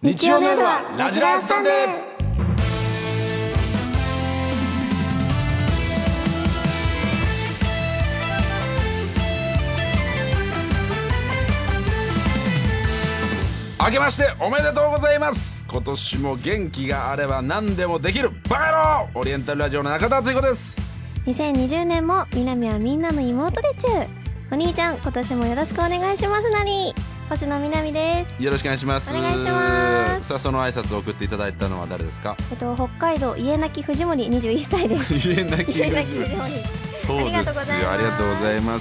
日曜の夜はラジラーサンデー。明けましておめでとうございます。今年も元気があれば何でもできるバカ野郎オリエンタルラジオの中田敦彦です。 2020年も南はみんなの妹でちゅ。お兄ちゃん今年もよろしくお願いします。なに星野みなみです。 よろしくお願いします。 お願いします。 さあその挨拶を送っていただいたのは誰ですか？ 北海道家なき藤森21歳です。 家なき藤森。そうですよ、ありがとうございます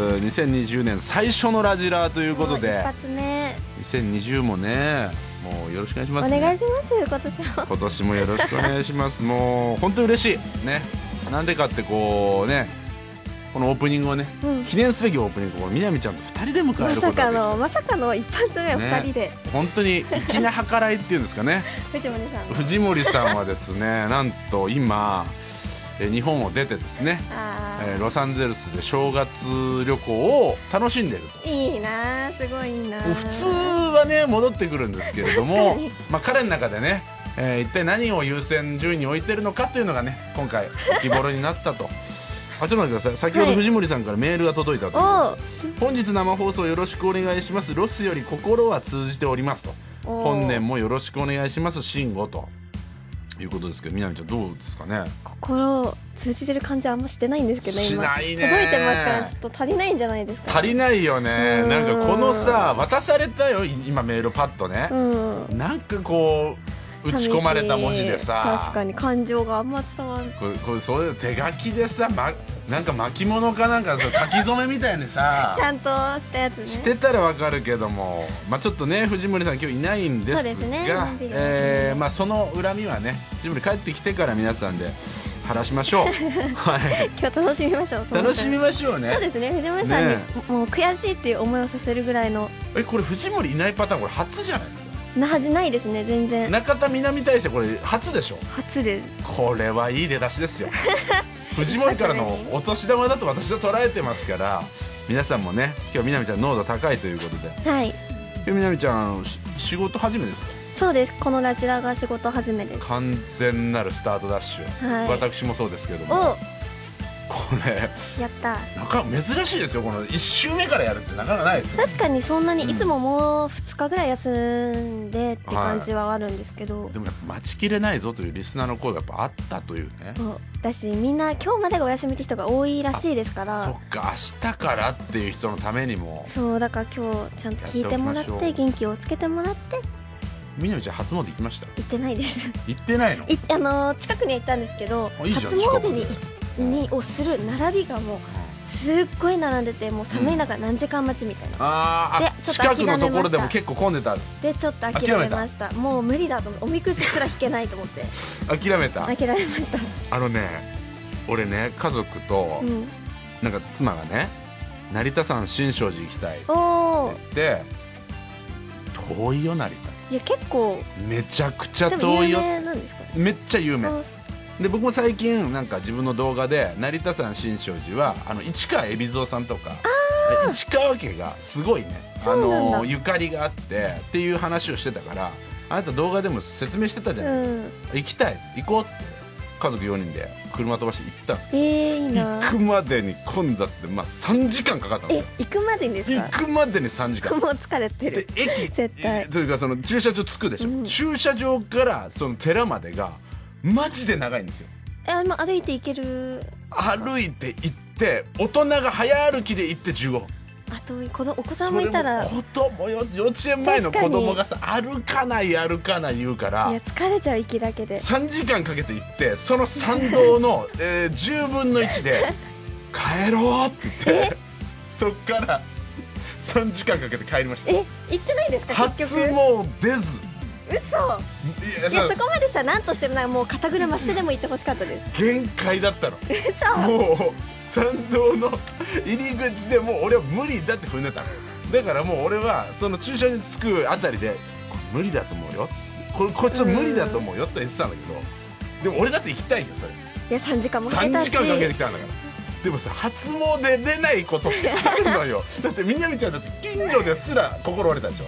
。2020年最初のラジラーということで、 一発目 2020もね、もうよろしくお願いしますね。 お願いします。 今年もよろしくお願いしますもう本当に嬉しいね。なんでかってこうね、このオープニングをね、記念すべきオープニングをみなみちゃんと2人で迎えることができた。 まさかの一発目を2人で、 ね、本当に粋な計らいっていうんですかね。藤森さんはですね、なんと今日本を出てですね、ロサンゼルスで正月旅行を楽しんでいると。 いいな、すごいいいな。 普通はね戻ってくるんですけれども、彼の中でね、一体何を優先順位に置いてるのかというのがね、今回浮き彫りになったと。ちょっと待ってください。先ほど藤森さんからメールが届いたということで、本日生放送よろしくお願いします。ロスより心は通じておりますと。本年もよろしくお願いします慎吾ということですけど、みなみちゃんどうですかね。 心通じてる感じはあんましてないんですけど、今しないね。 届いてますからちょっと足りないんじゃないですか。 足りないよね。なんかこのさ、渡されたよ今メールパッとね、なんかこう打ち込まれた文字でさ、 確かに感情があんま伝わる。 これそういう手書きでさ、なんか巻物かなんか書き初めみたいにさちゃんとしたやつねしてたらわかるけども、ちょっとね藤森さん今日いないんですが、 そうですね、 その恨みはね藤森帰ってきてから皆さんで晴らしましょう。はい、 今日楽しみましょう。 楽しみましょうね。 そうですね、藤森さんにもう悔しいっていう思いをさせるぐらいの。 これ藤森いないパターンこれ初じゃないですか。 ないですね、全然。 中田南大生これ初でしょ。 初です。 これはいい出だしですよ。藤森からのお年玉だと私は捉えてますから、皆さんもね今日みなみちゃん濃度高いということで、 はい、 今日みなみちゃん仕事始めですか？ そうです、このラジラが仕事始めです。 完全なるスタートダッシュ、私もそうですけども、これやった。 なんか珍しいですよ。この1週目からやるってなかなかないですよ。 確かにそんなに、いつももう2日ぐらい休んでって感じはあるんですけど、 でもやっぱ待ちきれないぞというリスナーの声がやっぱあったというね。 だしみんな今日までがお休みって人が多いらしいですから。 そっか、明日からっていう人のためにも。 そうだから今日ちゃんと聞いてもらって元気をつけてもらって。 みなみちゃん初詣行きました？ 行ってないです。 行ってないの？ 近くには行ったんですけど、 いいじゃん、 初詣をする並びがもうすっごい並んでて、もう寒い中何時間待ちみたいな。で近くのところでも結構混んでた。 でちょっと諦めました。もう無理だと思って、おみくじすら引けないと思って諦めました。 俺ね家族と、なんか妻がね成田山新勝寺行きたいって言って、遠いよ成田。 いや結構めちゃくちゃ遠いよ。めっちゃ有名で、僕も最近なんか自分の動画で成田山新勝寺は市川海老蔵さんとか市川家がすごいねゆかりがあってっていう話をしてたから、あなた動画でも説明してたじゃない、行きたい行こうっつって家族4人で車飛ばして行ったんですけど、 いいな。 行くまでに混雑で3時間かかったんですよ。 行くまでにですか？ 行くまでに3時間。もう疲れてる。 で駅絶対というかその駐車場着くでしょ、駐車場からその寺までがマジで長いんですよ。 歩いて行ける？ 歩いて行って大人が早歩きで行って15分。 あとお子さんもいたら。 子供幼稚園前の子供がさ歩かない言うから、 いや疲れちゃう、息だけで。 3時間かけて行って、その参道の、10分の1で帰ろうって言ってそっから3時間かけて帰りました。 行ってないですか？ 初も出ず。 嘘。いやそこまでしたら何としてももう肩車してでも行ってほしかったです。 限界だったの。 嘘。 もう参道の入り口でもう俺は無理だって踏んでたの。だからもう俺はその駐車に着くあたりでこれ無理だと思うよ、こいつ無理だと思うよって言ってたんだけど、でも俺だって行きたいよそれ。 いや3時間もかけたし。 3時間かけてきたんだから。でもさ初詣出ないことってあるのよ。だってみなみちゃんだって近所ですら心折れたでしょ。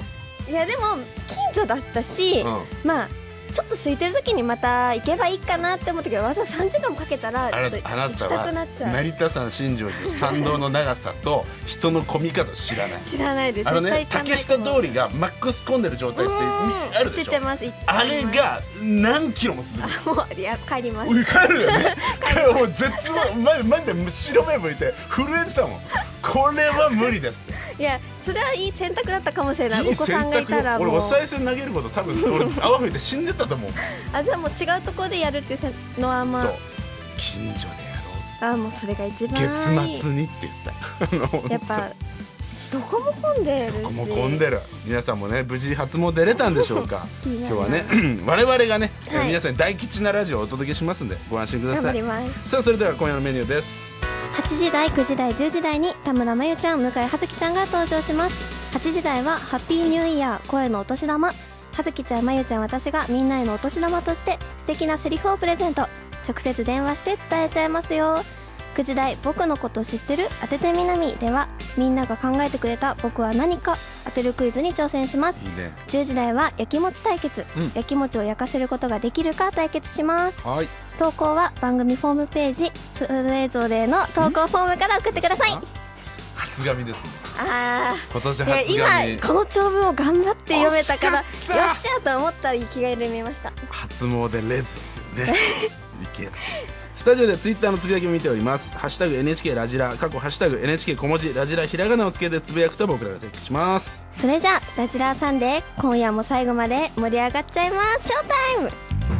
いやでも近所だったし、まあちょっと空いてる時にまた行けばいいかなって思ったけど、わざわざ3時間もかけたらちょっと行きたくなっちゃう。 成田山新庄寺参道の長さと人の混み方知らない？ 知らないです。 竹下通りがマックス混んでる状態ってあるでしょ。 知ってます。 あれが何キロも続く。 もういや帰ります。 帰るよね。もう絶望、マジで白目向いて震えてたもん。これは無理です。 いやそれはいい選択だったかもしれない。お子さんがいたらもう。 俺お賽銭投げること多分俺泡吹いて死んでたと思う。 あ、じゃあもう違うところでやるっていうのはまあ。 そう。近所でやろう。 あ、もうそれが一番いい。 月末にって言った。 やっぱどこも混んでるし。 どこも混んでる。皆さんもね無事初詣出れたんでしょうか。今日はね我々がね、皆さんに大吉なラジオをお届けしますんでご安心ください。 頑張ります。 さあそれでは今夜のメニューです。 8時台、9時台、10時台に田村真由ちゃん、向井葉月ちゃんが登場します。8時台はハッピーニューイヤー声のお年玉。葉月ちゃん、真由ちゃん、私がみんなへのお年玉として素敵なセリフをプレゼント。直接電話して伝えちゃいますよ。9時台僕のこと知ってる当ててみなみではみんなが考えてくれた僕は何か当てるクイズに挑戦します。 いいね。 10時台は焼き餅対決、焼き餅を焼かせることができるか対決します。 はい。 投稿は番組ホームページそれぞれの投稿フォームから送ってください。 初紙ですね。 あ今年初紙。 今この長文を頑張って読めたからよ惜しかったっしゃと思ったら気が緩みました。 初詣レズね。いけず。スタジオでツイッターのつぶやきも見ております。ハッシュタグ NHK ラジラ、過去ハッシュタグ NHK 小文字ラジラひらがなをつけてつぶやくと僕らがチェックします。 それじゃあラジラーサンデー今夜も最後まで盛り上がっちゃいます。ショータイム。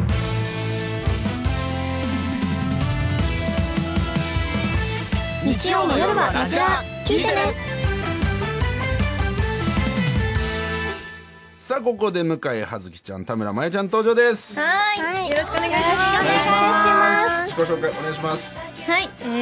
日曜の夜はラジラ聞いてね。 さあここで向井葉月ちゃん、田村真由ちゃん登場です。 はい、よろしくお願いします。自己紹介お願いします。 はい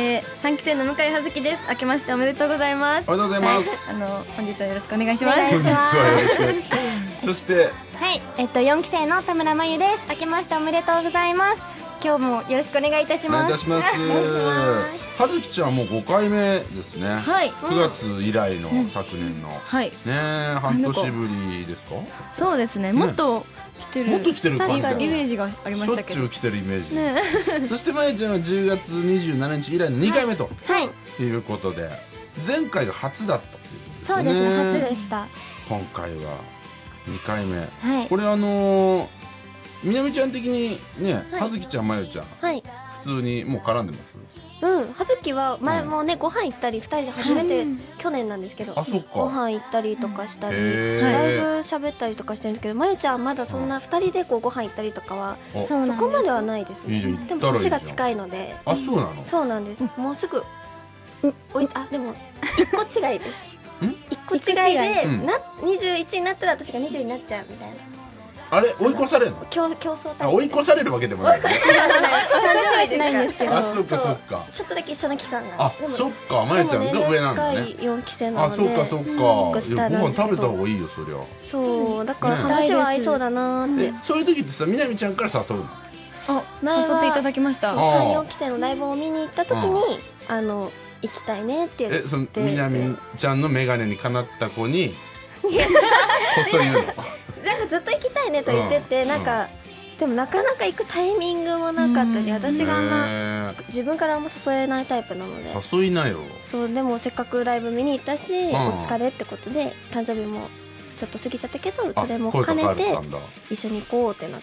、3期生の向井葉月です。明けましておめでとうございます。 おめでとうございます。 本日はよろしくお願いします。 本日はよろしく。そしてはい、4期生の田村真由です。明けましておめでとうございます。今日もよろしくお願いいたします。 お願いいたします。葉月ちゃんはもう5回目ですね。 はい。 9月以来の昨年の。 はい。 ねえ、半年ぶりですか？ そうですね。もっと来てる。 もっと来てる感じ。 イメージがありましたけど。 しょっちゅう来てるイメージ。そして真由ちゃんは10月27日以来の2回目ということで、前回が初だったということですね。 そうですね、初でした。 今回は2回目。 はい。 これみなみちゃん的にね、葉月ちゃん、真由ちゃん、普通にもう絡んでます？ 葉月は前もねご飯行ったり2人で初めて去年なんですけど、ご飯行ったりとかしたり、だいぶ喋ったりとかしてるんですけど、真由ちゃんまだそんな2人でご飯行ったりとかはそこまではないですね。でも年が近いので。 あ、そうなの？ そうなんです。もうすぐあ、でも1個違いです。1個違いで21になったら私が20になっちゃうみたいな。 あれ追い越されるの？ 競争タイプ。 追い越されるわけでもない。 30はしないんですけど。 あ、そっかそっか。 ちょっとだけ一緒の期間が。 あ、そっか、真由ちゃんが上なんだね。 4期生なので。 あ、そっかそっか。ご飯食べた方がいいよそりゃ。 そう、だから話は合いそうだなって。 そういう時ってさ、みなみちゃんから誘うの？ あ、誘っていただきました。 3、4期生のライブを見に行った時に行きたいねって言って。 そのみなみちゃんの眼鏡にかなった子にこっそり言うの？ なんかずっと行きたいねと言ってて、なんかでもなかなか行くタイミングもなかったり、私が自分からあんま誘えないタイプなので。 誘いなよ。 そう、でもせっかくライブ見に行ったし、お疲れってことで誕生日もちょっと過ぎちゃったけど、それも兼ねて一緒に行こうってなって。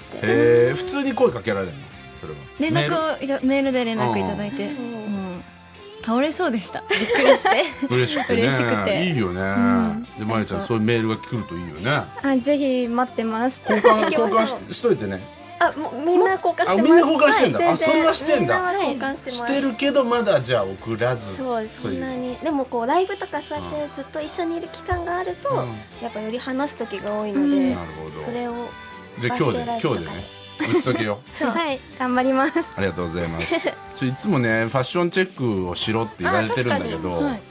普通に声かけられるの？それは連絡をメールで連絡いただいて、倒れそうでした。びっくりして嬉しくてね。嬉しくていいよね。で、まゆちゃんそういうメールが来るといいよね。 あ、ぜひ待ってます。 交換しといてね。 あ、もうみんな交換してます。 みんな交換してんだ。あ、それはしてんだ。 交換してます。 してるけどまだじゃあ送らず。 そうです。そんなに。でもこうライブとかそうやってずっと一緒にいる期間があると、やっぱより話す時が多いので、それをじゃあ今日でね。打ち解けよ。 はい、頑張ります。 ありがとうございます。いつもねファッションチェックをしろって言われてるんだけど、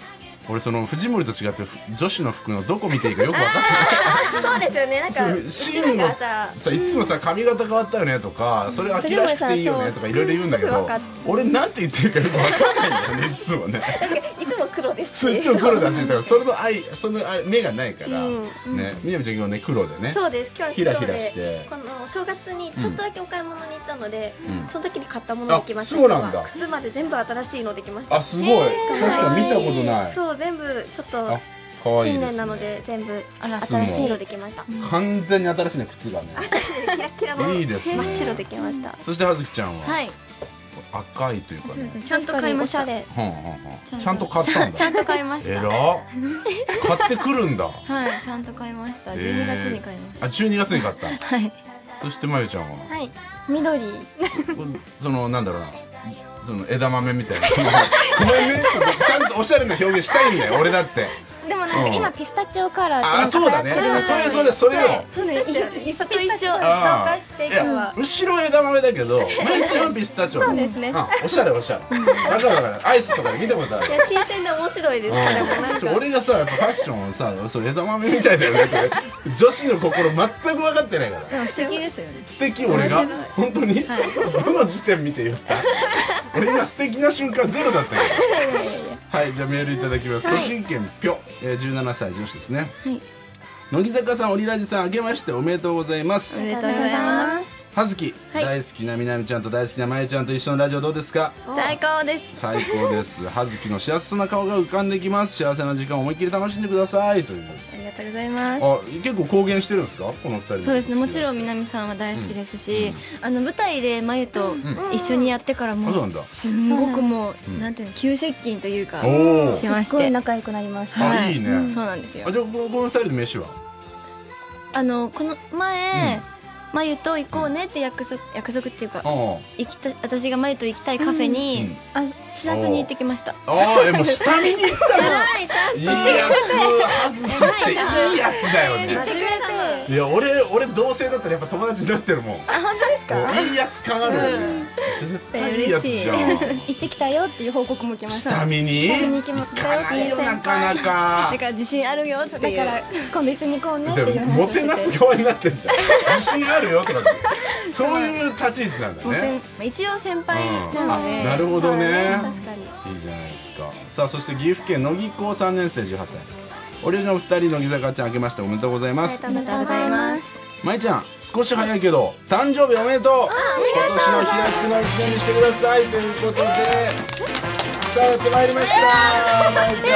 俺その藤森と違って女子の服のどこ見ていいかよく分かんないそうですよね、なんかシーンのさいつもさ髪型変わったよねとかそれ秋らしくていいよねとかいろいろ言うんだけど俺なんて言ってるかよく分かんないんだよねいつもねいつも黒ですそういつも黒だしだからその目がないからうんねみなみちゃん今日ね黒でねそうです、今日ヒラヒは黒ラしてでこの正月にちょっとだけお買い物に行ったので、 うんその時に買ったものできました。 あそうなんだ今日は靴まで全部新しいのできました。 あすごい確かに見たことないそう全部ちょっとあ可愛い新ですね年なので全部あら新しいのできました。 完全に新しいね靴がねキラキラのいいですね真っ白できました。 そして葉月ちゃんははい、 赤いというかねそうですね、ちゃんと買いました。 おしゃれ。 はんはんはんちゃんと買ったんだちゃんと買いました。 えら買ってくるんだはい、ちゃんと買いました。12月に買いましあ12月に買ったた。はい。 そしてまゆちゃんははい緑そのなんだろうなその枝豆みたいなごめんねちゃんとおしゃれな表現したいんだよ俺だってでもなんか今ピスタチオカラーってあなんかそうだね流行ってるみたいそれよそうね、一緒と一緒。 あ同化していや後ろ枝豆だけどまゆちゃんはピスタチオそうですねあおしゃれおしゃれだからアイスとかで見たことあるいや新鮮で面白いです。でもなんかそう俺がさやっぱファッションをさそう枝豆みたいだよねって女子の心全く分かってないからでも素敵ですよね。 素敵俺が本当に、どの時点見て言った俺今素敵な瞬間ゼロだったけどはいじゃあメールいただきます、栃木県ぴょ、17歳女子ですね、乃木坂さんオリラジさんあけましておめでとうございますおめでとうございます。 葉月、大好きなみなみちゃんと大好きなまゆちゃんと一緒のラジオどうですか最高です。 最高です葉月の幸せな顔が浮かんできます幸せな時間を思いっきり楽しんでくださいというありがとうございます。 あ結構公言してるんですかこの二人そうですね、もちろんん南さんは大好きですし、舞台でまゆと一緒にやってからあそうなんだすんごくもう、なんていうの、急接近というかおおしましすっごいて、 仲良くなりましたあいいねそうなんですよあ。じゃあこの二人で飯はこの前、まゆと行こうねって約束っていうか、私がまゆと行きたいカフェに、視察に行ってきました。 ああもう下見に行ったのいいやつはずっていいやつだよね初めて。 いや俺同性だったらやっぱ友達になってるもんあ本当ですかいいやつ感あるよね絶対いいやつじゃん行ってきたよっていう報告も来ました下見に下見に行きましたよ行かないよなかなかだから自信あるよっていう。 だから今度一緒に行こうねっていうでも話をしててもてなす側になってんじゃん自信あるよとかってそういう立ち位置なんだね一応先輩なので、 なるほどね確かに。 いいじゃないですかさあそして岐阜県乃木高3年生18歳オリジナル2人乃木坂ちゃん明けましておめでとうございますありがとうございます。 まいちゃん少し早いけど誕生日おめでとう今年の飛躍の一年にしてくださいということでさあやってまいりましたまいちゃん今スタジオにス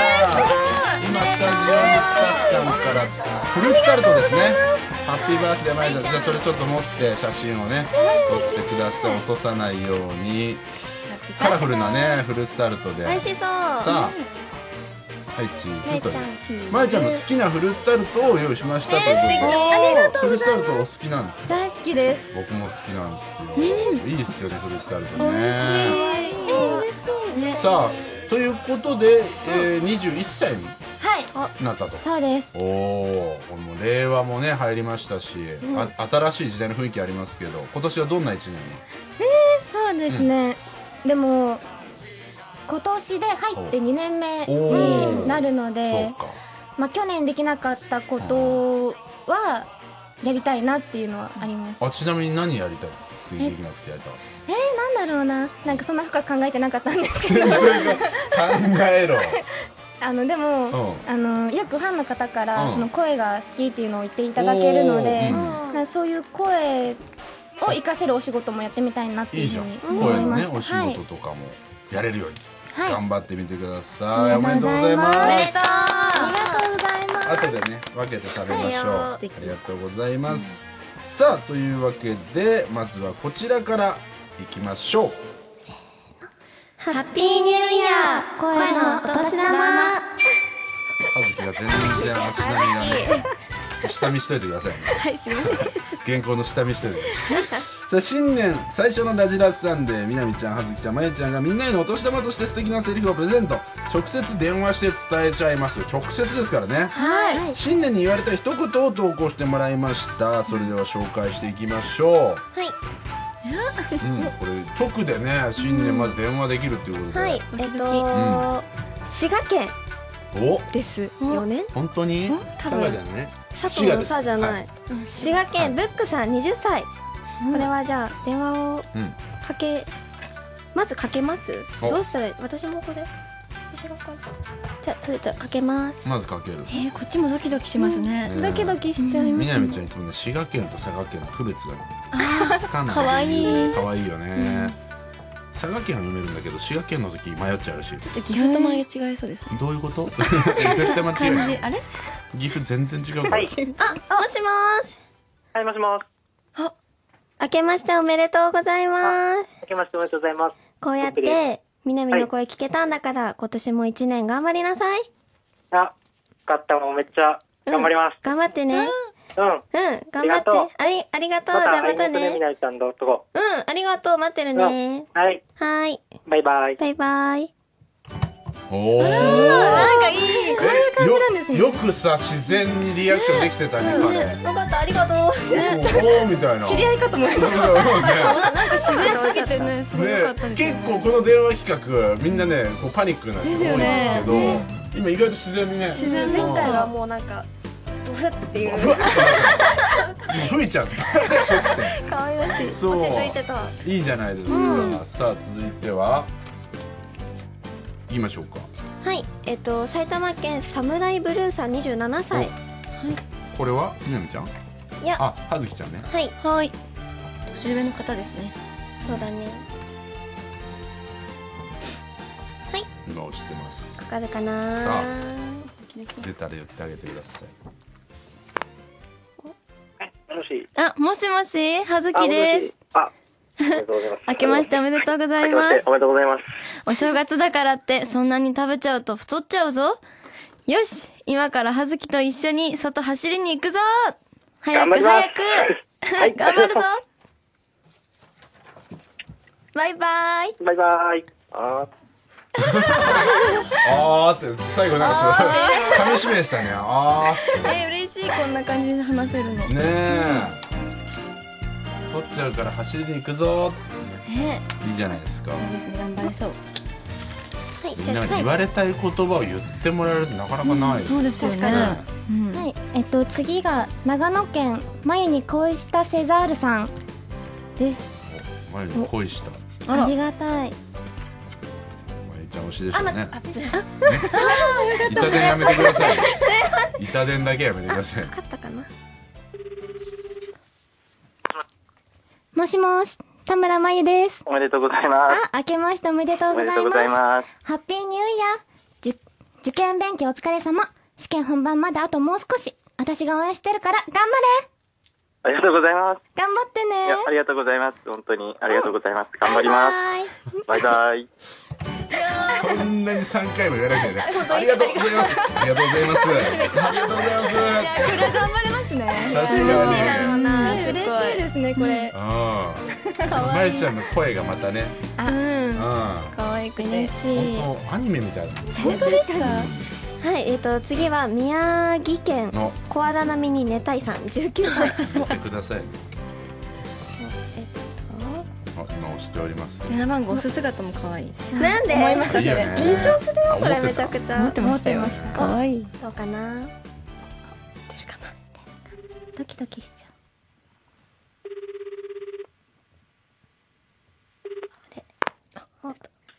タッフさんからフルーツタルトですねハッピーバースデーまいちゃんじゃあそれちょっと持って写真をね撮ってください落とさないようにカラフルなねフルーツタルトで美味しそう。 さあはいチーズというチーズまいちゃんの好きなフルーツタルトを用意しましたということでありがとフルーツタルトお好きなんですか大好きです僕も好きなんですよ、いいですよねフルーツタルトね嬉しいさあということで、21歳にはいなったとそうですおおもう令和もね入りましたし、新しい時代の雰囲気ありますけど今年はどんな一年にそうですね、でも今年で入って2年目になるので、 そうかまあ、去年できなかったことはやりたいなっていうのはあります。 ちなみに何やりたいですか次できなくてやりたいなんだろうな、なんかそんな深く考えてなかったんですけど考えろでも、よくファンの方からその声が好きっていうのを言っていただけるので、なんかそういう声を活かせるお仕事もやってみたいなっていいじゃんいうふうに声の思いました。 ねお仕事とかもやれるようにはい頑張ってみてください、 あおめでとうございますおめでとうありがとうございます。 後でね分けて食べましょう、 はありがとうございます、さあというわけでまずはこちらからいきましょうハッピーニューイヤー声のお年玉。 葉月が全然足並みがね下見しといてくださいねはい、すみません。 原稿の下見しといてさあ新年最初のラジラスさんでみなみちゃん葉月ちゃんまゆちゃんがみんなへのお年玉として素敵なセリフをプレゼント直接電話して伝えちゃいますよ直接ですからねはい。 新年に言われた一言を投稿してもらいましたそれでは紹介していきましょうはいこれ直でね新年まず電話できるっていうことで、 はい、 ドキドキ滋賀県お、 ですよね。 本当に多分佐賀だよね。 佐藤の佐じゃない。滋賀県ブックさん20歳。これはじゃあ電話をまずかけます。どうしたら私もこれ私がこれじゃあそれとかけます。 まずかける。 こっちもドキドキしますね。 ドキドキしちゃいます。 みなみちゃんいつもね滋賀県と佐賀県の区別がつかんない。 可愛い。 可愛いよね。佐賀県は読めるんだけど滋賀県の時迷っちゃうらしい。 ちょっと岐阜と間違いそうですね。 どういうこと？絶対間違いない。 あれ？ 岐阜全然違うから。 もしもーし。 はい、もしもし。 明けましておめでとうございます。 明けましておめでとうございます。 こうやってみなみの声聞けたんだから、今年も1年頑張りなさい。 あ、勝ったもうめっちゃ頑張ります。 頑張ってね。 うん。 頑張って。ありがとう。じゃあまたね。 みなみちゃんのとこ。 ありがとう。待ってるね。 はい。 はい。 バイバイ。 バイバイ。 おお。 なんかいい。こういう感じなんですね。 よくさ自然にリアクションできてたね。 よかった。ありがとう。 おおみたいな。 知り合いかと思いました。 なんか自然すぎてね、すごい良かったです結構この電話企画みんなねこうパニックな人多いんですけど、今意外と自然にね。 自然前回はもうなんかドフっていう。 吹いちゃう。 可愛らしい。落ちそう。 着いてた。 いいじゃないですか。さあ続いては言いましょうか。 はい。埼玉県サムライブルーさん27歳。 これはみなみちゃん？ いや。 あ、はずきちゃんね。 はい。 はい。年上の方ですね。 そうだね。はい。 今押してます。 かかるかな。 さあ出たら言ってあげてください。 もし。 あ、もしもし、はずきです。 あ、ありがとうございます。 明けましておめでとうございます。 おめでとうございます。 お正月だからってそんなに食べちゃうと太っちゃうぞ。よし、今からはずきと一緒に外走りに行くぞ。早く早く。頑張るぞ。バイバイ。 バイバイ。あーって最後なんかすごい噛み締めてたね。あ嬉しい、こんな感じで話せるの。 ーねえ。取っちゃうから走りに行くぞ。いいじゃないですか。 いいですね、頑張れそう。 はい。 みんなに言われたい言葉を言ってもらえるってなかなかない。 そうですよね。 はい、次が長野県眉に恋したセザールさんです。 前に恋した。 ありがたい。 まゆちゃん推しでしょうね。板伝やめてください。板伝だけやめてください。 かかったかな。 もしもし、田村真由です。 おめでとうございます。 明けましておめでとうございます。 おめでとうございます。 ハッピーニューイヤー。受験勉強お疲れ様。試験本番まであともう少し。私が応援してるから頑張れ。 ありがとうございます。 頑張ってね。 いや、ありがとうございます。本当にありがとうございます。頑張ります。バイバイ。 そんなに3回も言わなきゃいけない。ありがとうございます。ありがとうございます。ありがとうございます。 これ頑張れますね。 確かに。 だろうな。 嬉しいですね、これ。 まゆちゃんの声がまたね。 可愛くて。 嬉しい。 本当アニメみたいな。 本当ですか。 はい。次は宮城県コアラ並みに寝たいさん19歳。 言ってくださいね。今押しております。 電話番号押す姿も可愛い。 なんで？緊張するよこれめちゃくちゃ。 思ってましたよ。可愛い。 どうかな。出るかな。 ドキドキしちゃう。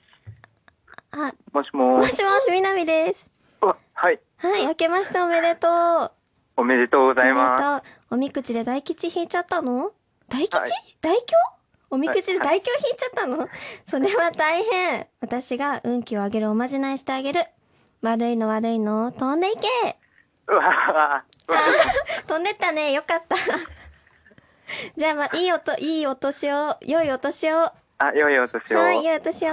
もしももしもし、みなみです。 はい。 はい、明けましておめでとう。 おめでとうございます。 おみくじで大吉引いちゃったの？大吉？大凶？おみくじで大凶引いちゃったの？それは大変。私が運気を上げるおまじないしてあげる。悪いの飛んでいけ。 うわ飛んでったね、よかった。じゃあいいお年を、良いお年を。 あ、良いお年を。 はい、良いお年を。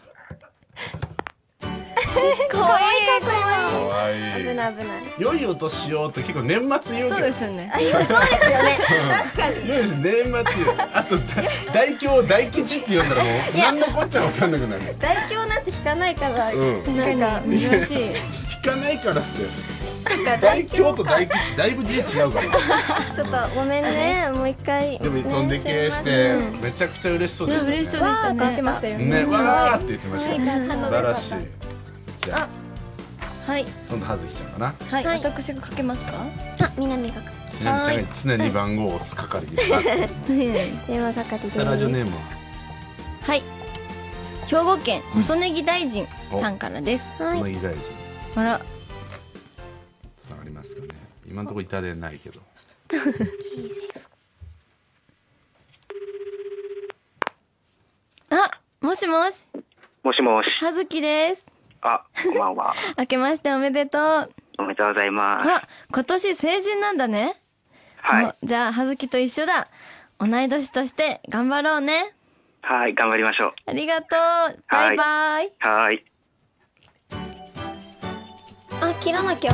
可愛い。 可愛い。 危ない。 良いお年をって結構年末言うけど。 そうですよね。 そうですよね。確かに。 年末言う。あと大凶大吉って呼んだらもう何のこっちゃ分かんなくなる。 大凶なんて引かないから。 確かに珍しい。 引かないからって。大凶と大吉だいぶ字違うから。 ちょっとごめんね、もう一回。 でも飛んでけしてめちゃくちゃ嬉しそうでしたね。 嬉しそうでしたね。 ってましたよね。 ね、わーって言ってました。素晴らしい。じゃあはい今度葉月ちゃんかな。 はい、 はい私がかけますか。 あ、南がみなみちゃんが常に番号を押す係ですが電話係です。 スタラジオネームははい、兵庫県細ネギ大臣さんからです。 その議大臣あら、 さあありますかね。今のところ痛でないけど。 あ、もしもし、 もしもし。 葉月です。 あ、こんばんは。 明けましておめでとう。 おめでとうございます。 あ、今年成人なんだね。 はい。 おじゃあ葉月と一緒だ。同い年として頑張ろうね。 はい、頑張りましょう。 ありがとう。バイバイ。 はい。 あ、切らなきゃ。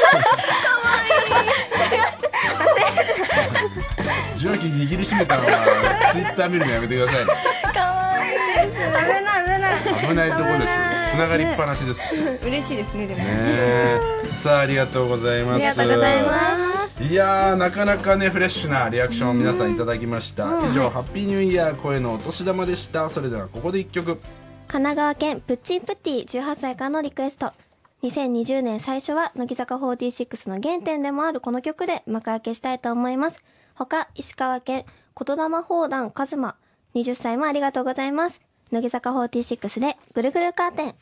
受話器握りしめたのはツイッター見るのやめてくださいね。 かわいいです。 危ない危ない。 危ないところです。つながりっぱなしです。 嬉しいですね、でも。 ねさあありがとうございます。 ありがとうございます。 いやーなかなかねフレッシュなリアクションを皆さんいただきました。以上ハッピーニューイヤー声のお年玉でした。それではここで一曲。 神奈川県プッチンプッティ18歳からのリクエスト。2020年最初は乃木坂46の原点でもあるこの曲で幕開けしたいと思います。他石川県言霊砲弾カズマ20歳もありがとうございます。乃木坂46でぐるぐるカーテン。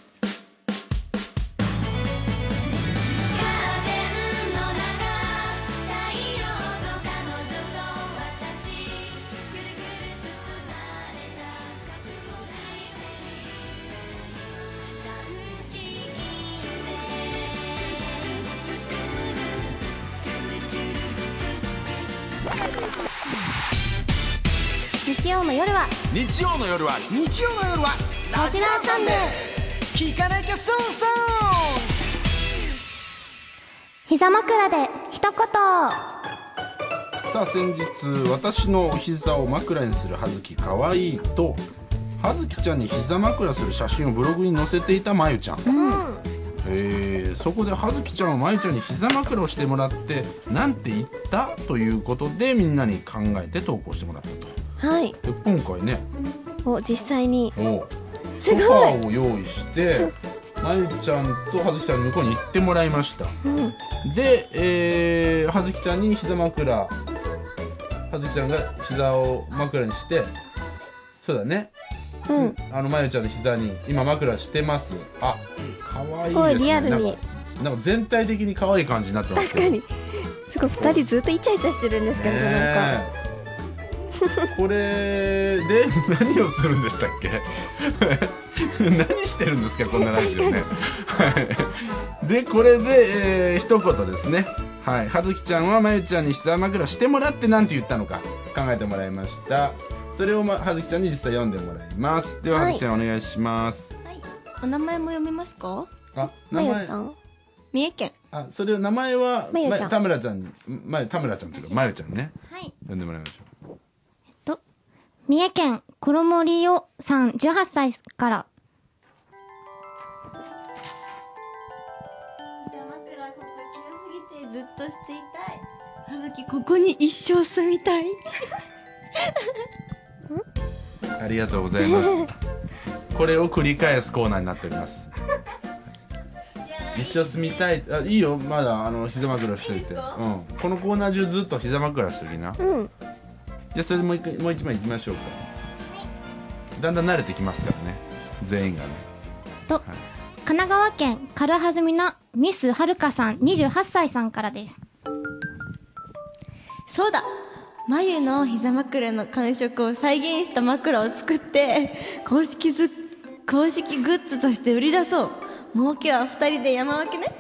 日曜の夜は日曜の夜はラジラーサンデー。 聞かなきゃ損損。 膝枕で一言。 さあ先日私の膝を枕にする葉月かわいいと葉月ちゃんに膝枕する写真をブログに載せていたまゆちゃん、そこで葉月ちゃんはまゆちゃんに膝枕をしてもらってなんて言ったということでみんなに考えて投稿してもらったと。 はい。 で今回ね実際にソファーを用意してまゆちゃんと葉月ちゃんに向こうに行ってもらいました。で、葉月ちゃんに膝枕葉月ちゃんが膝を枕にしてそうだね、まゆちゃんの膝に今枕してます。あ、可愛いですね。 すごいリアルになんか全体的に可愛い感じになってますけど。 確かにすごい2人ずっとイチャイチャしてるんですけど、なんかこれで何をするんでしたっけ何してるんですかこんなラジオねでこれで、一言ですね。はい、葉月ちゃんはまゆちゃんに膝枕してもらって何て言ったのか考えてもらいました。それを、葉月ちゃんに実際読んでもらいます。では、葉月ちゃんお願いします。 はい、お名前も読みますか。 あ、名前三重県。 あ、それを名前はまゆちゃん田村ちゃんに田村ちゃんというかまゆちゃんね、 はい、 読んでもらいましょう。 三重県黒森よさん18歳から。 膝枕心地よすぎてずっとしていたい。葉月ここに一生住みたいありがとうございますこれを繰り返すコーナーになっております。一生住みたい。あ、いいよ、まだ膝枕しといて。このコーナー中ずっと膝枕しときな。じゃあそれでもう一枚いきましょうか。だんだん慣れてきますからね、全員がね。 と、神奈川県軽はずみなミスはるかさん28歳さんからです。 そうだ、眉の膝枕の感触を再現した枕を作って公式グッズとして売り出そう。もう今日は2人で山分けね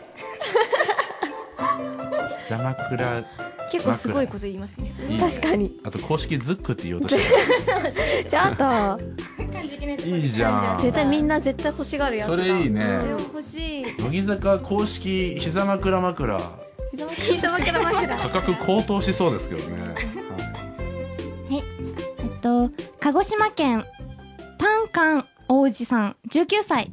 膝枕結構すごいこと言いますね。 いいね。 確かに。 あと公式ズックって言おうとしてちょっといいじゃん。 絶対みんな絶対欲しがるやつだ。 それいいね。 欲しい。 乃木坂公式膝枕枕膝枕枕価格高騰しそうですけどね。 はい、鹿児島県パンカン王子さん19歳。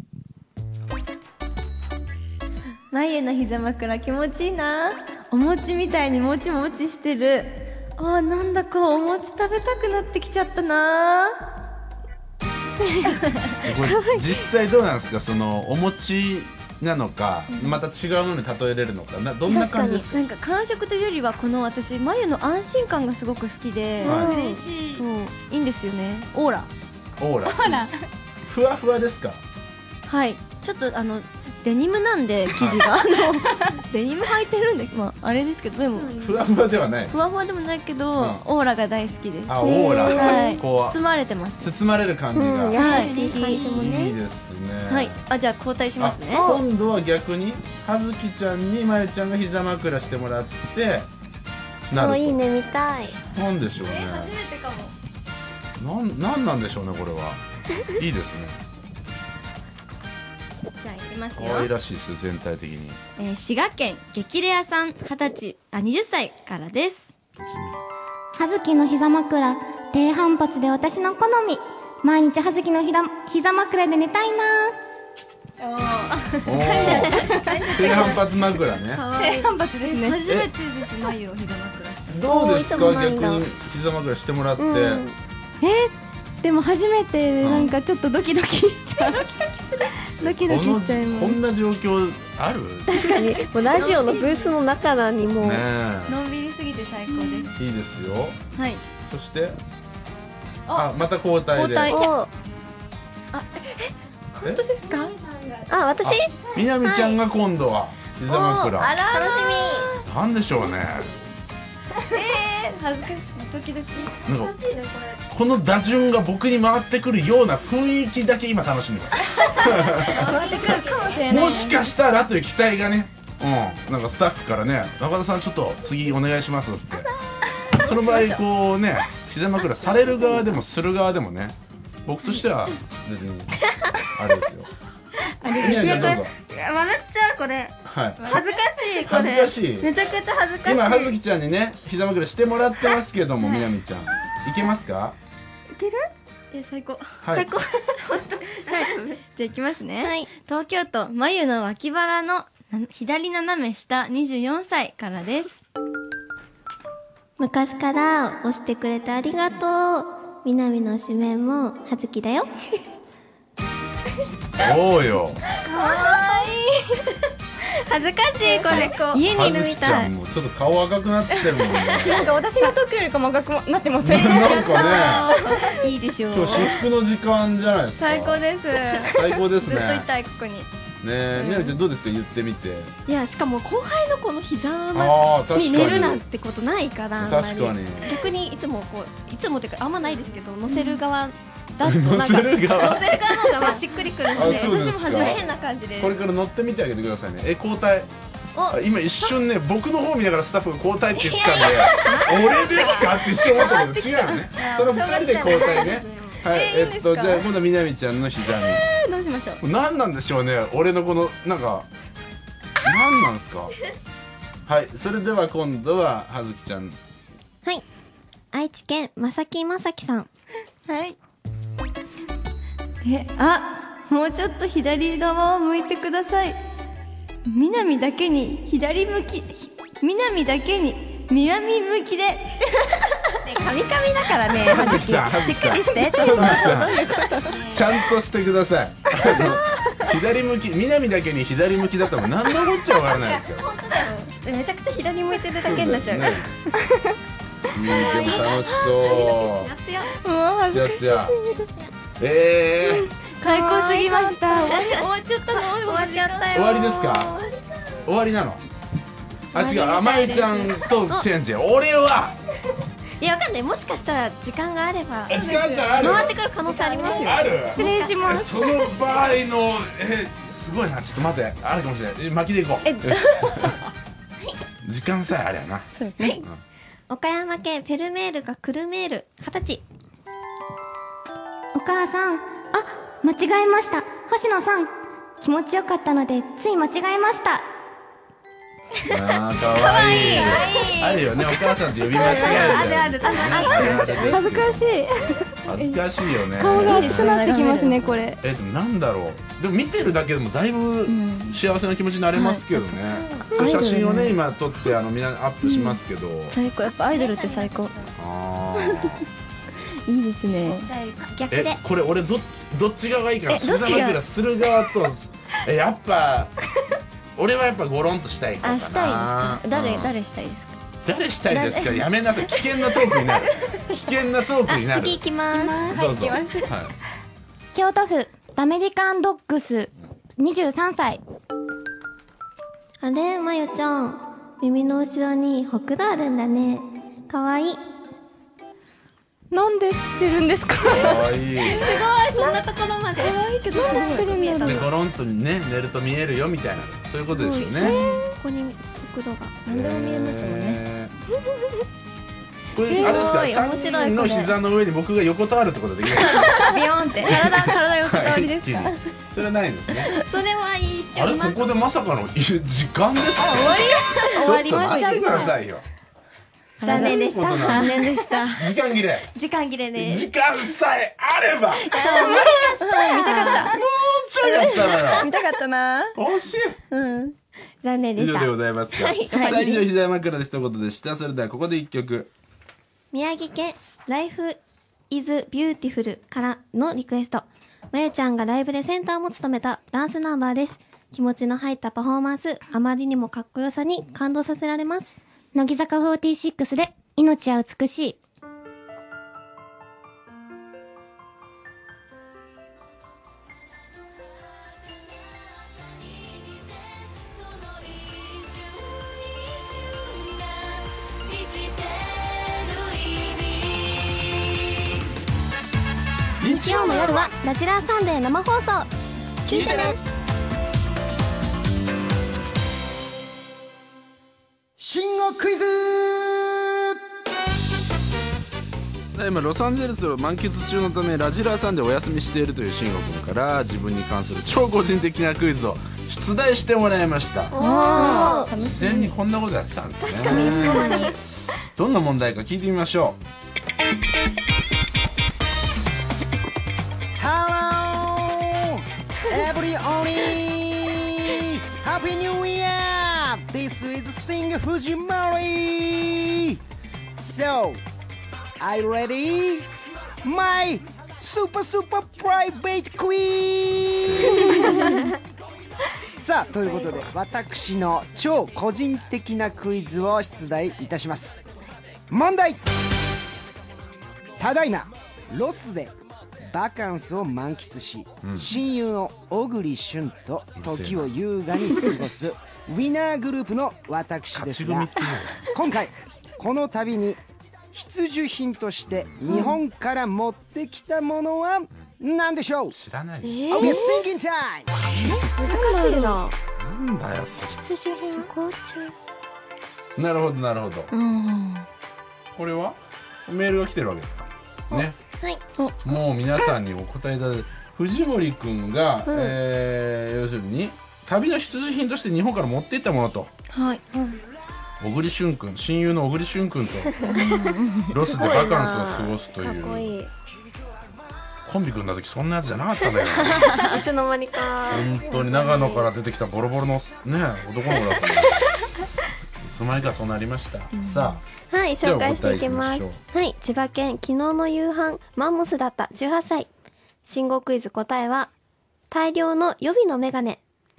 眉の膝枕気持ちいいな。お餅みたいにもちもちしてる。あー、なんだかお餅食べたくなってきちゃったなこれ実際どうなんですか、そのお餅なのか、また違うのに例えれるのか、どんな感じですか？ なんか感触というよりはこの私眉の安心感がすごく好きで、 嬉しい。 そういいんですよね。オーラ。 オーラふわふわですか？ はいちょっとデニムなんで生地がデニム履いてるんで、まああれですけど、でもふわふわではない。 ふわふわでもないけど、オーラが大好きです。 あ、オーラ、 はいこう包まれてます。 包まれる感じが、 はい優しい感じもね。 いいですね。 はい、あじゃあ交代しますね。 今度は逆に葉月ちゃんにまゆちゃんが膝枕してもらってなると。 いいね、見たい。 なんでしょうね。 初めてかも。 なんなんでしょうね、これは。いいですね。 じゃあいきますよ。 可愛らしいですよ、全体的に。 滋賀県激レアさん20歳からです。 葉月の膝枕、低反発で私の好み。毎日葉月の膝枕で寝たいな。 お低反発枕ね。 低反発ですね。初めてです眉を膝枕した。 どうですか、 いつもないんだ逆に膝枕してもらって。 でも初めてなんかちょっとドキドキしちゃう。ドキドキしちゃいます。 こんな状況ある？ 確かにもうラジオのブースの中なにもう、 ねのんびりすぎて最高です。 え、いいですよ。 はい。 そしてまた交代で。 交代お本当ですか？ 私みなみちゃんが今度は膝枕。 あら楽しみ。 なんでしょうね。 恥ずかしいドキドキ。 なんかこの打順が僕に回ってくるような雰囲気だけ今楽しんでます。 回ってくるかもしれない。 もしかしたらという期待がね、なんかスタッフからね、中田さんちょっと次お願いしますって。その場合こうね、膝枕される側でもする側でもね、僕としては別にあれですよ。みなみちゃんどうぞ。 笑っちゃうこれ。 はい。 恥ずかしいこれ。 恥ずかしい。 めちゃくちゃ恥ずかしい。 今葉月ちゃんにね、膝枕してもらってますけども、みなみちゃんいけますか？ 最高。 はい。 最高。はい。じゃあいきますね。東京都眉の脇腹の左斜め下24歳からです。 昔から押してくれてありがとう。みなみの指名も葉月だよ。 おうよ。 恥ずかしいこれ。家にいるみ葉月ちゃたい。 んもちょっと顔赤くなってるもんね。 なんか私の時よりかも赤くなってません？ なんかね、 いいでしょう。 今日至福の時間じゃないですか。 最高です。 最高ですずっといね。 たいここに。 ねえ、みなみちゃんどうですか、言ってみて。 いや、しかも後輩の子の膝ああ、確かに。 に寝るなんてことないから、あんまり確かに。 逆にいつもっていうかあんまないですけど、乗せる側だとなんか乗せる側乗せる側の方がまあしっくりくるので、 あそうですか私も初め変な感じでこれから乗ってみてあげてくださいね。交代。 お今一瞬ね、僕の方見ながらスタッフが交代って言ってたんで、俺ですかって一瞬思ったけど違うのね。その二人で交代ね。はい、じゃあ今度はみなみちゃんの膝に。 どうしましょう。 何なんでしょうね、俺のこのなんか何なんですか。はい、それでは今度は葉月ちゃん。 はい、愛知県まさきさん。 はい。もうちょっと左側を向いてください。南だけに左向き、南だけに南向きで。 カミカミだからね、 葉月さん、葉しっ月さん、 かりして、ちょっと。 葉月さんちゃんとしてください。左向き、南だけに左向きだったら何のこっちゃわからないですから。 めちゃくちゃ左向いてるだけになっちゃう。 ねでも楽しそう。 やつや。 もう恥ずかしい。 つや最高すぎました。終わっちゃったの。 終わっちゃったよ。 終わりですか？終わりなの？あ、違う、まゆちゃんとチェンジ。俺はいや、わかんない。もしかしたら時間があれば時間がある。 回ってくる可能性ありますよ。 ある？ 失礼します。 その場合のすごいな。ちょっと待って、あるかもしれない。巻きでいこう。時間さえあれやな。 そうですね。 岡山県フェルメールがクルメール20歳。 お母さん、間違えました。星野さん、気持ちよかったのでつい間違えました。 かわいい。あるよね、お母さんと呼び間違えちゃう。 恥ずかしい。 恥ずかしいよね。 顔が熱くなってきますね、これ。 でもなんだろう。でも見てるだけでもだいぶ幸せな気持ちになれますけどね。写真をね、今撮ってみんなアップしますけど。 最高。やっぱアイドルって最高。いいですね。 逆で。 これ俺どっち側がいいかな。膝枕する側とやっぱ俺はやっぱゴロンとしたい方かな。 したいですか。誰したいですか。 誰したいですか。やめなさい。危険なトークになる。危険なトークになる。 次行きます。 どうぞ。はい。 京都府アメリカンドッグス23歳。 あれ、まゆちゃん、耳の後ろにほくろあるんだね。かわいい。 なんで知ってるんですか。 かわいい。 すごい、そんなところまで。可愛いけどすごい。知ってるんだろう。 でゴロンとね寝ると見えるよみたいな、そういうことですよね。 ここにほくろが。 何でも見えますもんね。 これあれですか。3人の膝の上に僕が横たわるってことできない。 ビヨンって。体横たわりですか。 それはないんですね。 それは一応。 あれここでまさかの時間ですか。 終わりちょっと待ってくださいよ。 残念でした。残念でした。 時間切れ。 時間切れで。 時間さえあれば。 見たかった。 もうちょいやったのよ。 見たかったな。 惜しい。 残念でした。 以上でございますか。さあ以上膝山倉ですということでした。それではここで一曲。 宮城県 Life is Beautiful からのリクエスト。まゆちゃんがライブでセンターも務めたダンスナンバーです。気持ちの入ったパフォーマンス、あまりにもかっこよさに感動させられます。 乃木坂46で命は美しい。 日曜の夜はラジラーサンデー生放送。聞いてね。 慎吾クイズ。 今ロサンゼルスを満喫中のためラジラーさんでお休みしているという慎吾君から自分に関する超個人的なクイズを出題してもらいました。事前にこんなことやってたんですね。確かに。どんな問題か聞いてみましょう。 Hello, everybody. Happy New Year. This is Sing Fujimori. So, are you ready? My super private quiz. さあということで私の超個人的なクイズを出題いたします。問題。ただいまロスでバカンスを満喫し、親友の小栗旬と時を優雅に過ごすウィナーグループの私ですが、今回この旅に必需品として日本から持ってきたものは何でしょう。 知らない。 Okay, thinking time. 難しいな。 なんだよそれ。 必需品交通。 なるほどなるほど。これはメールが来てるわけですかね。 はい。 もう皆さんにお答えいただいて、藤森くんが、要するに旅の必需品として日本から持っていったものと、 はい。 小栗旬くん、親友の小栗旬くんとロスでバカンスを過ごすという。 かっこいい。 コンビ組んだ時そんなやつじゃなかったんだよ。 いつの間にか。 本当に長野から出てきたボロボロのね男の子だったんで。いつの間にかそうなりました。さあ。 はい、紹介していきます。はい、千葉県昨日の夕飯マンモスだった18歳。信号クイズ答えは大量の予備のメガネ。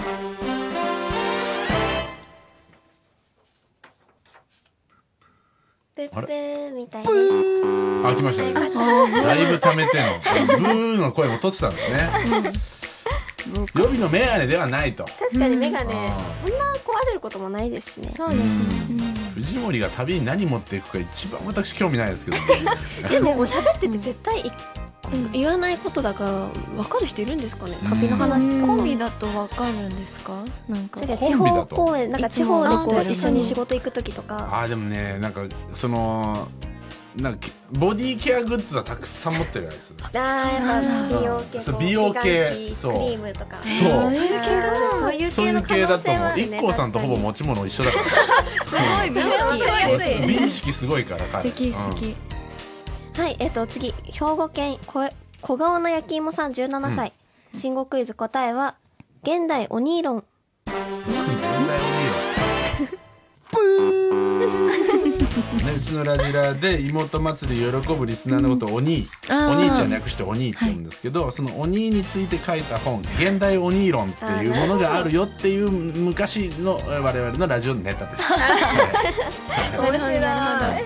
ペッペーみたいな。 あ、来ましたね。だいぶ溜めてのブーの声も取ってたんですね。予備のメガネではないと。 確かにメガネ、そんな壊れることもないですしね。 そうですね。 藤森が旅に何持っていくか一番私興味ないですけどね。 でも喋ってて絶対言わないことだから分かる人いるんですかね。旅の話。 コンビだと分かるんですか。なんか地方公演、なんか地方でこう一緒に仕事行く時とか。 あ、でもね、なんかそのなんかボディケアグッズはたくさん持ってるやつ。 やっぱ美容系、 美容系、 そうクリームとか。 そういう系かな。 そういう系だと思う。IKKOさんとほぼ持ち物一緒だから。 すごい美意識。 美意識すごいから。 素敵素敵。 はい、次兵庫県小顔の焼き芋さん17歳。信号クイズ答えは現代おニーロン。 現代おニーロン。 うちのラジラで妹祭り喜ぶリスナーのことをお兄ちゃん略してお兄って言うんですけど、そのお兄について書いた本現代お兄論っていうものがあるよっていう昔の我々のラジオのネタです。 面白い。はい、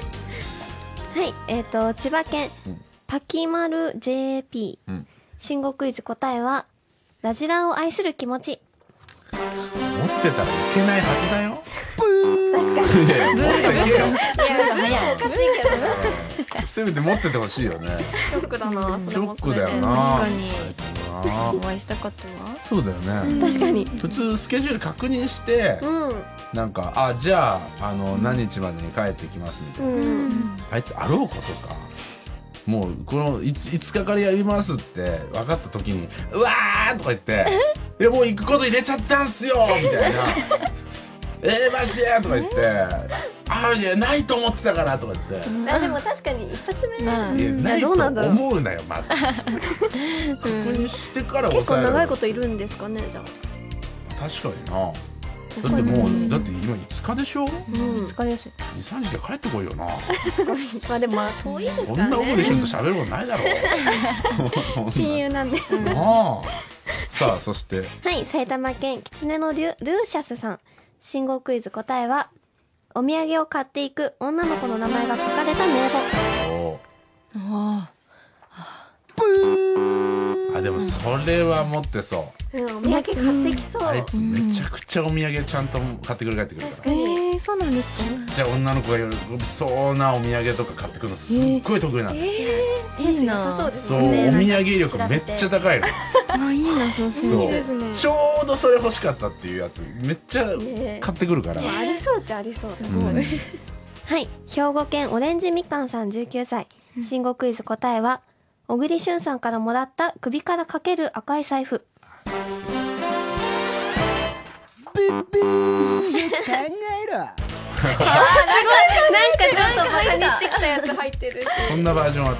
千葉県パキマル JP、信号クイズ答えはラジラを愛する気持ち。 持ってたらいけないはずだよ。 確かに。 いや持ってけよ。 いや早い。 おかしいけど。 せめて持っててほしいよね。 ショックだな。 ショックだよな。 確かにあいつなお会いしたかったわ。 そうだよね。 確かに。 普通スケジュール確認して、なんかじゃあ何日までに帰ってきますみたいな。あいつあろうことか。もうこの5日からやりますって分かった時に「うわー!」とか言って「いやもう行くこと入れちゃったんすよ!」みたいな「マジで!」とか言って「いやないと思ってたから」とか言って。 でも確かに一発目いやないと思うなよまず。確認してから結構抑える。 長いこといるんですかねじゃあ。 確かにな。だってもうだって今5日でしょ。 5日です。 2、3日で帰ってこいよな。 まあでも遠いですそんからね。 なオーディションと喋ることないだろう。 親友なんで。 さあそしてはい、埼玉県狐のルーシャスさん。信号クイズ答えはお土産を買っていく女の子の名前が書かれた名簿。 でもそれは持ってそう。 お土産買ってきそう。 あいつめちゃくちゃお土産ちゃんと買ってくる帰ってくるから。 そうなんですか。 じゃあ女の子が喜びそうなお土産とか買ってくるのすっごい得意なんですよ。 センス良さそうですそう、おもんね。 土産力めっちゃ高いの。 いいなそのセンそうス。 ちょうどそれ欲しかったっていうやつめっちゃ買ってくるから。 ありそうっちゃありそう。はい、兵庫県オレンジみかんさん19歳。信号クイズ答えは小栗旬さんからもらった首からかける赤い財布。 ブーブー考えろ。 なんかちょっとバカにしてきたやつ入ってるし。 そんなバージョンあった。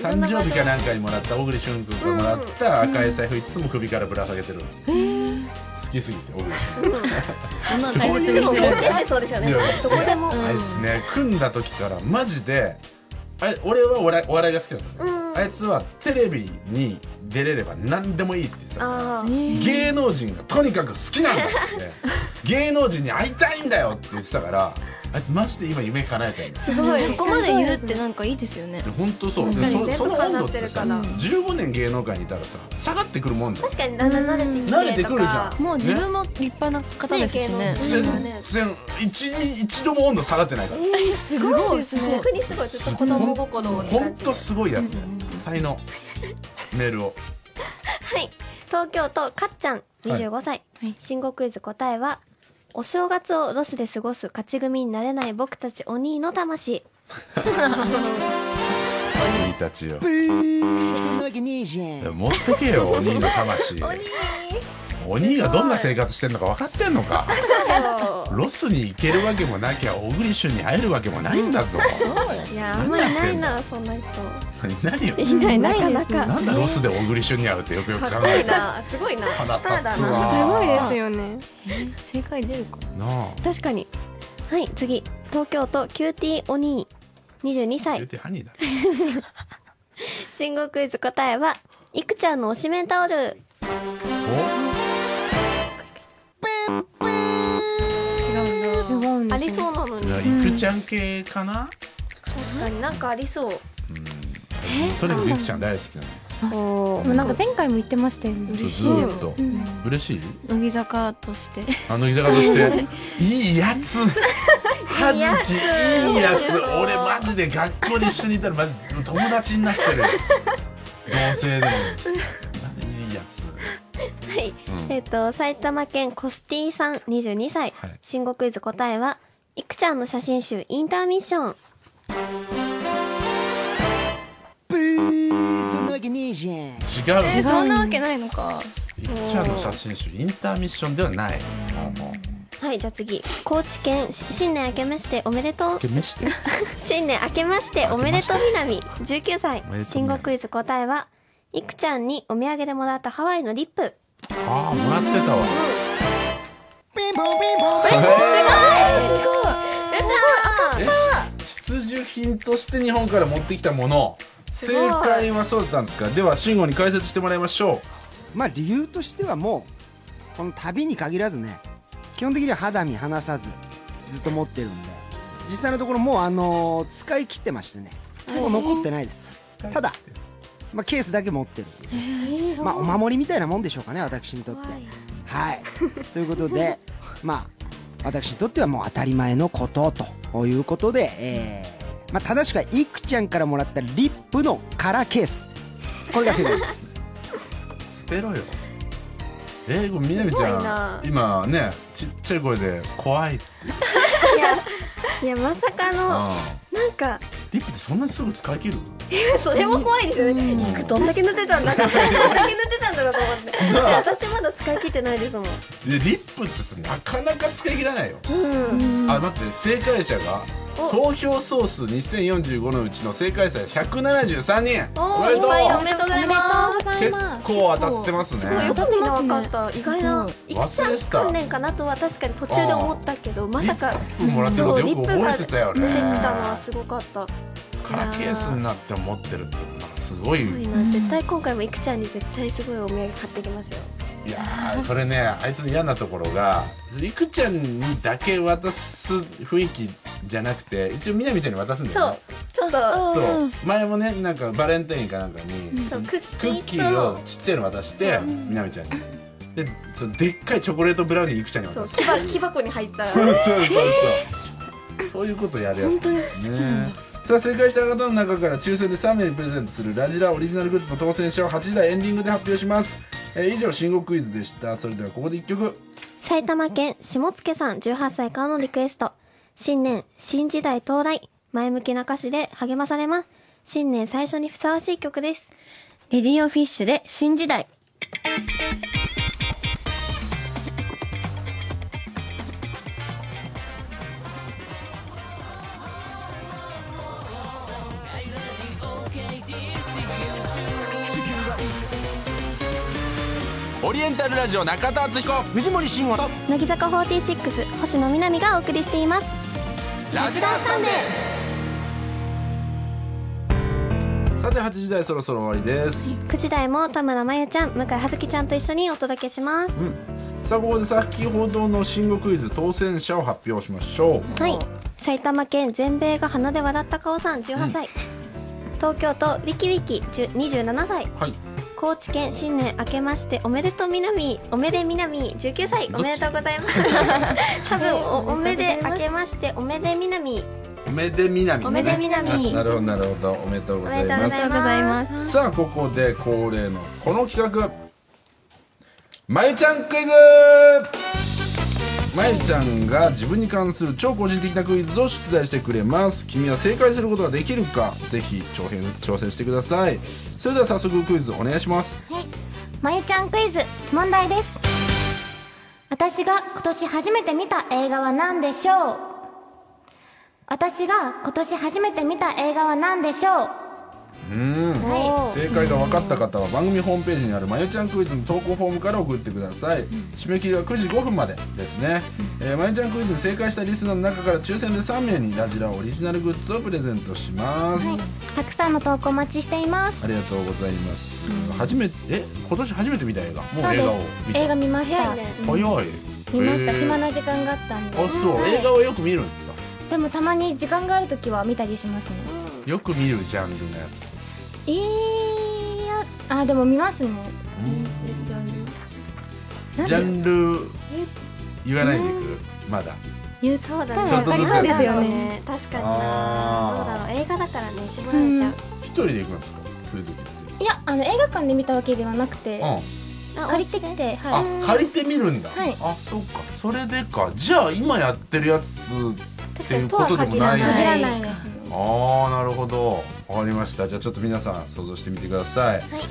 誕生日かなんかにもらった小栗旬君からもらった赤い財布いつも首からぶら下げてるんですよ。好きすぎて小栗旬君。 でも持ってってそうですよね。どこでも。 あいつね組んだ時からマジで俺はお笑いが好きだったの。あいつはテレビに出れれば何でもいいって言ってた。芸能人がとにかく好きなんだって芸能人に会いたいんだよって言ってたから、あいつマジで今夢叶えたんだよ。 すごい。そこまで言うってなんかいいですよね。 本当そう。その温度ってさ15年芸能界にいたらさ下がってくるもんだよ。 確かにだんだん慣れてくるじゃん。 もう自分も立派な方ですしね。 全然一度も温度下がってないから。 すごいですね。逆にすごいちょっと子供心を。 本当すごいやつね。才能。メールを。 はい、東京都かっちゃん25歳。信号クイズ答えはお正月をロスで過ごす勝ち組になれない僕たちお兄の魂。 お兄たちよ。 ブーそんなわけねえじゃん。 持ってけよお兄の魂。お兄がどんな生活してんのか分かってんのか。ロスに行けるわけもなきゃ小栗旬に会えるわけもないんだぞ。 いやあんまりいないなそんな人。 何よ。 いないなかなか。 なんだロスで小栗旬に会うってよくよく考えた。 すごいな。 腹立つわ。 すごいですよね。 正解出るかな。 確かに。はい、次東京都キューティーお兄22歳。 キューティーハニーだ。 信号クイズ答えはいくちゃんの推しメンタオル。ありそうなのに。 いくちゃん系かな。 確かになんかありそう。 とにかくいくちゃん大好きなの。 なんか前回も言ってましたよね。 ずーっと嬉しい。 乃木坂として。 乃木坂としていいやつ。はずきいいやつ。俺マジで学校で一緒にいたらマジ友達になってる。同性でもいいやつ。 はい、埼玉県コスティさん22歳。信号クイズ答えはいくちゃんの写真集インターミッション。 ブーそんなわけねえじゃん。 違う。 そんなわけないのか。 いくちゃんの写真集インターミッションではない。 はい、じゃあ次高知県新年明けましておめでとう。新年明けましておめでとう南19歳。信号クイズ答えはいくちゃんにお土産でもらったハワイのリップ。 ああもらってたわ。 ピンポンピンポン。 すごい。 必需品として日本から持ってきたもの、正解はそうだったんですか。では慎吾に解説してもらいましょまあ理由としてはもうこの旅に限らずね、基本的には肌身離さずずっと持ってるんで、実際のところもう使い切ってましてね、もう残ってないです。ただ、まあ、ケースだけ持ってるという、まあお守りみたいなもんでしょうかね、私にとって。はいということで、まあ私にとってはもう当たり前のことということで、まあ、正しくはいくちゃんからもらったリップのカラーケース、これが正解です。 捨てろよ。これみなみちゃん今ねちっちゃい声で怖いっていやまさかのなんかリップってそんなにすぐ使い切る？ それも怖いですよね。どんだけ塗ってたんだどんだけ塗ってたんだろうと思って私まだ使い切ってないですもん。 でリップってさ、なかなか使い切らないよ。あ、待って、正解者が投票総数2045のうちの正解者173人。 おめでとうございます。 結構当たってますね。 すごいよくみんな分かった。意外ないくちゃん訓練かなとは確かに途中で思ったけど、まさかリップもらってることよく覚えてたよね。 出てきたのはすごかった。 カラーケースになって持ってるってなんかすごい。 絶対今回もいくちゃんに絶対すごいお土産買ってきますよ。 いやー、それね、あいつの嫌なところがいくちゃんにだけ渡す雰囲気じゃなくて、一応みなみちゃんに渡すんだよね。 ちょっとそう前もね、なんかバレンタインかなんかにクッキーをちっちゃいの渡してみなみちゃんに、でそのでっかいチョコレートブラウニーいくちゃんに渡す。 木箱に入ったそういうことやるやつ。 本当に好きなんだ。 さあ正解した方の中から抽選で3名にプレゼントするラジラオリジナルグッズの当選者を8時台エンディングで発表します。以上慎吾クイズでした。それではここで1曲。 埼玉県下野さん18歳からのリクエスト。新年新時代到来、前向きな歌詞で励まされます。新年最初にふさわしい曲です。 レディオフィッシュで新時代。 オリエンタルラジオ中田敦彦、 藤森慎吾と乃木坂46星野みなみがお送りしています。 ラジラーサンデー。さて8時台そろそろ終わりです。 9時台も田村真由ちゃん、向井葉月ちゃんと一緒にお届けします。 さあここで先ほどの慎吾クイズ当選者を発表しましょう。 はい、埼玉県全米が鼻で笑った顔さん18歳、東京都ウィキウィキ27歳、 はい、 高知県新年明けましておめでとうみなみ、おめでみなみ19歳、おめでとうございます多分おめで明けましておめでみなみ、 おめでみなみ、 おめでみなみなるほどなるほど、おめでとうございます。 おめでとうございます。 さあここで恒例のこの企画、まゆちゃんクイズ。まゆちゃんが自分に関する超個人的なクイズを出題してくれます。君は正解することができるか、ぜひ挑戦してください。それでは早速クイズお願いします。 はい、まゆちゃんクイズ問題です。私が今年初めて見た映画は何でしょう。私が今年初めて見た映画は何でしょう。 正解が分かった方は番組ホームページにあるまゆちゃんクイズの投稿フォームから送ってください。締め切りは9時5分までですね。まゆちゃんクイズに正解したリスナーの中から抽選で3名にラジラオリジナルグッズをプレゼントします。 はい、たくさんの投稿お待ちしています。 ありがとうございます。今年初めて見た映画、もう映画を見た。 映画見ました。 早い。 見ました。暇な時間があったんで。 あ、そう、映画はよく見るんですか。 でもたまに時間があるときは見たりしますね。 よく見るジャンルのやつ。 でも見ますね。 ジャンル言わないでくる。まだそうだね、 ちょっとずつそうですよね。確かにな。どうだろう、映画だからね、絞られちゃう。 一人で行くんですか、そういう時って。 いや、映画館で見たわけではなくて、借りてきて、 あ、借りてみるんだ。 はい。 あ、そうか、それでか。じゃあ今やってるやつっていうことでもないよ限らね。 ないですね。 ああ、なるほど、わかりました。じゃあちょっと皆さん想像してみてください。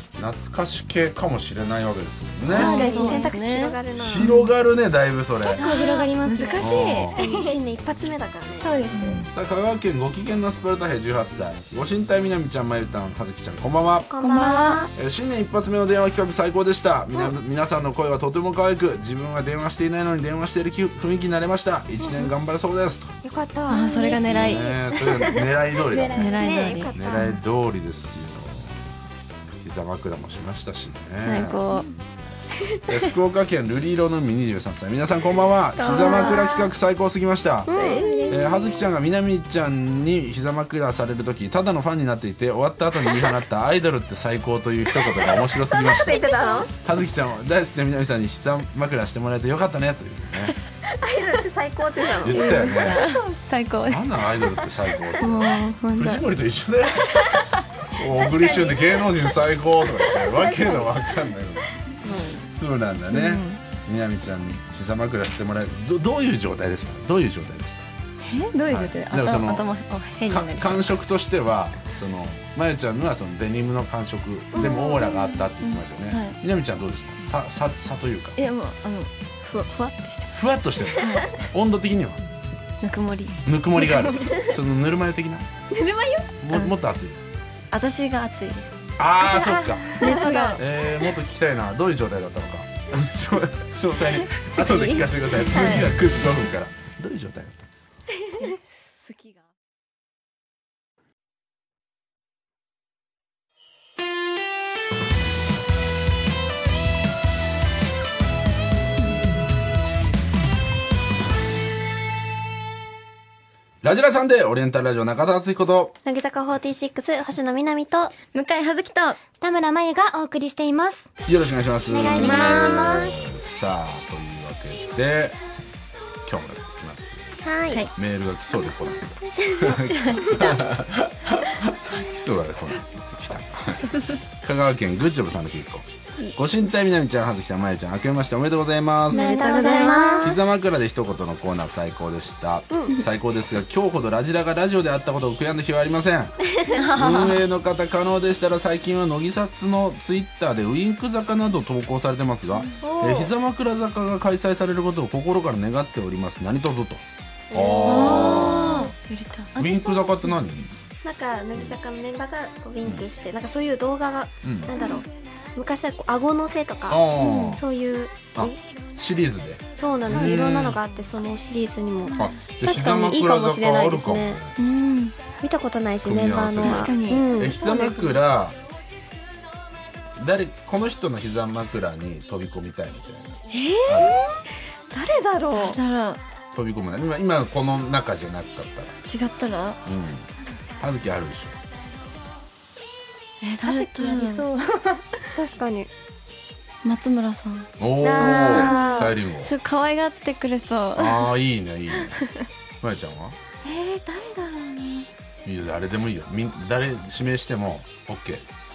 懐かし系かもしれないわけですもんね。 確かにそう選択肢広がるな。 広がるね、だいぶそれ。 結構広がります難しい。 新年一発目だからね。 そうですさあ、香川県ご機嫌なスパルタ兵18歳、ご神体みなみちゃん、まゆたん、はずきちゃん、こんばんは。 こんばんは。 新年一発目の電話企画最高でした。皆さんの声はとても可愛く、自分は電話していないのに電話している雰囲気になれました。1年頑張れそうですと。 よかった。 あ、それが狙い。 それが狙い通りだね。 狙い通り。 狙い通りですよ。膝枕もしましたしね。 最高。 福岡県ルリ色の海23歳、皆さんこんばんは。膝枕企画最高すぎました。はずきちゃんがみなみちゃんに膝枕される時、ただのファンになっていて、終わった後に言い放ったアイドルって最高という一言が面白すぎました。はずきちゃんは大好きなみなみさんに膝枕してもらえてよかったねというね。 アイドルって最高って言ったの。 言ってたよね。 最高。 なんなんアイドルって最高って。 もう本当。 藤森と一緒だよ。小栗旬で芸能人最高とか言ってわけのわかんないの。そうなんだね。みなみちゃんに膝枕してもらえる。どういう状態ですか。どういう状態でした。 どういう状態？頭変になりそう。 感触としては、そのまゆちゃんのはそのデニムの感触でもオーラがあったって言ってましたよね。みなみちゃんどうでした。差というか。 いやもうふわっとしてます。 ふわっとしてる。温度的には。 ぬくもりがある。そのぬるま湯的な。 ぬるま湯？ もっと熱い。 私が熱いです。 ああ、そっか。 熱が。 もっと聞きたいな。どういう状態だったのか。詳細に後で聞かせてください。続きが9時5分から。どういう状態だった。 好きが。 ラジラさんでオリエンタルラジオ中田敦彦と乃木坂46星野みなみと向井葉月と田村真由がお送りしています。 よろしくお願いします。 お願いします。 さあ、というわけで今日もやっていきます。 はい。 メールが来そうで来ない来そうだね、来た香川県グッジョブさんのキーコ、ご神体みなみちゃん、はずきちゃん、まゆちゃん、明けましておめでとうございます。 おめでとうございます。 膝枕で一言のコーナー最高でした、最高ですが、今日ほどラジラがラジオであったことを悔やんだ日はありません運営の方可能でしたら、最近は乃木撮のツイッターでウインク坂など投稿されてますが、膝枕坂が開催されることを心から願っております。何卒と。ウインク坂って何？ なんか乃木坂のメンバーがこうウィンクして、なんかそういう動画が、なんだろう、昔はこう顎のせとか、そういうシリーズで。 そうなんです。いろんなのがあって、そのシリーズにも確かにいいかもしれないですね。 うん。 見たことないし、メンバーのは。 確かに。 膝枕、この人の膝枕に飛び込みたいみたいな。 誰だろう。 飛び込むね。今この中じゃなかったら。 違ったら？ 葉月あるでし誰そう。確かに。 松村さん。 おお、さゆりんご。 すごい可愛がってくれそう。 ああ、いいね、いいね。まゆちゃんは？ 誰だろうね。 いいよ、誰でもいいよ。誰指名してもオッケー。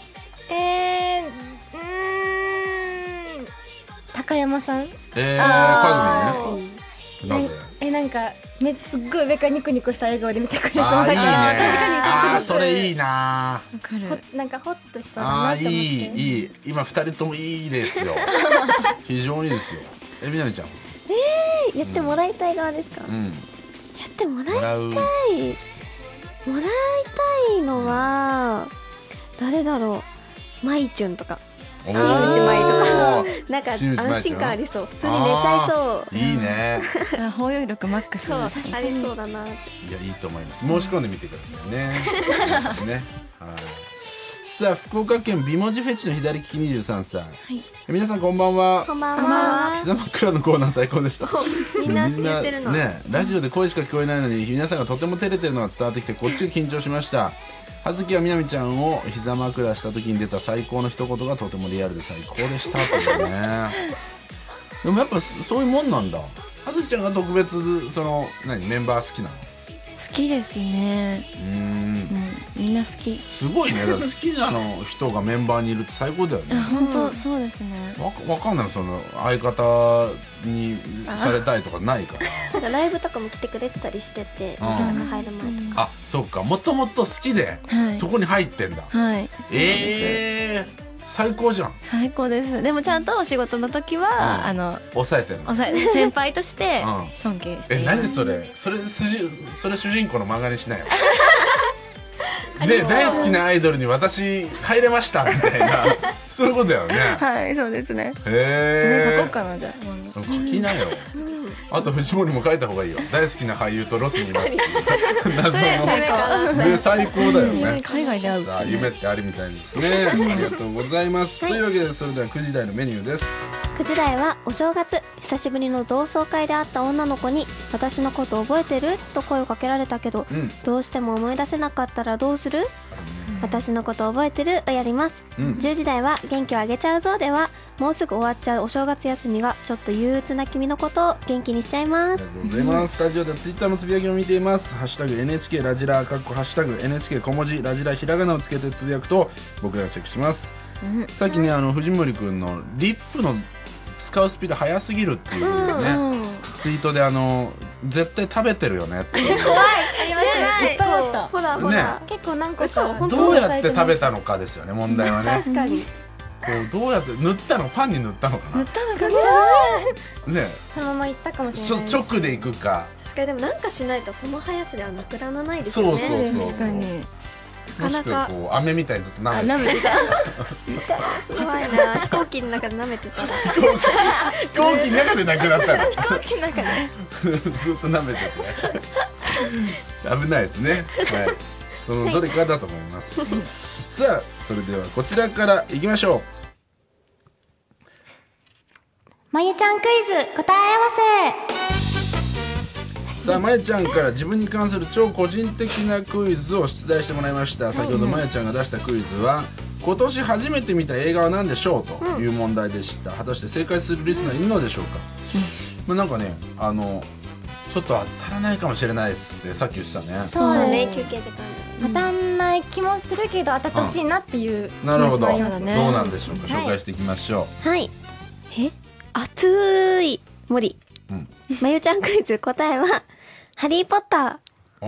高山さん。 カズミね。なぜ？ なんかすっごい上からニコニコした笑顔で見てくれそうな。 あ、いいね。 確かに。 それいいな。 なんかホッとしそうだなって思って。 いい。今2人ともいいですよ。非常にいいですよ。みなみちゃん。 やってもらいたい側ですか？やってもらいたい。もらいたいのは誰だろう。まいちゅんとか。新内舞とかなんか安心感ありそう。普通に寝ちゃいそう。 いいね。 包容力マックス。 そう、ありそうだな。いや、いいと思います。申し込んでみてくださいね。ね。はい。さあ、福岡県美文字フェチの左利き23歳。皆さんこんばんは。 こんばんは。 膝枕のコーナー最高でした。 みんな言ってるの。 ね、ラジオで声しか聞こえないのに皆さんがとても照れてるのが伝わってきて、こっちが緊張しました。葉月はみなみちゃんを膝枕した時に出た最高の一言がとてもリアルで最高でしたというね。でもやっぱそういうもんなんだ。葉月ちゃんが特別メンバー好きなの？ 好きですね。みんな好き。 すごいね。だから好きな人がメンバーにいるって最高だよね。 本当そうですね。 わかんない。その相方にされたいとかないから。 なんかライブとかも来てくれてたりしてて、乃木坂入る前とか。 あ、そうか。もともと好きでそこに入ってんだ。 はい。 最高じゃん。 最高です。でもちゃんとお仕事の時は、 抑えてんの。 先輩としてうん尊敬しています。 何それそれ主人公の漫画にしないよ。で大好きなアイドルに私入れましたみたいなそういうことだよね。 はい、そうですね。 へえ。 書こうかな、じゃあ。 書きなよ。あと藤森も書いた方がいいよ。大好きな俳優とロスにいますっていう謎のね、最高だよね。 海外で会う。 さあ夢ってあるみたいですね。ありがとうございます。というわけでそれでは9時台のメニューです。 9時台はお正月久しぶりの同窓会で会った女の子に私のこと覚えてると声をかけられたけど、どうしても思い出せなかったらどうする、私のこと覚えてるをやります、10時台は元気をあげちゃうぞではもうすぐ終わっちゃうお正月休みがちょっと憂鬱な君のことを元気にしちゃいます。 ありがとうございます。スタジオではツイッターのつぶやきを見ています。ハッシュタグ NHK ラジラハッシュタグ NHK 小文字ラジラひらがなをつけてつぶやくと僕らがチェックします、さっきね藤森くんのリップの使うスピード速すぎるっていうね、ツイートで絶対食べてるよねって怖いありましたね。いっぱいあった。 ほらほら、 ね結構何個かどうやって食べたのかですよね問題はね。 確かにこうどうやって塗ったのパンに塗ったのかな。 塗ったのかな。 ねそのまま行ったかもしれない。 直でいくか。 確かにでもなんかしないとその速さではなくならないですよね。 そう確かに。 もしくはこう飴みたいにずっと舐めてた。 怖いな、飛行機の中で舐めてたら飛行機の中でなくなったの。 飛行機の中でずっと舐めてて危ないですね。はい、そのどれかだと思います、さあそれではこちらからいきましょう。 まゆちゃんクイズ答え合わせ。 さあまゆちゃんから自分に関する超個人的なクイズを出題してもらいました。先ほどまゆちゃんが出したクイズは今年初めて見た映画は何でしょうという問題でした、果たして正解するリスナーいるのでしょうか、まあなんかねちょっと当たらないかもしれないですってさっき言ってたね。 そうだね、休憩時間当たんない気もするけど当たってほしいなっていう気なるほど、 持ちもありどうますね。 なんでしょうか、紹介していきましょはい熱い森、まゆちゃんクイズ答えはハリーポッター。 う。お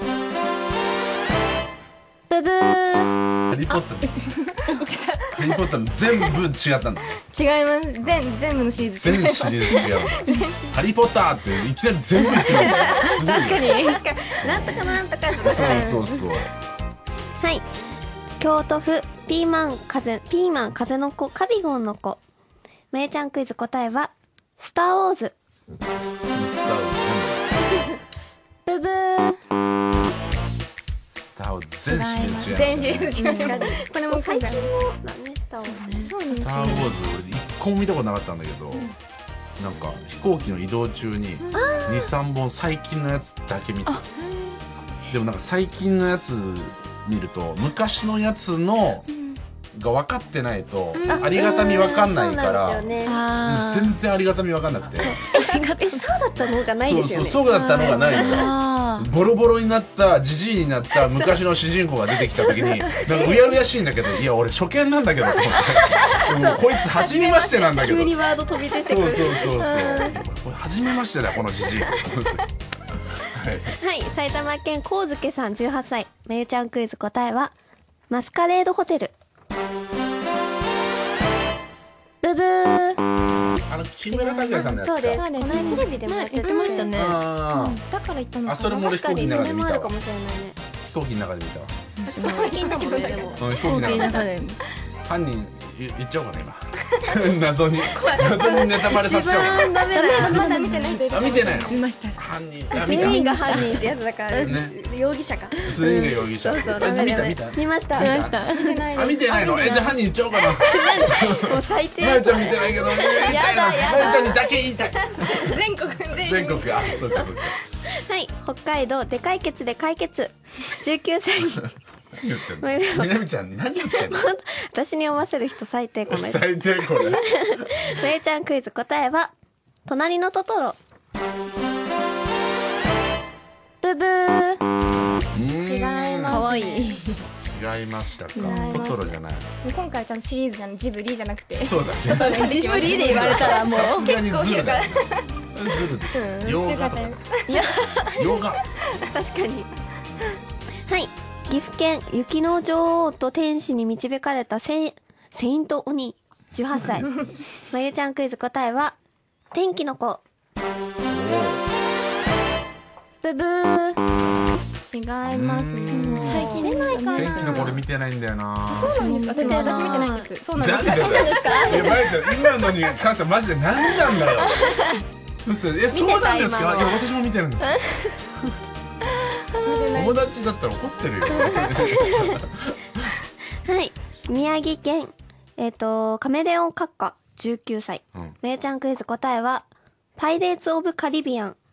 ブブー。 ハリーポッターハリーポッターの全部違ったんだ。 違います。全部のシリーズ全シリーズ違うんだ。ハリーポッターっていきなり全部言ってるんだ。確かに。 なんとかなんとかそうそう。 はい京都府ピーマン風の子カビゴンの子。まゆちゃんクイズ答えはスターウォーズ。 スターウォーズブブー。 スターウォーズ全シリーズ違う。 全シリーズ違う。 これも最近もだねスターウォーズ。 そうなんですスターウォーズ俺一個も見たことなかったんだけど、なんか飛行機の移動中に2、3本最近のやつだけ見て、でもなんか最近のやつ見ると昔のやつのが分かってないとありがたみ分かんないから、 そうなんですよね。 全然ありがたみ分かんなくて、 そうだったのがないですよね。 そうだったのがないんだ。ボロボロになったジジイになった昔の主人公が出てきた時になんかうやうやしいんだけど、いや俺初見なんだけどと思ってでもこいつ初めましてなんだけど、 急にワード飛び出てくる。 そうこれ初めましてだよこのジジイ。はいはい埼玉県光介さん18歳。まゆちゃんクイズ答えはマスカレードホテル。 ブブー。 木村拓哉さんのやつか。 そうです。この間テレビでもやってやってましたね。 あだから言ったのあ、 かな。 それも俺飛行機の中で見たわそれもあるか。もしれないね。 飛行機の中で見たわ。 最近だもんねでも。 飛行機の中で。 中で。 犯人言っちゃおうかな今。謎にネタバレさせちゃおうかダメだよ。 まだ見てない人いる。 な。あ見てないの。 見ました。 犯人。 全員が犯人ってやつだからね容疑者か。 全員が容疑者。 そうそうダメダメ見た。 見ました。 見見た。 見てないあ見てないの。じゃあ犯人言っちゃおうかな。 もう最低。 まゆちゃん見てないけど言いたいの。まゆちゃんにだけ言いたい。 全国全国あそうかそうか。 はい北海道で解決で解決。19歳。 何言ってんの。みなみちゃん何言ってんの。 私に読ませる人最低この人。 最低これ。 まゆちゃんクイズ答えは隣のトトロ。 ブブー。 違います。 可愛い。 違いましたか。トトロじゃない。 今回ちゃんとシリーズじゃん、ジブリじゃなくて。 そうだね。 ジブリで言われたらもう。 さすがにズルだよね。ズルです。洋画とか。洋画。 確かに。はい岐阜県雪の女王と天使に導かれたセイントおに18歳まゆちゃんクイズ、答えは天気の子。ブブー。 違いますね。最近出ないかな。 天気の子俺見てないんだよな。 そうなんですか。でも私見てないんです。そうなんですか。 そうなんですか。いや、まゆちゃん今のに関してはマジで何なんだよ。そうなんですか。いや、私も見てるんですよ。友達だったら怒ってるよ。 はい、宮城県カメレオン閣下19歳、まゆちゃんクイズ、答えはパイレーツオブカリビアン。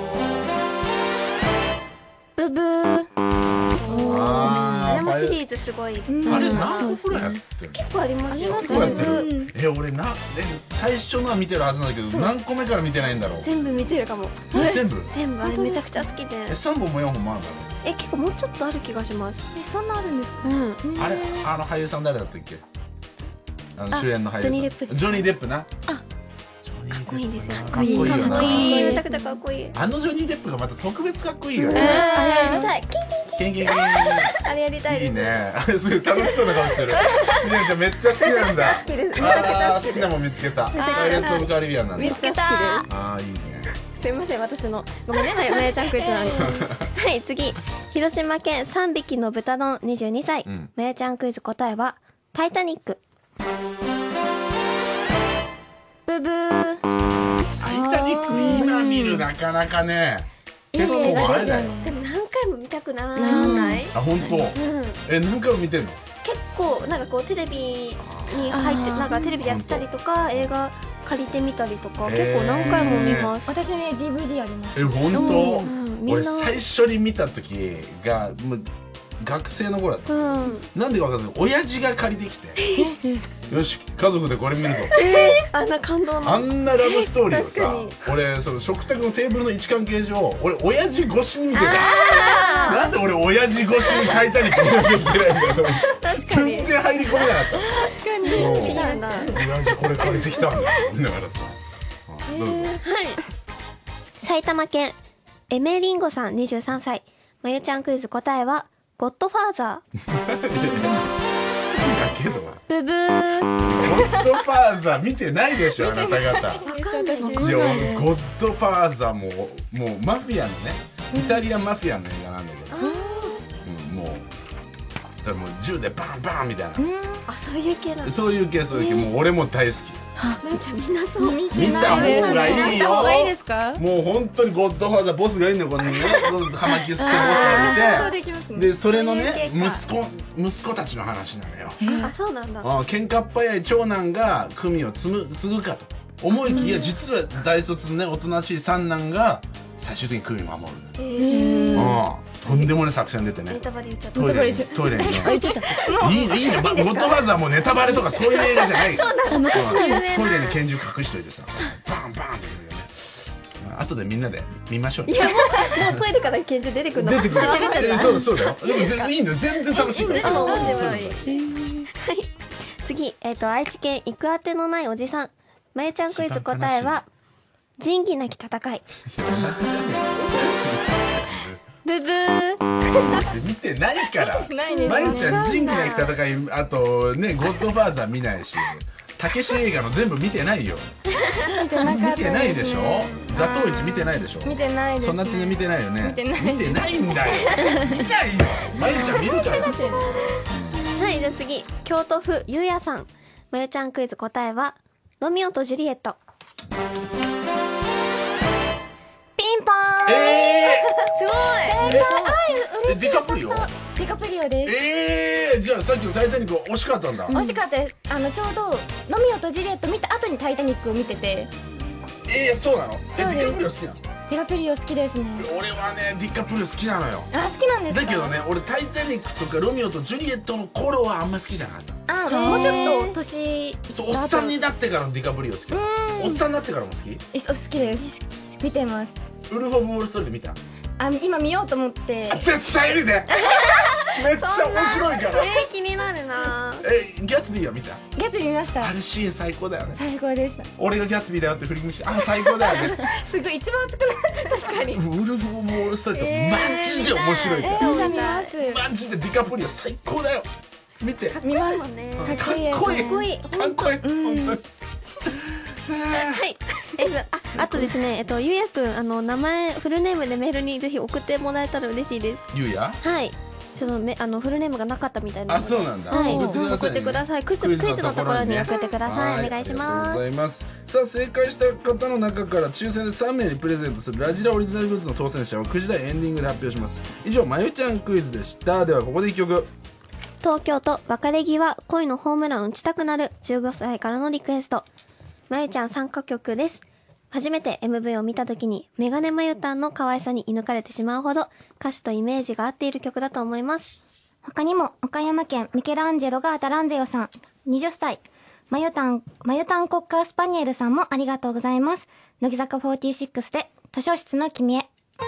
ブブー。あれもシリーズすごい。 あれ何個くらいやってる？ 結構ありますよ。 結構やってる。俺最初のは見てるはずなんだけど、何個目から見てないんだろう。 全部見てるかも。 全部あれめちゃくちゃ好きで。 3本も4本もあるんだろう。 結構もうちょっとある気がします。 そんなあるんですか。 あれ俳優さん誰だったっけ？主演の俳優さん。 ジョニー・デップ。 ジョニー・デップな。 かっこいいんですよ。 かっこいいよな。 めちゃくちゃかっこいい。 ジョニー・デップがまた特別かっこいいよね。 あれやりたい。 キンキンキン。 あれやりたいです。 いいね。あれすごい楽しそうな顔してる。みなちゃんめっちゃ好きなんだ。 好きです。めちゃくちゃ好きです。 好きなもん見つけた。パイレーツオブカリビアンなんだ。 見つけた。 ああ、いいね。 すいません、私のごめんね、まゆちゃんクイズなんで。はい、次、広島県3匹の豚丼22歳、まゆちゃんクイズ、答えはタイタニック。ブブー。 タイタニック今見るなかなかね、結構あれだよ。 でも何回も見たくならない？ あ、本当。何回も見てんの？ 結構なんかこうテレビに入ってなんかテレビでやってたりとか映画借りてみたりとか結構何回も見ます。 私ね DVD あります。 本当？俺最初に見た時がもう学生の頃だった。なんでか分かんない。親父が借りてきて、よし家族でこれ見るぞ。 あんな感動のあんなラブストーリーをさ、俺その食卓のテーブルの位置関係上、俺親父越しに見てた。なんで俺親父越しにタイタニック見なきゃいけないんだと思って。全然入り込めなかった。 確かに。なんだ。 親父これ借りてきたんだ。見ながらさ。 はい。埼玉県エメリンゴさん23歳、まゆちゃんクイズ、答えはゴッドファーザー。 だけどブブー。 ゴッドファーザー見てないでしょあなた方。いやゴッドファーザーもうマフィアのね、イタリアンマフィアの映画なんだけど、もうだからもう銃でバンバンみたいな。 あ、そういう系なの。 そういう系もう俺も大好き。 まゆちゃんみんなそう見た方がいいよ。 いいですか？ もう本当にゴッドファーザーボスがいるのよ。このね葉巻吸ってボスがいて、でそれのね息子たちの話なのよ。 あ、そうなんだ。 喧嘩っ早い長男が組を継ぐかと思いきや、実は大卒のねおとなしい三男が最終的に組を守るの。とんでもない作戦出てね。 ネタバレ言っちゃった。 トイレにね。いいね。ゴッドファーザーもネタバレとかそういう映画じゃない。 昔なんです。 トイレに拳銃隠しといてさ、バンバンって言うよね。後でみんなで見ましょう。 いやもうトイレから拳銃出てくるの。 出てくる。そうだよ。でもいいのよ。全然楽しいから。 面白い。はい。次、愛知県行くあてのないおじさん、まゆちゃんクイズ、答えは仁義なき戦い。ブブー。 見てないから。まゆちゃん仁義なき戦い、あとねゴッドファーザー見ないし、たけし映画の全部見てないよ。見てないでしょ。ザトウイチ見てないでしょ。 見てないです。 そんなちね見てないよね。 見てないんだよ。見ないよ。まゆちゃん見るから。 はい、じゃあ次、京都府ゆうやさん、まゆちゃんクイズ、答えはロミオとジュリエット。ピンポーン。 すごい。 ディカプリオ。 ディカプリオです。 じゃあさっきのタイタニック惜しかったんだ。 惜しかったです。ちょうどロミオとジュリエット見た後にタイタニックを見てて。 そうなの？デそうです。 ィカプリオ好きなの？ ディカプリオ好きですね。 俺はねディカプリオ好きなのよ。 あ、好きなんですか？ だけどね、俺タイタニックとかロミオとジュリエットの頃はあんま好きじゃなかった。 もうちょっと年そうおっさんになってからのディカプリオ好き。おっさんになってからも好き？ 好きです。見てます。 ウルフ・オブ・ウォール・ストリート見た？ 今見ようと思って。 絶対見て。めっちゃ面白いから。 気になるな。 ギャツビーは見た？ ギャツビー見ました。 あれシーン最高だよね。 最高でした。 俺がギャツビーだよって振り向して、最高だよね。 すごい一番熱くなって確かに。 ウルフ・オブ・ウォール・ストリートマジで面白いから。 見ます。 マジでディカプリオ最高だよ。 見て見ますね。かっこいい。 かっこいいかっこいい。 かっこいい本当にはい。あとですね、ゆうやくん名前フルネームでメールにぜひ送ってもらえたら嬉しいです。 ゆうやはい。ちょっとフルネームがなかったみたいなので。 あ、そうなんだ。 はい。 送ってくださいね。 送ってください。クイズのところに送ってください。お願いしありがとうます。 ございます。さあ正解した方の中から抽選で3名にプレゼントするラジラオリジナルグッズの当選者を9時台エンディングで発表します。以上まゆちゃんクイズでした。ではここで1曲。 東京都別れ際恋のホームラン打ちたくなる15歳からのリクエスト。まゆちゃん参加曲です。初めて MV を見た時にメガネまゆたんの可愛さに射抜かれてしまうほど歌詞とイメージが合っている曲だと思います。 他にも岡山県ミケランジェロがアタランゼヨさん20歳マユタンコッカースパニエルさんもありがとうございます。乃木坂46で図書室の君へ。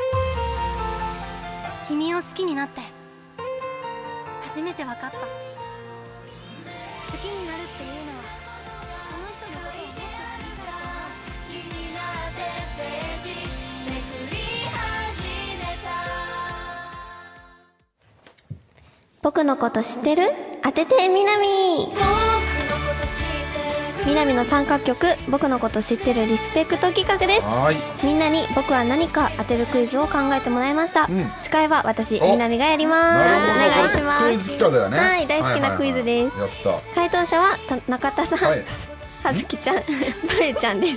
君を好きになって初めて分かった。好きになるっていうのはその人のことをもっと知りたい気になってページめくり始めた。 僕のこと知ってる？当ててみなみ。みなみの参加曲僕のこと知ってるリスペクト企画です。みんなに僕は何か当てるクイズを考えてもらいました。司会は私みなみがやります。お願いします。 クイズ企画だね。 はい、大好きなクイズです。 やった。 回答者は中田さん、はずきちゃん、まゆちゃんです。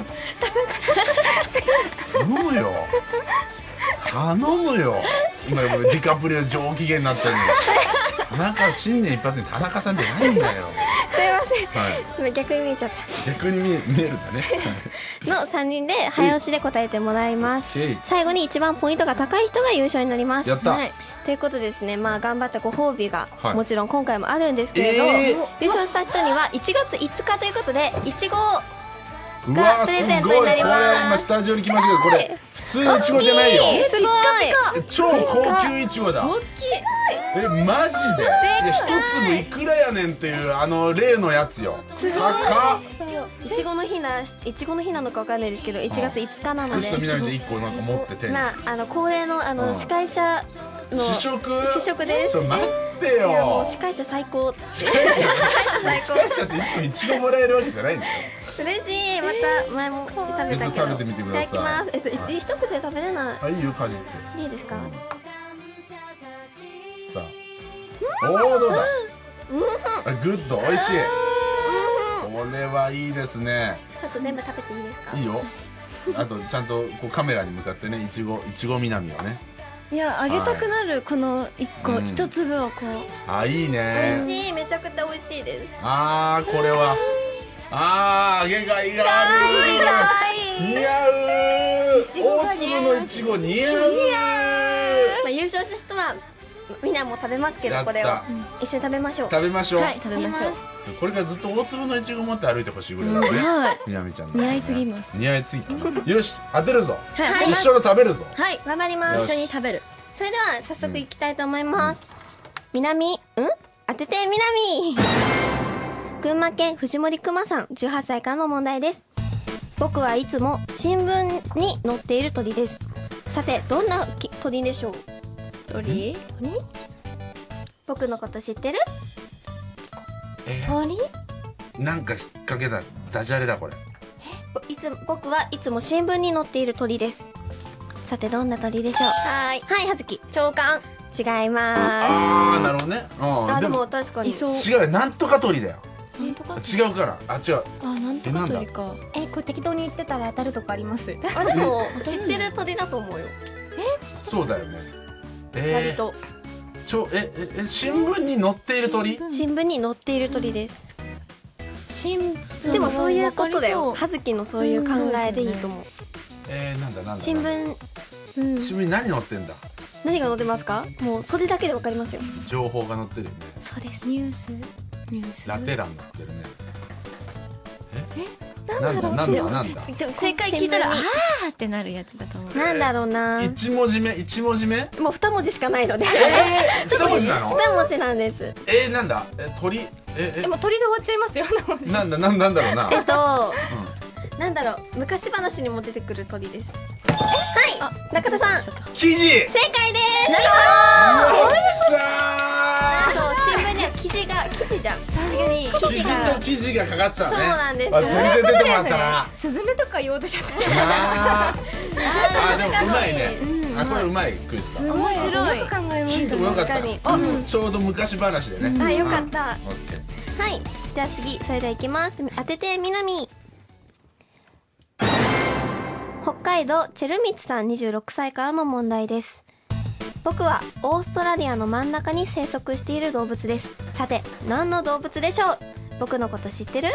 頼むよ頼むよ。今ディカプリオ上機嫌になってるのに田中新年一発に田中さんじゃないんだよ。 すいません、はい、逆に見えちゃった。 逆に見えるんだねの3人で早押しで答えてもらいます。最後に一番ポイントが高い人が優勝になります。 やった、 はい、ということでですね、まあ頑張ったご褒美がもちろん今回もあるんですけれど、優勝した人には1月5日ということでいちごがプレゼントになります。 これ今スタジオに来ましたけど、これ普通のいちごじゃないよ。 すごい超高級いちごだ。 大きい。 マジで？いや一粒いくらやねんっていう例のやつよ。高っ。 いちごの日なのかわかんないですけど、1月5日なので。 みなみちゃん1個なんか持ってて。 恒例の司会者の試食です。 待ってよ。 いやもう司会者最高。 司会者っていつもいちごもらえるわけじゃないんだよ。 嬉しい。また前も食べたけど。 食べてみてください。 いただきます。一口で食べれない。 あ、いいよ、かじって。 いいですか？ さあ、どうだ。グッド、美味しい。これはいいですね。 ちょっと全部食べていいですか？ いいよ。あとちゃんとこうカメラに向かってね、いちご南をね。 いや、あげたくなる、この一粒をこう。 あ、いいね。 美味しい、めちゃくちゃ美味しいです。 あー、これは。揚げがいがある。似合う。大粒のいちご似合う。 優勝した人はみんなも食べますけど、これを一緒に食べましょう。 食べましょう。 はい、食べましょう。 これからずっと大粒のいちご持って歩いてほしいぐらいだね。 はい。 みなみちゃん似合いすぎます。 似合いすぎた。よし、当てるぞ。 はい、 一緒に食べるぞ。 はい、頑張ります。 一緒に食べる。 それでは早速いきたいと思います。みなみ、当ててみなみ。群馬県藤森くまさん、18歳からの問題です。僕はいつも新聞に載っている鳥です。さて、どんな鳥でしょう？鳥？僕のこと知ってる？鳥？ なんか引っ掛けたダジャレだこれ。 僕はいつも新聞に載っている鳥です。さて、どんな鳥でしょう？はい、はずき。 長官。 違います。 なるほどね。 でも確かに違う、なんとか鳥だよ。違うから。違う。 なんとか鳥か。 これ適当に言ってたら当たるとかあります？ でも知ってる鳥だと思うよ。 そうだよね。 割と。 新聞に載っている鳥？ 新聞に載っている鳥です。でもそういうことだよ。はずきのそういう考えでいいと思う。 なんだ。 新聞に何載ってんだ？ 何が載ってますか？もうそれだけでわかりますよ。 情報が載ってるよね。 そうです。 ニュース。 ラテ欄載ってるね。 なんだ。 正解聞いたらあーってなるやつだと思う。 なんだろうな。 1文字目？もう2文字しかないので。 2文字なの ？2文字なんです。 なんだ？鳥？ でも鳥で終わっちゃいますよ。 なんだろうな。 なんだろう、昔話にも出てくる鳥です。はい、中田さん。 記事。 正解です。 よっしゃー。そう、新聞には記生地じゃん。 確かに生地と生地がかかってたね。 そうなんですあ、全然出てもらったな。 スズメとか言おうとしちゃった。 あでもうまいね。あ、これうまいクイズだ。 面白い。 よく考えまヒンしたね。 トもよかった。 確かにちょうど昔話でね。 あ、よかった。 オッケー。 はい、じゃあ次、それではいきます。当ててみなみ。北海道チェルミツさん26歳からの問題です。僕はオーストラリアの真ん中に生息している動物です。さて、何の動物でしょう？僕のこと知ってる？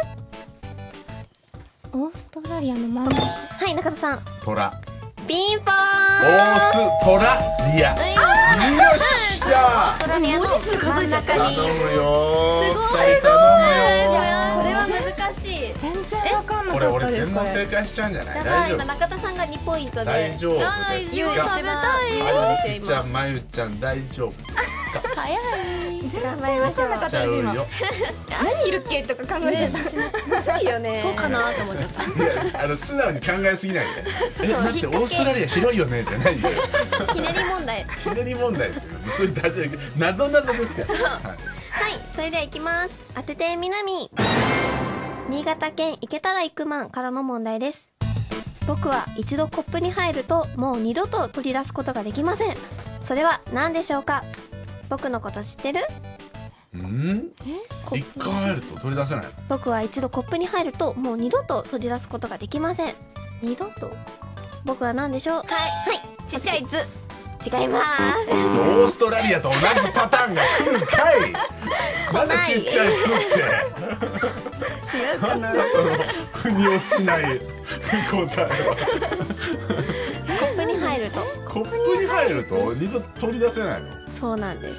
オーストラリアの真ん中。 はい、中田さん。 トラ。 ピンポーン。 オーストラリア。よし、来た。 オーストラリアの文字数数えちゃった真ん中に。 頼むよ。 すごい頼むよ。 これは難しい。 全然わかんなこれかったです。 俺全問正解しちゃうんじゃない？ やばい、 大丈夫。 今中田さんが2ポイントで。 大丈夫ですゆうか？ 食べたい。 あそうですよ、 ゆきちゃん、まゆちゃん、大丈夫今。頑張りましょう。 ちゃうよ。 何いるっけとか考えてた。 むずいよね。 どうかなと思っちゃった。 いや、素直に考えすぎないで。 そうだってオーストラリア広いよねじゃないよ。 ひねり問題。 ひねり問題ってそういう大事な謎ですから。はい。 はい、それではいきます。当ててみなみ。新潟県行けたら行くマンからの問題です。僕は一度コップに入るともう二度と取り出すことができません。それは何でしょうか？僕のこと知ってる？ 一回入ると取り出せないの？ 僕は一度コップに入るともう二度と取り出すことができません。二度と？僕は何でしょう？はい、ちっちゃい図。違います。 オーストラリアと同じパターンが来るかい。なんでちっちゃい「つ」ってなんだその腑に落ちない答えは。 コップに入ると。 コップに入ると二度取り出せないの？ そうなんです。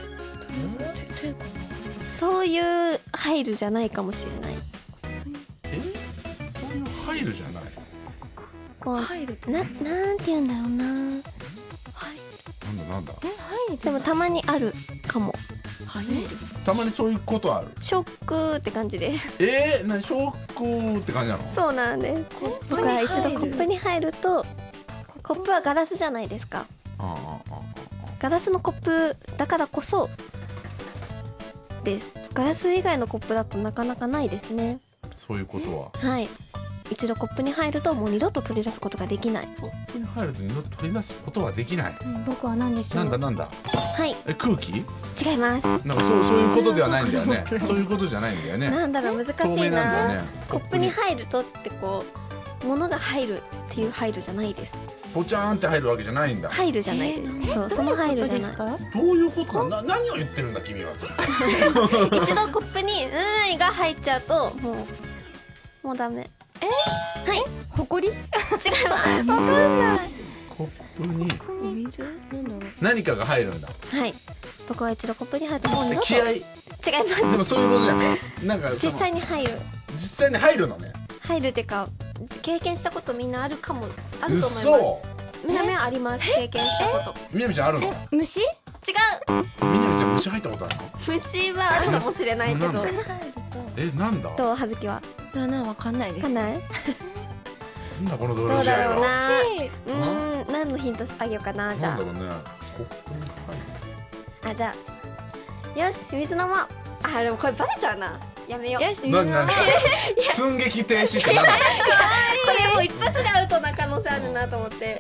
そういう入るじゃないかもしれない。 そういう入るじゃない。 こう入るとなんて言うんだろうな。 なんだ。 でもたまにあるかも。 たまにそういうことある。 ショックって感じで。 何ショックって感じなの？ そうなんです。僕は一度コップに入ると、コップはガラスじゃないですか。ガラスのコップだからこそです。ガラス以外のコップだとなかなかないですね。 そういうことは。 はい。一度コップに入るともう二度と取り出すことができない。 コップに入ると二度と取り出すことはできない。 僕は何でしょう。 なんだ。 はい。 空気？ 違います。 なんかそういうことではないんだよね。そういうことじゃないんだよね。 なんだろう、難し透明いな。 なんだよね。 コップに入るとってこう物が入るっていう入るじゃないです。 ポチャーンって入るわけじゃないんだ。 入るじゃないです。そう、その入るじゃない。 どういうことな？何を言ってるんだ君は。 一度コップに「が入っちゃうともうダメ。はい、 ほこり？ 違います。わかんない。 コップに水なんだろう。 何かが入るんだ。 はい、僕は一度コップに入るともう二度と。 気合い。 違います。 でもそういうことじゃん。なんか実際に入る。 実際に入るのね。 入るっていうか経験したことみんなあると思います。 嘘。 みなみはあります。経験したこと。 みなみちゃんあるの？ 虫？ 違う。 みなみちゃん虫入ったことあるの？ 虫はあるかもしれないけど。 なんだなんだ。 どうはずきは？ わかんないです。 わかんない？ なんだこの道路どうだろうな。 は。 何のヒントあげようかな。じゃなんだろうね。コップに入る。 あ、じゃあよし水飲もう。あ、でもこれバレちゃうな。やめよう。 よし、 何寸劇停止ってなんだ。 これもう一発でアウトな可能性あるなと思って。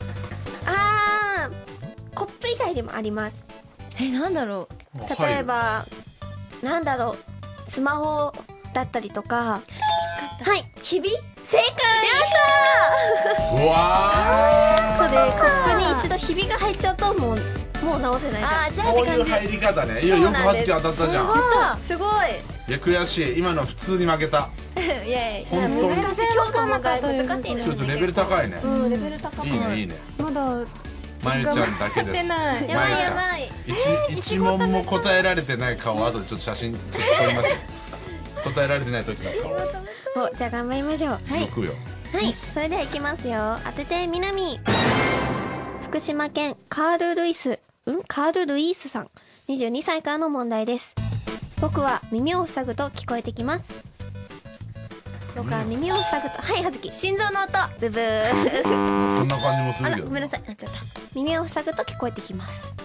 コップ以外でもあります。 なんだろう。 例えばなんだろう、スマホだったりとか。はい、ひび？正解。 うわそうで、コップに一度ひびが入っちゃうともう直せないじゃん。 じゃそういう入り方ね。いやよくはずき当たったじゃん。 すごい。 いや悔しい。今のは普通に負けた。 いやいや。 本当に。 難しい。今日の問題難しいね。 ちょっとレベル高いね。 レベル高い。 いいねいいね。 まだまゆちゃんだけです。まゆちやばいやゃん。 ばい。 一問も答えられてない顔、後でちょっと写真撮りますよ。答えられてない時の顔。 じゃあ頑張りましょう。 抜くよ。 はい、それではいきますよ。当ててみなみ。福島県カール・ルイスさん22歳からの問題です。僕は耳を塞ぐと聞こえてきます。僕は耳を塞ぐと、はい、はずき、心臓の音。ブブー。 そんな感じもするけど。 ごめんなさい、なっちゃった。 耳を塞ぐと聞こえてきます。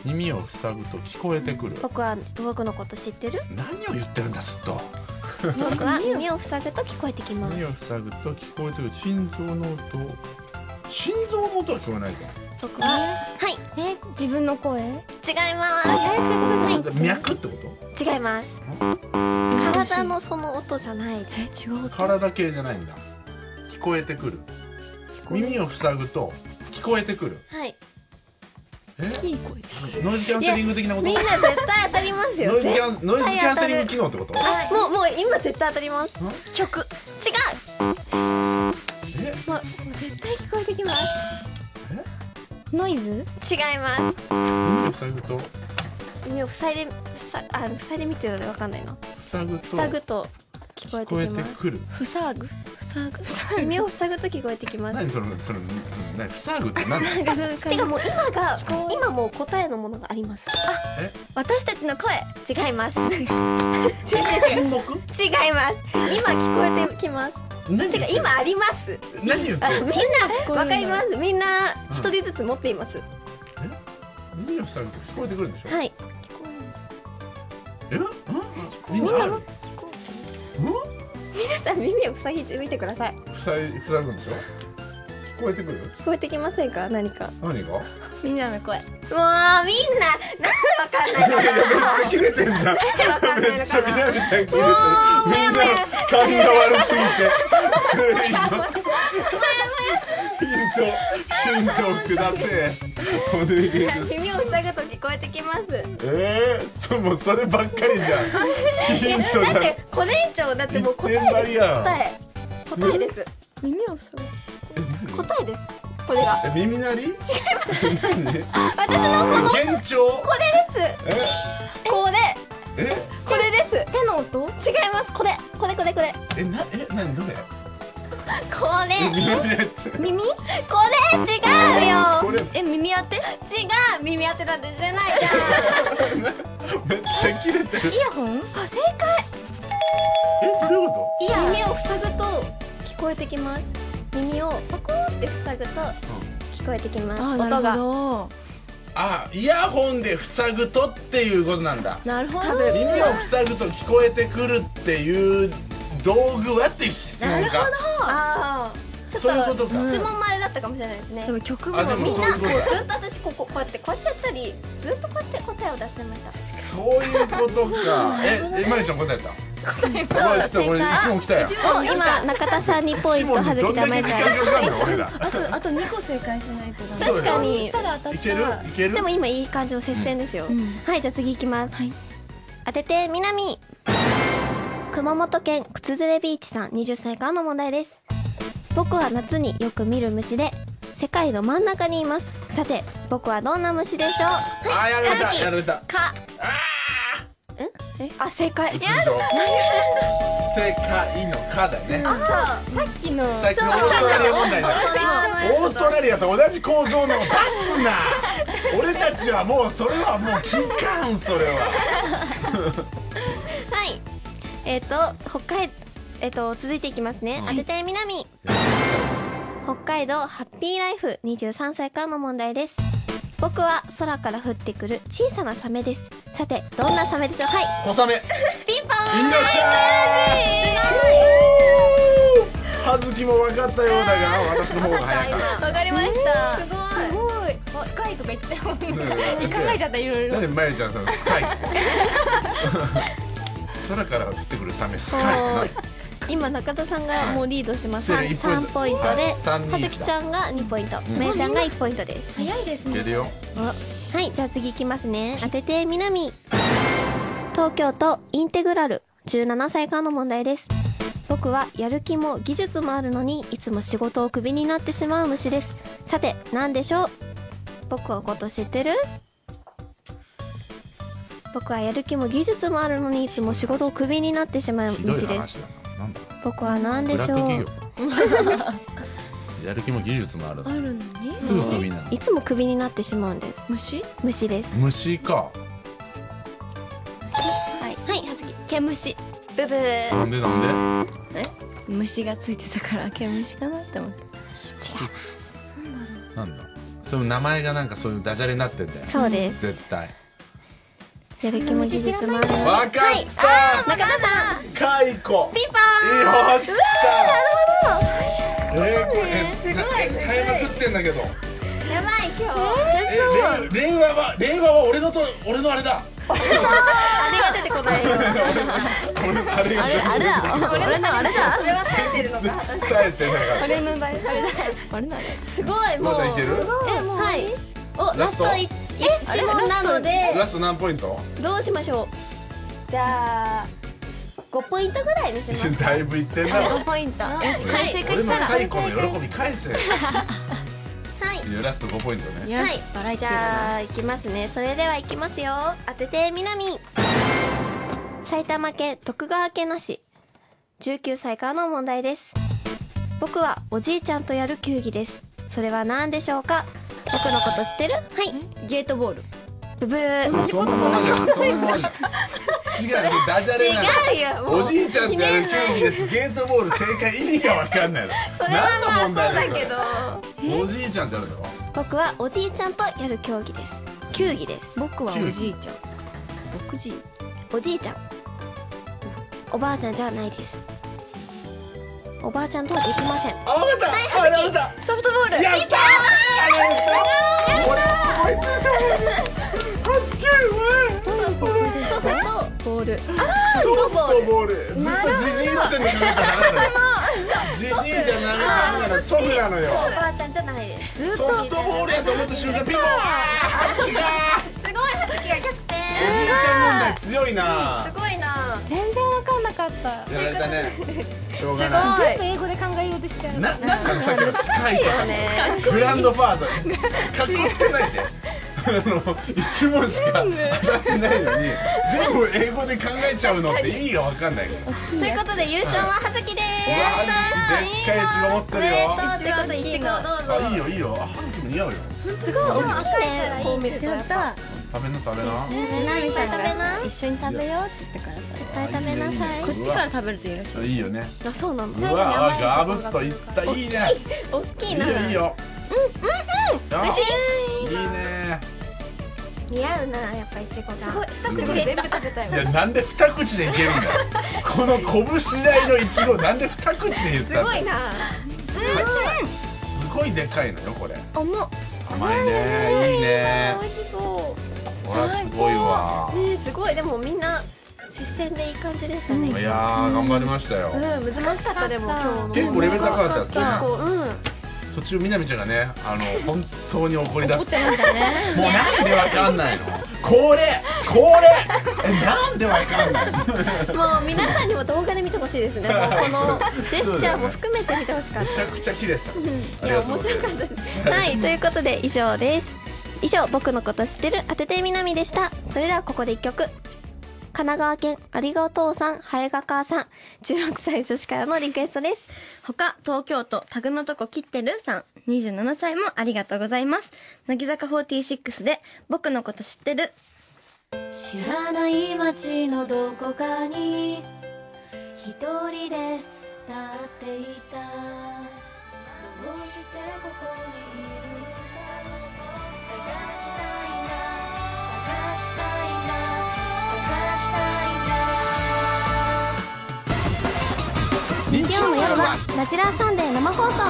耳を塞ぐと聞こえてくる。 僕のこと知ってる？ 何を言ってるんだずっと。 僕は耳を塞ぐと聞こえてきます。 耳を塞ぐと聞こえてくる。心臓の音。心臓の音は聞こえないか。 僕ははい自分の声？ 違います。 脈ってこと？ 違います。体のその音じゃない。 違う。 体系じゃないんだ。聞こえてくる。耳を塞ぐと聞こえてくる。 はい。 ノイズキャンセリング的なこと？ みんな絶対当たりますよ。 ノイズキャンセリング機能ってこと？ もう今絶対当たります。曲違う。もう絶対聞こえてきます。 ノイズ？ 違います。 耳を塞ぐと耳を塞いで見てるのでわかんないな。 塞ぐと聞こえ聞こえててきます。 くる。 塞ぐ耳を塞ぐと聞こえてきます。 何それ何塞ぐって何？ てかもう今もう答えのものがあります。 私たちの声。 違います。 沈黙？ 違います。今聞こえてきます。てか今あります。 何言ってる？ みんなわかります。みんな一人ずつ持っています。 耳を塞ぐと聞こえてくるんでしょ？ はい。 みんなある？ 皆さん耳を塞いでみてください。 塞ぐんでしょ？聞こえてくる？ 聞こえてきませんか？何か。 何が？ みんなの声。 もうみんななんでわかんないのかな。 めっちゃ切れてんじゃん。 なんでわかんないのかな。 みなみちゃん切れてる。みんな勘が悪すぎて。それいいの。ヒントをくだせえ。お願いです。 耳を塞ぐと聞こえてきます。 もうそればっかりじゃん。ヒントじゃん。 だってこれ以上だってもう答えです。答えです。 耳を塞ぐ。 答えです。これが。 耳鳴り？違います。何？ 私のこの幻聴？ これです。これです。手の音？違います。これ。 何どれ？ これ。 耳？ これ違うよ。 これ耳当て？ 違う。耳当てなんてじゃないじゃん。 めっちゃ切れてる。 イヤホン？あ、正解。 どういうこ耳を塞ぐと聞こえてきます。耳をパコーって塞ぐと聞こえてきます。音が。 と？イヤホンで塞ぐとっていうことなんだ。 なるほど。 耳を塞ぐと聞こえてくるっていう道具はって質問か。そういうことか。 質問前だったかもしれないですね。 でも曲もでもみんなずっそういうことだ。 と私こうやってやったりずっとこうやって答えを出してました。 そういうことか。まゆちゃん答えた？ そう俺一問来たよ。 今中田さん2ポイント、葉月ちゃんまゆちゃん。 あと2個正解しないとダメ。 確かに。 いける？ でも今いい感じの接戦ですよ。はい、じゃあ次いきます。当ててみなみ。熊本県靴ずれビーチさん20歳からの問題です。僕は夏によく見る虫で世界の真ん中にいます。さて僕はどんな虫でしょう？ やられた。 正解。 正解のかだね。 さっきのオーストラリア問題だ。オーストラリアと同じ構造のを出すな。俺たちはもうそれはもう聞かん。それは。 はい。続いていきますね。当ててみなみ。北海道ハッピーライフ23歳からの問題です。僕は空から降ってくる小さなサメです。さてどんなサメでしょう？はい。 小雨。 ピンポン。 よっしゃー。葉月も分かったようだが私の方が早かった。 わかりました。 すごい。スカイとか言って考えちゃったいろいろ。 なんでまゆちゃんスカイ空から降ってくるサメスカイって今中田さんがもうリードします。3ポイントで葉月ちゃんが2ポイント、まゆちゃんが1ポイントです。 早いですね。 いけるよ。 はい、じゃあ次いきますね。当ててみなみ。東京都インテグラル17歳からの問題です。僕はやる気も技術もあるのにいつも仕事をクビになってしまう虫です。さて何でしょう？僕のこと知ってる？僕はやる気も技術もあるのにいつも仕事をクビになってしまう虫です。僕は何でしょう？ やる気も技術もある。 あるのにすぐクビになる。 いつもクビになってしまうんです。虫です。 虫か。 はい、はずき。毛虫。ブブー。 なんで？ 虫がついてたから毛虫かなって思って。 なんだ。そその名前がなんかそういうダジャレになってんだよ。 そうです。 絶対。 やる気も技術もあるので。 わかった。 中田さん。 カイコ。 ピンポーン。 よし。なるほど。すごい。さえまくってんだけど。 やばい今日。 令和は俺のあれだ。 あれが出てこないよ。 あれだ。 俺のあれだ。それは冴えてるのか。 冴えてないから。 俺の大事。あれだ。すごいもう。 まだいける？ もうはい。おラスト1問なので。 ラスト何ポイント？ どうしましょう。じゃあ5ポイントぐらいにします。 だいぶいってんな。 5ポイント。よし、正解したら。 カイコの喜び返せ。 はい。 ラスト5ポイントね。 はい。じゃあいきますね。それではいきますよ。当ててみなみ。埼玉県徳川家なし。19歳からの問題です。僕はおじいちゃんとやる球技です。それは何でしょうか。僕のこと知ってる？はい。ゲートボール。ブブー。 そんなものじゃん。そんなものじゃん。違う、ダジャレなの。 違うよ。 おじいちゃんとやる球技です。ゲートボール正解意味がわかんないの。 それはまあそうだだけど。 おじいちゃんってやるだろ。 僕はおじいちゃんとやる競技です。球技です。 僕はおじいちゃん。 おじいちゃん。おばあちゃんじゃないです。おばあちゃんとはできません。 あ、わかった。あ、やった。 ソフトボール。 やった。 ソフトボール。 ソフトボール。ずっとジジイ路線で考えたらジジイじゃなくてソフなのよ。 おばあちゃんじゃないです。 ソフトボールやと思った瞬間ピンポン。 すごい、はずきが逆転。 おじいちゃん問題強いな。 すごいな。 全然わかんなかった。 やられたね。しょうがない。 全部英語で考えようとしちゃう。 なんかさっきのスカイとかさ、グランドファーザー、かっこつけないで。一問しか当たってないのに全部英語で考えちゃうのって意味が分かんないから。 ということで優勝は葉月です。 やったー。でっかいイチゴ持ってるよ。 ということでイチゴどうぞ。 あ、いいよいいよ。あ、葉月も似合うよ。 すごい大きいね。こう見るとやった。 食べな食べな。 何さん食べな。 一緒に食べようって言ってからさ。 いっぱい食べなさい。 こっちから食べるといいらしい。 いいよね。 あ、そうなの。 うわ、ガブッといった。いいね。 大きいな。 いいよいいよ。 美味しい。 いいね。 似合うな、やっぱイチゴが。すごい、 二口全部食べたい。 いや、なんで二口でいけるんだよ。この拳大のイチゴなんで二口で言ったんだ。 すごいな。 すごいでかいのよこれ。 甘っ。 甘いね。いいね。 美味しそう。 ほらすごいわ。 ね、すごい。でもみんな接戦でいい感じでしたね。 いやー、頑張りましたよ。 難しかった。でも今日の結構レベル高かったですね。 結構途中みなみちゃんがね、本当に怒り出す。 怒ってましたね。 もうなんでわかんないの。これなんでわかんないの。 もう皆さんにも動画で見てほしいですね。もうこのジェスチャーも含めて見てほしかった。 めちゃくちゃ綺麗さ。 いや面白かったです。はい、ということで以上です。以上、僕のこと知ってる当ててみなみでした。それではここで一曲。神奈川県ありがとうさん、はえがかーさん、16歳女子からのリクエストです。 他、東京都タグのとこ切ってるさん、27歳もありがとうございます。乃木坂46で僕のこと知ってる。 知らない街のどこかに一人で立っていた。どうしてここにいるんだろう。探したいな、探したいな、探したいな。 日曜の夜はラジラーサンデー生放送。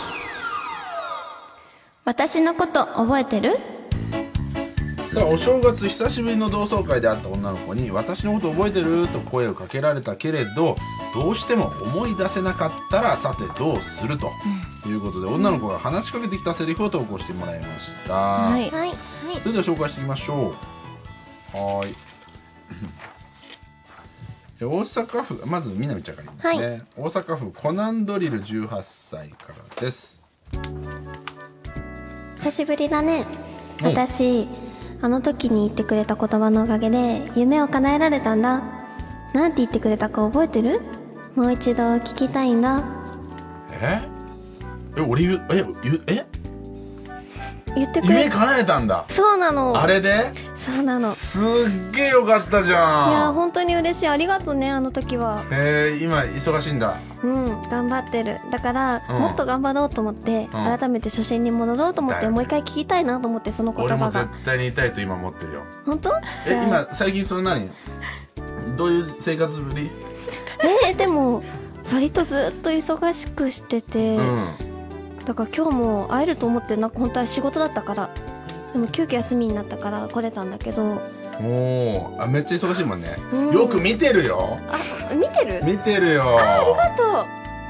私のこと覚えてる？ さあ、お正月久しぶりの同窓会で会った女の子に私のこと覚えてると声をかけられたけれど、どうしても思い出せなかったらさてどうするということで、女の子が話しかけてきたセリフを投稿してもらいました。 はい。 はい。 それでは紹介していきましょう。はーい。大阪府、まずみなみちゃんから言いますね。大阪府コナンドリル18歳からです。 久しぶりだね。 はい私、あの時に言ってくれた言葉のおかげで夢を叶えられたんだ。なんて言ってくれたか覚えてる？もう一度聞きたいんだ。 俺言ってくれ夢叶えたんだ。 そうなの。 あれでそうなの。 すっげえよかったじゃん。 いや本当に嬉しい。ありがとうね、あの時は。 今忙しいんだ。 頑張ってる。だから、もっと頑張ろうと思って、改めて初心に戻ろうと思って、もう一回聞きたいなと思って、その言葉が。 俺も絶対に言いたいと今思ってるよ。 本当？ 今最近それ何？どういう生活ぶり？ でも割とずっと忙しくしてて、だから今日も会えると思って本当は仕事だったから、でも急遽休みになったから来れたんだけど。 もうめっちゃ忙しいもんね。よく見てるよ。 見てる？ 見てるよ。 ありがと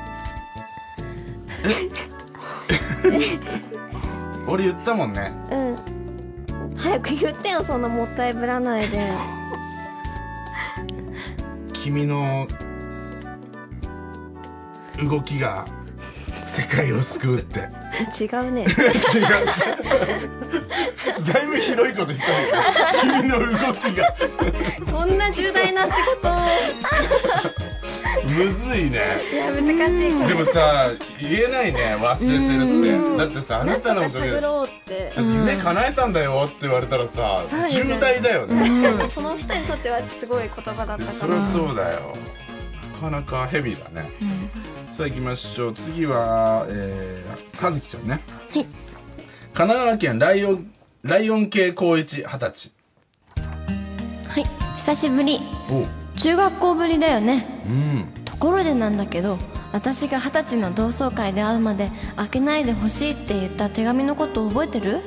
う。俺言ったもんね。 早く言ってよ、そんなもったいぶらないで。 君の動きが世界を救うって。 違うね。 違う。だいぶ広いこと言ったんだけど、君の動きがそんな重大な仕事むずいね。 いや難しい。 でもさ、言えないね、忘れてるって。だってさ、あなたのおかげで夢叶えたんだよって言われたらさ、重大だよね。 その人にとってはすごい言葉だったから。 そりゃそうだよ。なかなかヘビーだね。さあ行きましょう。次は葉月ちゃんね。 はい。 神奈川県ライオン系高一20歳。 はい、久しぶり。中学校ぶりだよね。ところでなんだけど、私が20歳の同窓会で会うまで開けないでほしいって言った手紙のこと覚えてる？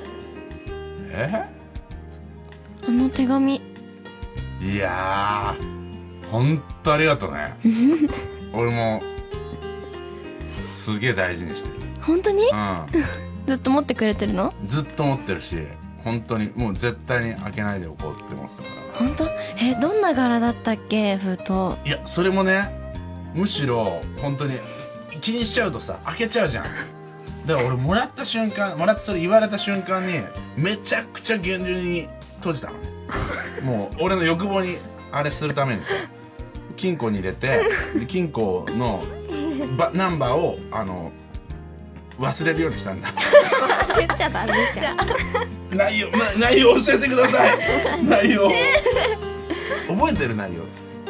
あの手紙。 いやー、ほんとありがとうね。俺もすげえ大事にしてる。 本当に？ずっと持ってくれてるの？ ずっと持ってるし、本当にもう絶対に開けないでおこうって思ってたから。 本当？どんな柄だったっけ、封筒。 いや、それもね、むしろ本当に気にしちゃうとさ、開けちゃうじゃん。だから俺もらった瞬間、それ言われた瞬間にめちゃくちゃ厳重に閉じたのね。もう俺の欲望にあれするためにさ、金庫に入れて、で金庫のナンバーを忘れるようにしたんだ。 忘れちゃダメじゃん。 内容教えてください。内容覚えてる？内容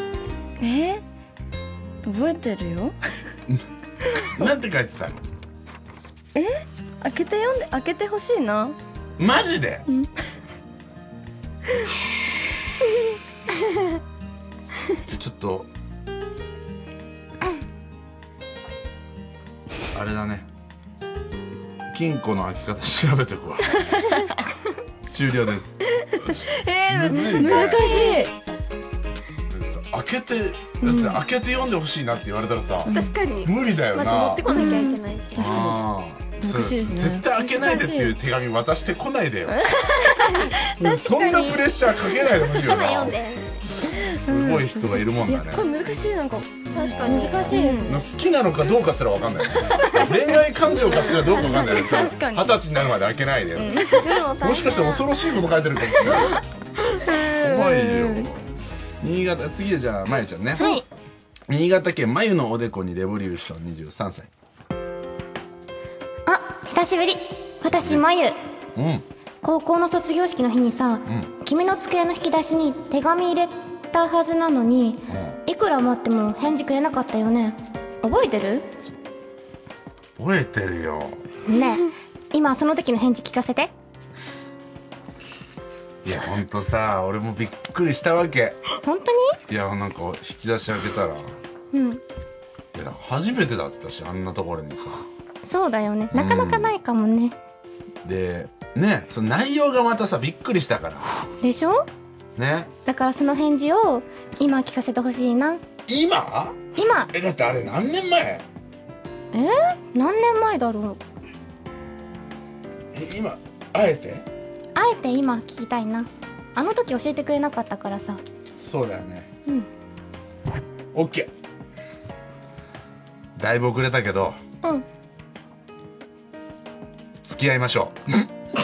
覚えてるよ。 なんて書いてたの？ 開けてほしいな。 マジで？ちょっとあれだね、金庫の開け方調べてくわ。終了です。 難しい。 開けて読んでほしいなって言われたらさ、 確かに無理だよな。 まず持ってこなきゃいけないし。 確かに難しいですね。 絶対開けないでっていう手紙渡してこないでよ。そんなプレッシャーかけないでほしいよな。 読んで。 すごい人がいるもんだね。 これ難しい。なんか確かに難しいです。 好きなのかどうかすらわかんない。恋愛感情かすらどうかわかんない。 確かに。 20歳になるまで開けないで。もしかしたら恐ろしいこと書いてるかもしれない。怖いよ。新潟、次はじゃあまゆちゃんね。 はい。 新潟県まゆのおでこにレボリューション23歳。 久しぶり。私まゆ。高校の卒業式の日にさ、君の机の引き出しに手紙入れたはずなのに、いくら待っても返事くれなかったよね。覚えてる？ 覚えてるよ。 ねえ、今その時の返事聞かせて。 いやほんとさ、俺もびっくりしたわけ。 本当に？ いやなんか引き出し開けたら、いや初めてだって言ったし、あんなところにさ。 そうだよね、なかなかないかもね。 でね、その内容がまたさびっくりしたからでしょ。 ね。 だからその返事を今聞かせてほしいな。 今だってあれ何年前？ 何年前だろう。 今あえて今聞きたいな。あの時教えてくれなかったからさ。 そうだよね。オッケー。だいぶ遅れたけど、付き合いましょう。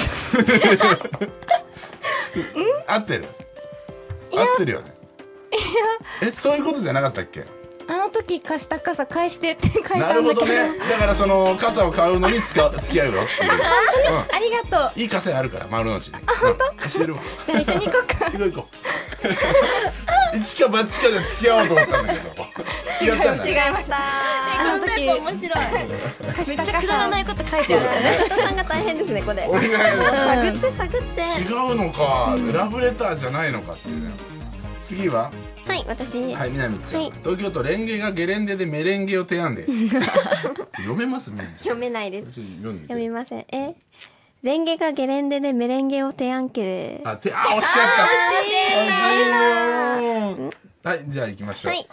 合ってるよね。そういうことじゃなかったっけ？ あの時貸した傘返してって書いたんだなるけど。 ほどね。だからその傘を買うのに付き合うよっていう。 ありがとう。 いい傘あるから丸の内に。教えるわ。 じゃあ一緒に行こうか。 行こう行こう。一か八かで付き合おうと思ったんだけど。違ったんだね。 違いました。あの時面白い。めっちゃくだらないこと書いてあるよね。 安田さんが大変ですねこれ。 俺が探って探って。 違うのか、ラブレターじゃないのかっていうね。次ははい私。 はい、みなみちゃん、 はい東京都レンゲがゲレンデでメレンゲを提案で読めますね。 読めないです。 読んでみて読みません。レンゲがゲレンデでメレンゲを提案けで。 惜しかったはい、じゃあ行きましょう。 はい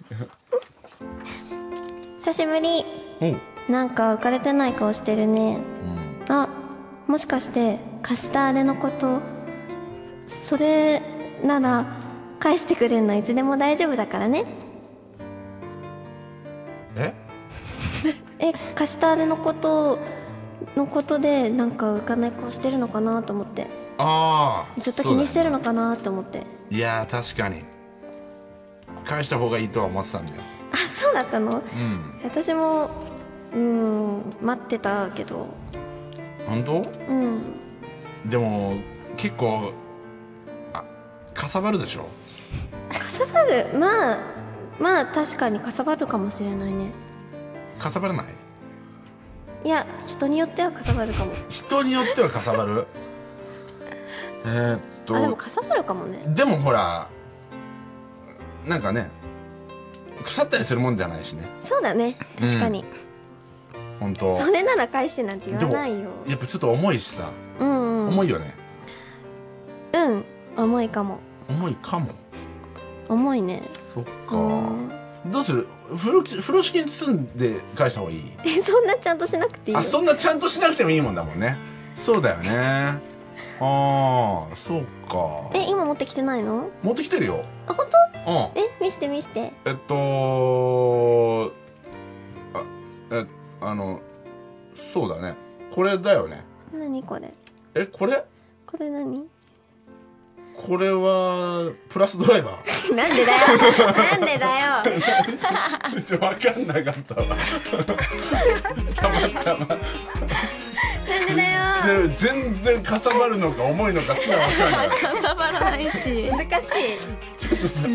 久しぶり。 おうなんか浮かれてない顔してるね。あ、もしかして貸したあれのこと、それなら返してくれるのいつでも大丈夫だからね。貸したあれのことでなんか浮かない顔してるのかなと思って、 ああずっと気にしてるのかなと思って。 いやー確かに返した方がいいとは思ってたんだよ。 あ、そうだったの。 うん私も待ってたけど。 本当？ うんでも結構かさばるでしょ。 かさばる。まあ確かにかさばるかもしれないね。 かさばらない？ いや人によってはかさばるかも。 人によってはかさばるあでもかさばるかもね。 でもほらなんかね腐ったりするもんじゃないしね。 そうだね確かに、 本当。 それなら返してなんて言わないよ。 やっぱちょっと重いしさ、重いよね。 重いかも。 重いかも。 重いね。 そっか。どうする？風呂敷に包んで返した方がいい？ そんなちゃんとしなくていいよ。 あ、そんなちゃんとしなくてもいいもんだもんね。そうだよね。ああ、そうか。 今持ってきてないの？ 持ってきてるよ。 あ、本当？見せて見せて。 そうだね。これだよね。 何これ？ これ？ これ何？ これはプラスドライバー。 なんでだよ。なんでだよ。 わかんなかったわ。たまたま。 なんでだよ。 全然かさばるのか重いのかすらわかんない。 かさばらないし。 難しい。 ちょっとさ、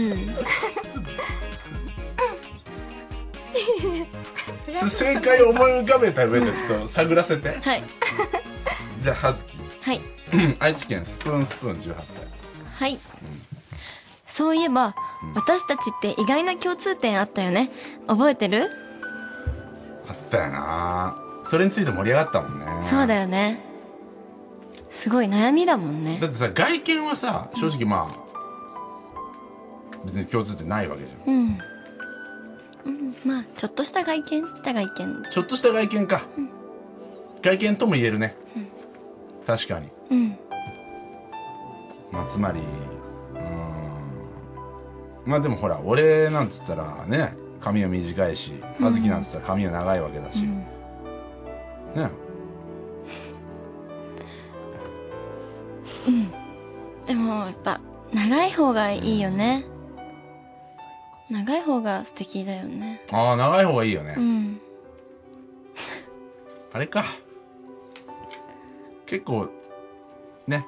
正解を思い浮かべた上でちょっと探らせて。 はい。 じゃあ葉月。 はい。 愛知県スプーン18歳。 はい。そういえば、私たちって意外な共通点あったよね。覚えてる？ あったよな。それについて盛り上がったもんね。 そうだよね。すごい悩みだもんね。 だってさ、外見はさ、正直まあ別に共通点ないわけじゃん。 まあちょっとした外見じゃ外見。 ちょっとした外見か。外見とも言えるね。確かに。まあつまりまあでもほら俺なんつったらね髪は短いし、葉月なんつったら髪は長いわけだし、ね。 でもやっぱ長い方がいいよね。長い方が素敵だよね。 ああ、長い方がいいよね。あれか。結構ね。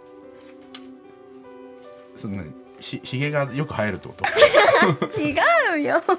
そんなにひげがよく生えるってこと？ 違うよ。 なんだっ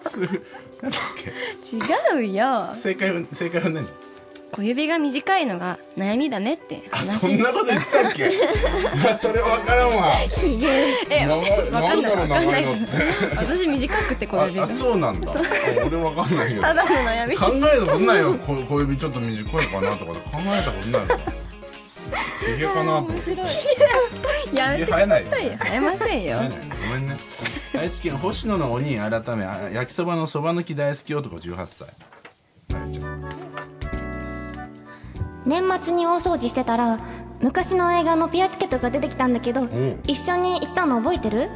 け？ 違うよ。 正解は何？ 小指が短いのが悩みだねって話。 そんなこと言ってたっけ？それ分からんわ。 ひげ。 なんだろう長いのって。 私短くて小指が。 そうなんだ。俺分かんないけど。 ただの悩み。 考えたことないよ。小指ちょっと短いかなとか考えたことないわ。ひげかなと思って。 面白い。やめてくださいよ。生えませんよ。 ごめんね。愛知県星野のお兄改め焼きそばのそば抜き大好き男18歳。 年末に大掃除してたら昔の映画のピアチケットが出てきたんだけど、一緒に行ったの覚えてる？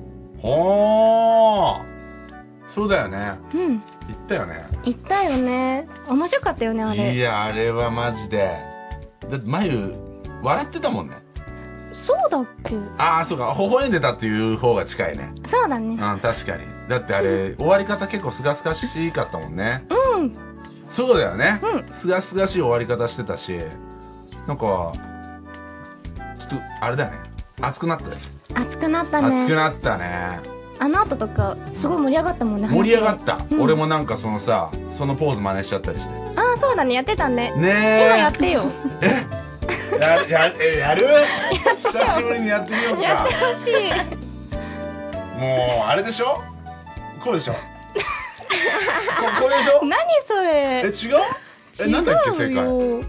そうだよね。行ったよね。 行ったよね。面白かったよねあれ。 いやあれはマジで。だって眉笑ってたもんね。 そうだっけ？ ああ、そうか、微笑んでたっていう方が近いね。 そうだね。 確かに。 だってあれ終わり方結構すがすがしかったもんね。そうだよね、すがすがしい終わり方してたし、なんかちょっとあれだよね、熱くなったよ。 熱くなったね。 熱くなったね。 あの後とかすごい盛り上がったもんね。 盛り上がっ話た、俺もなんかそのさ、そのポーズ真似しちゃったりしてが。ああそうだね、やってたね。 ねえ。 今やってよ。 やる久しぶりにやってみようか。 やってほしい。 もうあれでしょ、こうでしょこれでしょ。 何それ。 違う？なんだっけ正解。 よ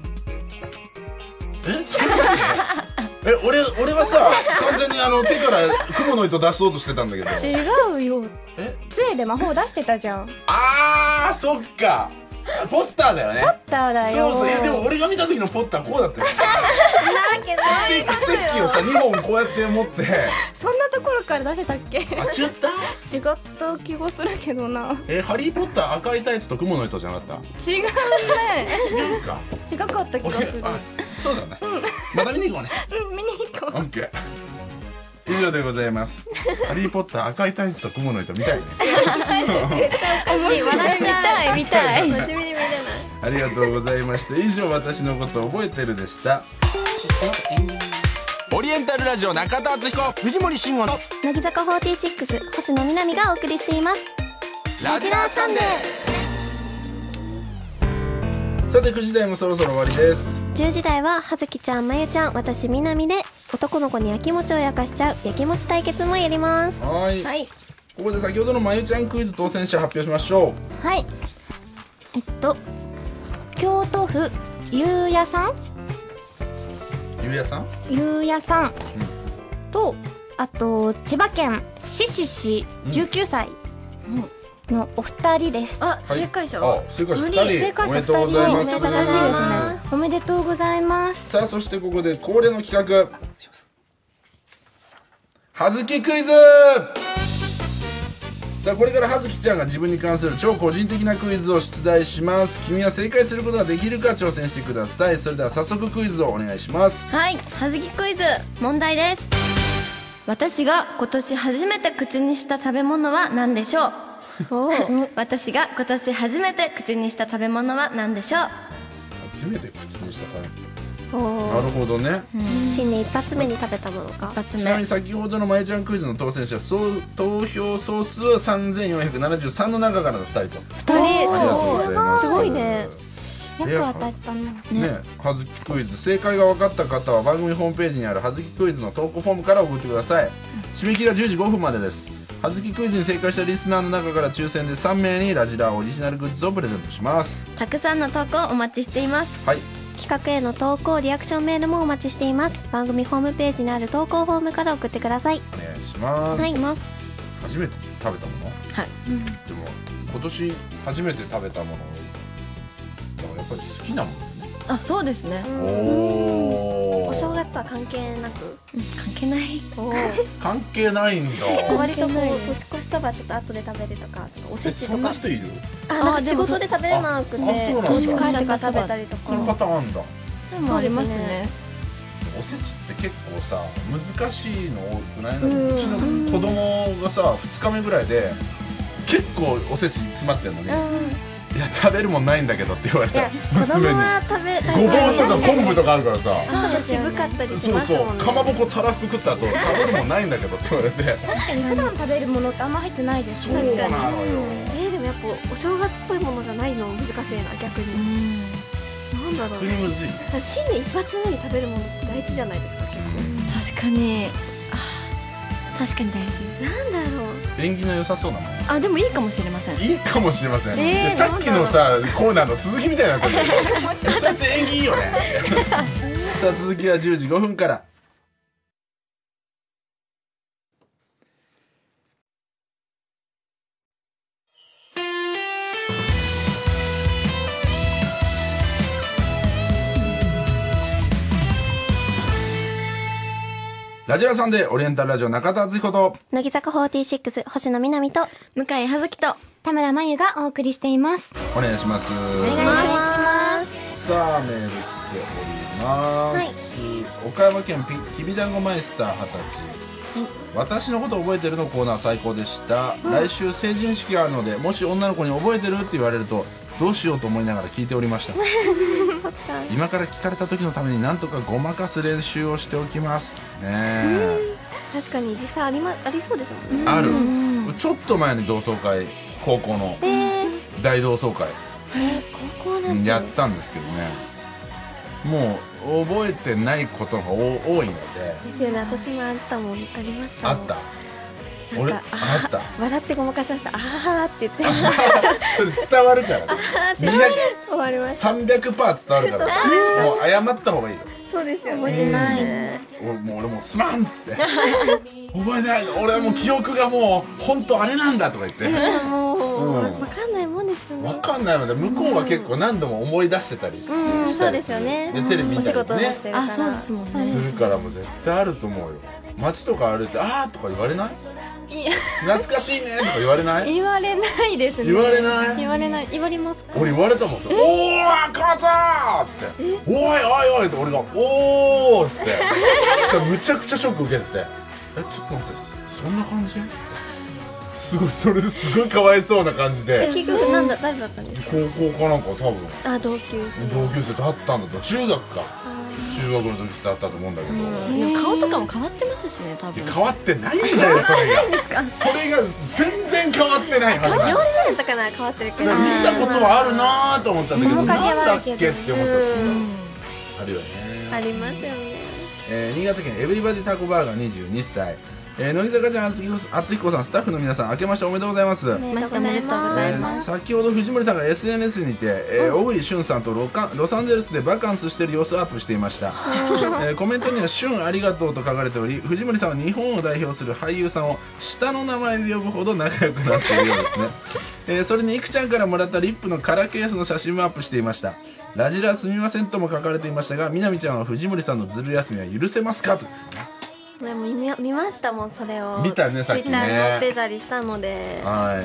それだけ俺はさ、完全に手から雲の糸出そうとしてたんだけど。 違うよ。杖で魔法出してたじゃん。 あー、そっか、ポッターだよね。 ポッターだよ。 そうそう。でも俺が見た時のポッターこうだったよ。 なわけないよ。 ステッキをさ2本こうやって持って。 そんなところから出せたっけ。 あ、違った？ 違った気がするけどな。 ハリーポッター赤いタイツと雲の糸じゃなかった？ 違うね。 違うか。 違かった気がする。 あ、そうだね。また見に行こうね。 見に行こう。 オッケー。以上でございます。ハリーポッター赤いタイツと雲の糸見たいね。 笑っちゃう。 見たい。 真面目に見れない。 ありがとうございました。以上、私のこと覚えてるでした。オリエンタルラジオ中田敦彦、 藤森慎吾の乃木坂46星野みなみがお送りしています。 ラジラーサンデさて9時台もそろそろ終わりです。 10時台は葉月ちゃん、まゆちゃん、私みなみで男の子に焼き餅を焼かしちゃう焼き餅対決もやります。 はい、 はい。 ここで先ほどのまゆちゃんクイズ当選者発表しましょう。 はい。京都府ゆうやさん、 ゆうやさん、 ゆうやさんと、あと千葉県ししし19歳のお二人です。 あ、正解者あは、 正解者2人正解者おめでとうございます。 おめでとうございます。おめでとうございます。 さあ、そしてここで恒例の企画、はずきクイズ。さあ、これから葉月ちゃんが自分に関する超個人的なクイズを出題します。君は正解することができるか挑戦してください。それでは早速クイズをお願いします。 はい、はずきクイズ問題です。私が今年初めて口にした食べ物は何でしょう。私が今年初めて口にした食べ物は何でしょう。 初めて口にした食べ物。 おなるほどね。 新年一発目に食べたものか。 一発ちなみに目。 先ほどのまゆちゃんクイズの当選者、投票総数3473の中からの2人と。 二人。 すごいね。 よく当たったな。 ね、はずきクイズ正解が分かった方は番組ホームページにあるはずきクイズの投稿フォームから送ってください。締め切りは10時5分までです。はずきクイズに正解したリスナーの中から抽選で3名にラジラーオリジナルグッズをプレゼントします。 たくさんの投稿お待ちしています。 はい、 企画への投稿、リアクションメールもお待ちしています。番組ホームページにある投稿フォームから送ってください。 お願いします。 はい。 初めて食べたもの、 はい。 でも今年初めて食べたものだからやっぱり好きなものね。 あ、そうですね。 おお正月は関係なく。 関係ない。 関係ないんだ。 割とこう年越しそばちょっと後で食べるとか、おせちそんなとか。 人いる？ なんか仕事で食べれなくて、 あそうなんだ年越しとか食べたりとそういうパか。 ターンあんだ。 でもありますね。 おせちって結構さ難しいの多くない？うちの子供がさ2日目ぐらいで結構おせち詰まってんのに、いや食べるもんないんだけどって言われた子供娘に。 は食べごぼうとか昆布とかあるからさ、 ちょっと渋かったりしそうそうますもんね。 かまぼこたらふく食った後食べるもんないんだけどって言われて確かに普段食べるものってあんま入ってないですね。 そうなのよ。 でもやっぱお正月っぽいものじゃないの難しいな、逆に。なんだろう逆にむずいね。 新年一発目に食べるものって大事じゃないですか、結構。 確かに。あ、確かに大事。 なんだろう。 縁起の良さそうなもん。 あ、でもいいかもしれません。 いいかもしれません、でさっきのさコーナーの続きみたいなことそして縁起いいよねさあ続きは10時5分から。ラジラさんでオリエンタルラジオ中田敦彦と乃木坂46星野みなみと向井葉月と。 田村真由がお送りしています。 お願いします。 お願いします。 さあメール来ております、 岡山県きびだんごマイスター20歳、私のこと覚えてるのコーナー最高でした、来週成人式があるので、もし女の子に覚えてるって言われるとどうしようと思いながら聞いておりました今から聞かれた時のためになんとかごまかす練習をしておきますね。 確かに実際ありそうですもんね。 ある。ちょっと前に同窓会、高校の大同窓会、 高校なんてやったんですけどね、もう覚えてないことが多いので。 ですよね。私もあったもん、ありましたもん。 あった。俺あった。 笑ってごまかしました。あーって言ってそれ伝わるからね。 終わりました。 300%伝わるからもう謝った方がいいよ。 そうですよね。覚えてない。 俺もすまんっつって覚えてない。俺はもう記憶がもう本当あれなんだとか言ってもう分かんないもんですよね。 分かんないので、向こうは結構何度も思い出してたりそうですよね。 テレビ見たりねお仕事をしてるから。 そうですもんね。 するからもう絶対あると思うよ。街とか歩いてあーとか言われない？懐かしいねとか言われない？ 言われないですね。 言われない？ 言われない。言われますか？ 俺言われたもん。おー赤さーっつっておいおいおいって俺がおーっつってそしたらむちゃくちゃショック受けてて、ちょっと待って、そんな感じっつって、すごいそれですごいかわいそうな感じで。 結局誰だったんですか？ 高校かなんか多分同級生と会ったんだと。中学か中学の時ってあったと思うんだけど、 でも顔とかも変わってますしね、多分。 変わってないんだよそれが全然変わってないはずなんだよ。 40年とかなら変わってるけど、 見たことはあるなと思ったんだけど、なんだっけって思っちゃってさ、あるよね。 ありますよね。 新潟県エブリバディタコバーガー22歳、乃木坂ちゃん厚彦さん、スタッフの皆さん、明けましておめでとうございます。 おめでとうございます。 先ほど藤森さんが SNS にて、小栗旬さんとロサンゼルスでバカンスしている様子をアップしていました。コメントには旬ありがとうと書かれており、藤森さんは日本を代表する俳優さんを下の名前で呼ぶほど仲良くなっているようですね。それにいくちゃんからもらったリップのカラーケースの写真もアップしていました。ラジラすみませんとも書かれていましたが、みなみちゃんは藤森さんのずる休みは許せますかと。 でも見ましたもん、それを。 見たね、さっきね。 ツイッターに載ってたりしたので、 はい。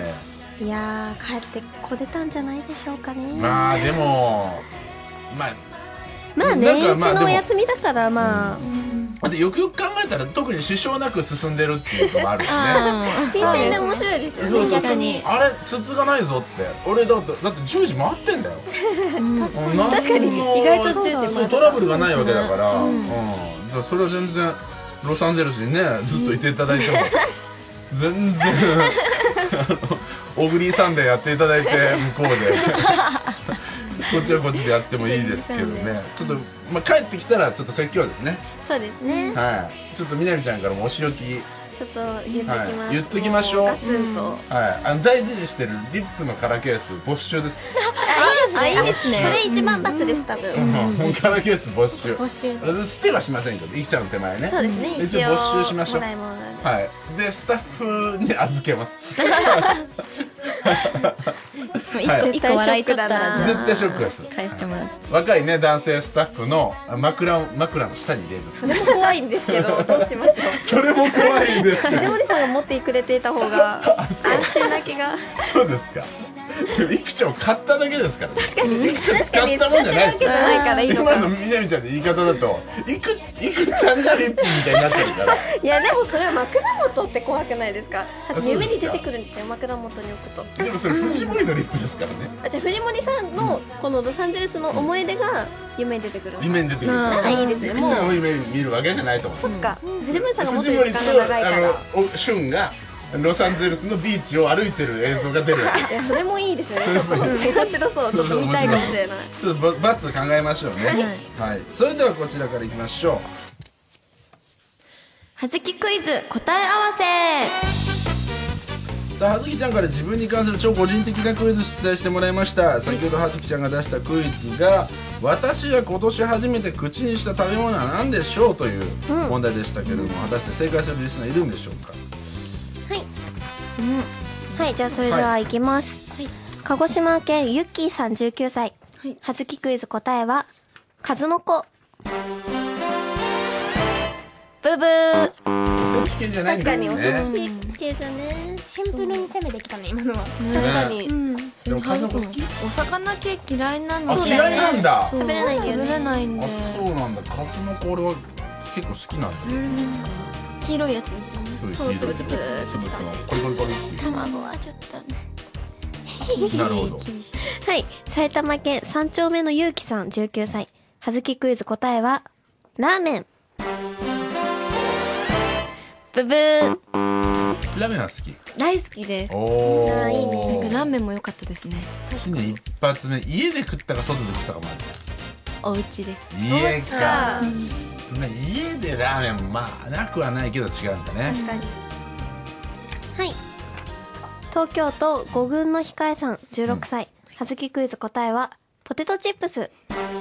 いやー、帰ってこれたんじゃないでしょうかね。 まあでもまあ年一のお休みだからまあ。 だってよくよく考えたら特に支障なく進んでるっていうのもあるしね。 新鮮で面白いですよね。 確かに。 あれ筒がないぞって。俺だって10時回ってんだよ。 確かに意外と10時回ってトラブルがないわけだから、それは全然ロサンゼルスにねずっといていただいても全然オグリーサンデーやっていただいて向こうでこっちはこっちでやってもいいですけどね。ちょっと帰ってきたらちょっと説教ですね。 そうですね。 はい。ちょっとみなみちゃんからもお仕置きちょっと言っときます。 言っときましょう。 ガツンと。 はい。大事にしてるリップのカラーケース没収です。 いいですね。それ一番罰です多分。 カラーケース没収。 没収。 捨てはしませんけど、いきちゃんの手前ね。 そうですね。 一応没収しましょう。 はい。 でスタッフに預けます。 一個笑い取ったら絶対ショックです。 返してもらう。 若いね男性スタッフの枕の下に入れる。 それも怖いんですけど、どうしましょう。 それも怖いんですけど。 藤森さんが持ってくれていた方が安心な気が。 そうですか。でもいくちゃんを買っただけですからね。 確かにいくちゃん使ったもんじゃないですよ。今のみなみちゃんの言い方だといくちゃんがリップみたいになってるから。 いやでもそれは枕元って怖くないですか。夢に出てくるんですよ、枕元に置くと。 でもそれ藤森のリップですからね。 じゃあ藤森さんのこのロサンゼルスの思い出が夢に出てくる。 夢に出てくる。 いいですね。 いくちゃんを夢に見るわけじゃないと思う。 そっか。藤森さんが持ってる時間が長いから。 旬がロサンゼルスのビーチを歩いてる映像が出る。 いやそれもいいですね。ちょっと面白そう。ちょっと見たいかもしれない。 ちょっと罰考えましょうね。はい。それではこちらからいきましょう。 はずきクイズ答え合わせ。 さあ、はずきちゃんから自分に関する超個人的なクイズ出題してもらいました。先ほどはずきちゃんが出したクイズが私が今年初めて口にした食べ物は何でしょうという問題でしたけれども、果たして正解するリスナーいるんでしょうか。 はい、じゃあそれではいきます。鹿児島県ゆっきーさん19歳。はずきクイズ答えは数の子。ブブー。 おせち系じゃないんだよね。 確かにおせち系じゃね。 シンプルに攻めてきたね今のは。 確かに。 でも数の子好き？ お魚系嫌いなんで。 あ、嫌いなんだ。 食べれないんだよね。 食べれないんで。 あ、そうなんだ。数の子俺は結構好きなんだよ。 黄色いやつですよね。 そうつぶつぶってしたコリコリコリっていう。 卵はちょっとねなるほど。 厳しい。 はい埼玉県3丁目のゆうきさん19歳はずきクイズ答えはラーメン。ブブー。 ラーメンは好き。 大好きです。 おあーいいねお。 ラーメンも良かったですね。 新年一発目家で食ったか外で食ったかもある。 お家です。 家か。まあ家でラーメンまあなくはないけど違うんだね。 確かに。はい東京都五軍の控えさん16歳はずきクイズ答えはポテトチップス。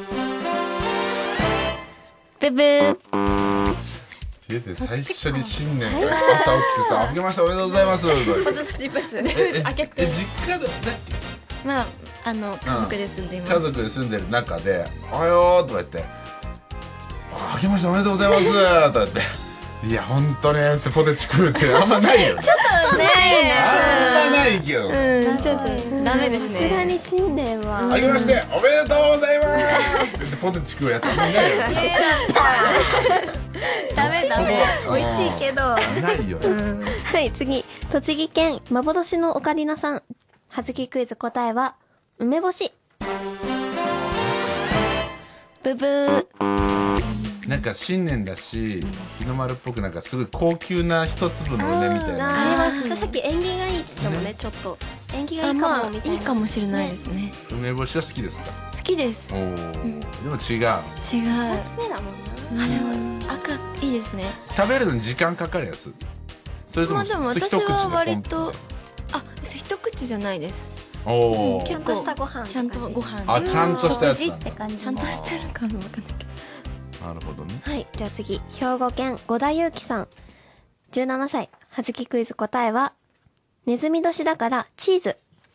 ブブー。 家で最初に新年朝起きてさ「明けましておめでとうございます」 ポテトチップス開けて実家だっまあ家族で住んでいます。 家族で住んでる中で「おはよう」とか言って「明けましておめでとうございます」とか言って「いや本当ね」ってポテチ食うってあんまないよね。ちょっとねあんまないけど。 ちょっとダメですさすがね。 に新年は明けましておめでとうございますってポテチ食うやつあんまいないよね。 ダメダメ。 美味しいけど。 ないよね。 はい次栃木県幻のオカリナさんはずきクイズ答えは梅干し。ブブー。 なんか新年だし日の丸っぽくなんかすごい高級な一粒の梅みたいな。 あります。さっき縁起がいいって言ったもんねちょっと縁起がいいかまあもみたいないいかもしれないですね。 梅干しは好きですか。 好きです。 おお。でも違う。 違う。 二つ目だもんな。 あでも赤いいですね。 食べるのに時間かかるやつ。それともまあでも一口で私は割ポンと一口じゃないです。 と。おお。 ちゃんとしたご飯。 ちゃんとご飯。 あちゃんとしたやつ食事なんだ。 って感じ。 ちゃんとしてるかもわかんないけど。 なるほどね。 はいじゃあ次兵庫県五田祐樹さん17歳はずきクイズ答えはネズミ年だからチーズ。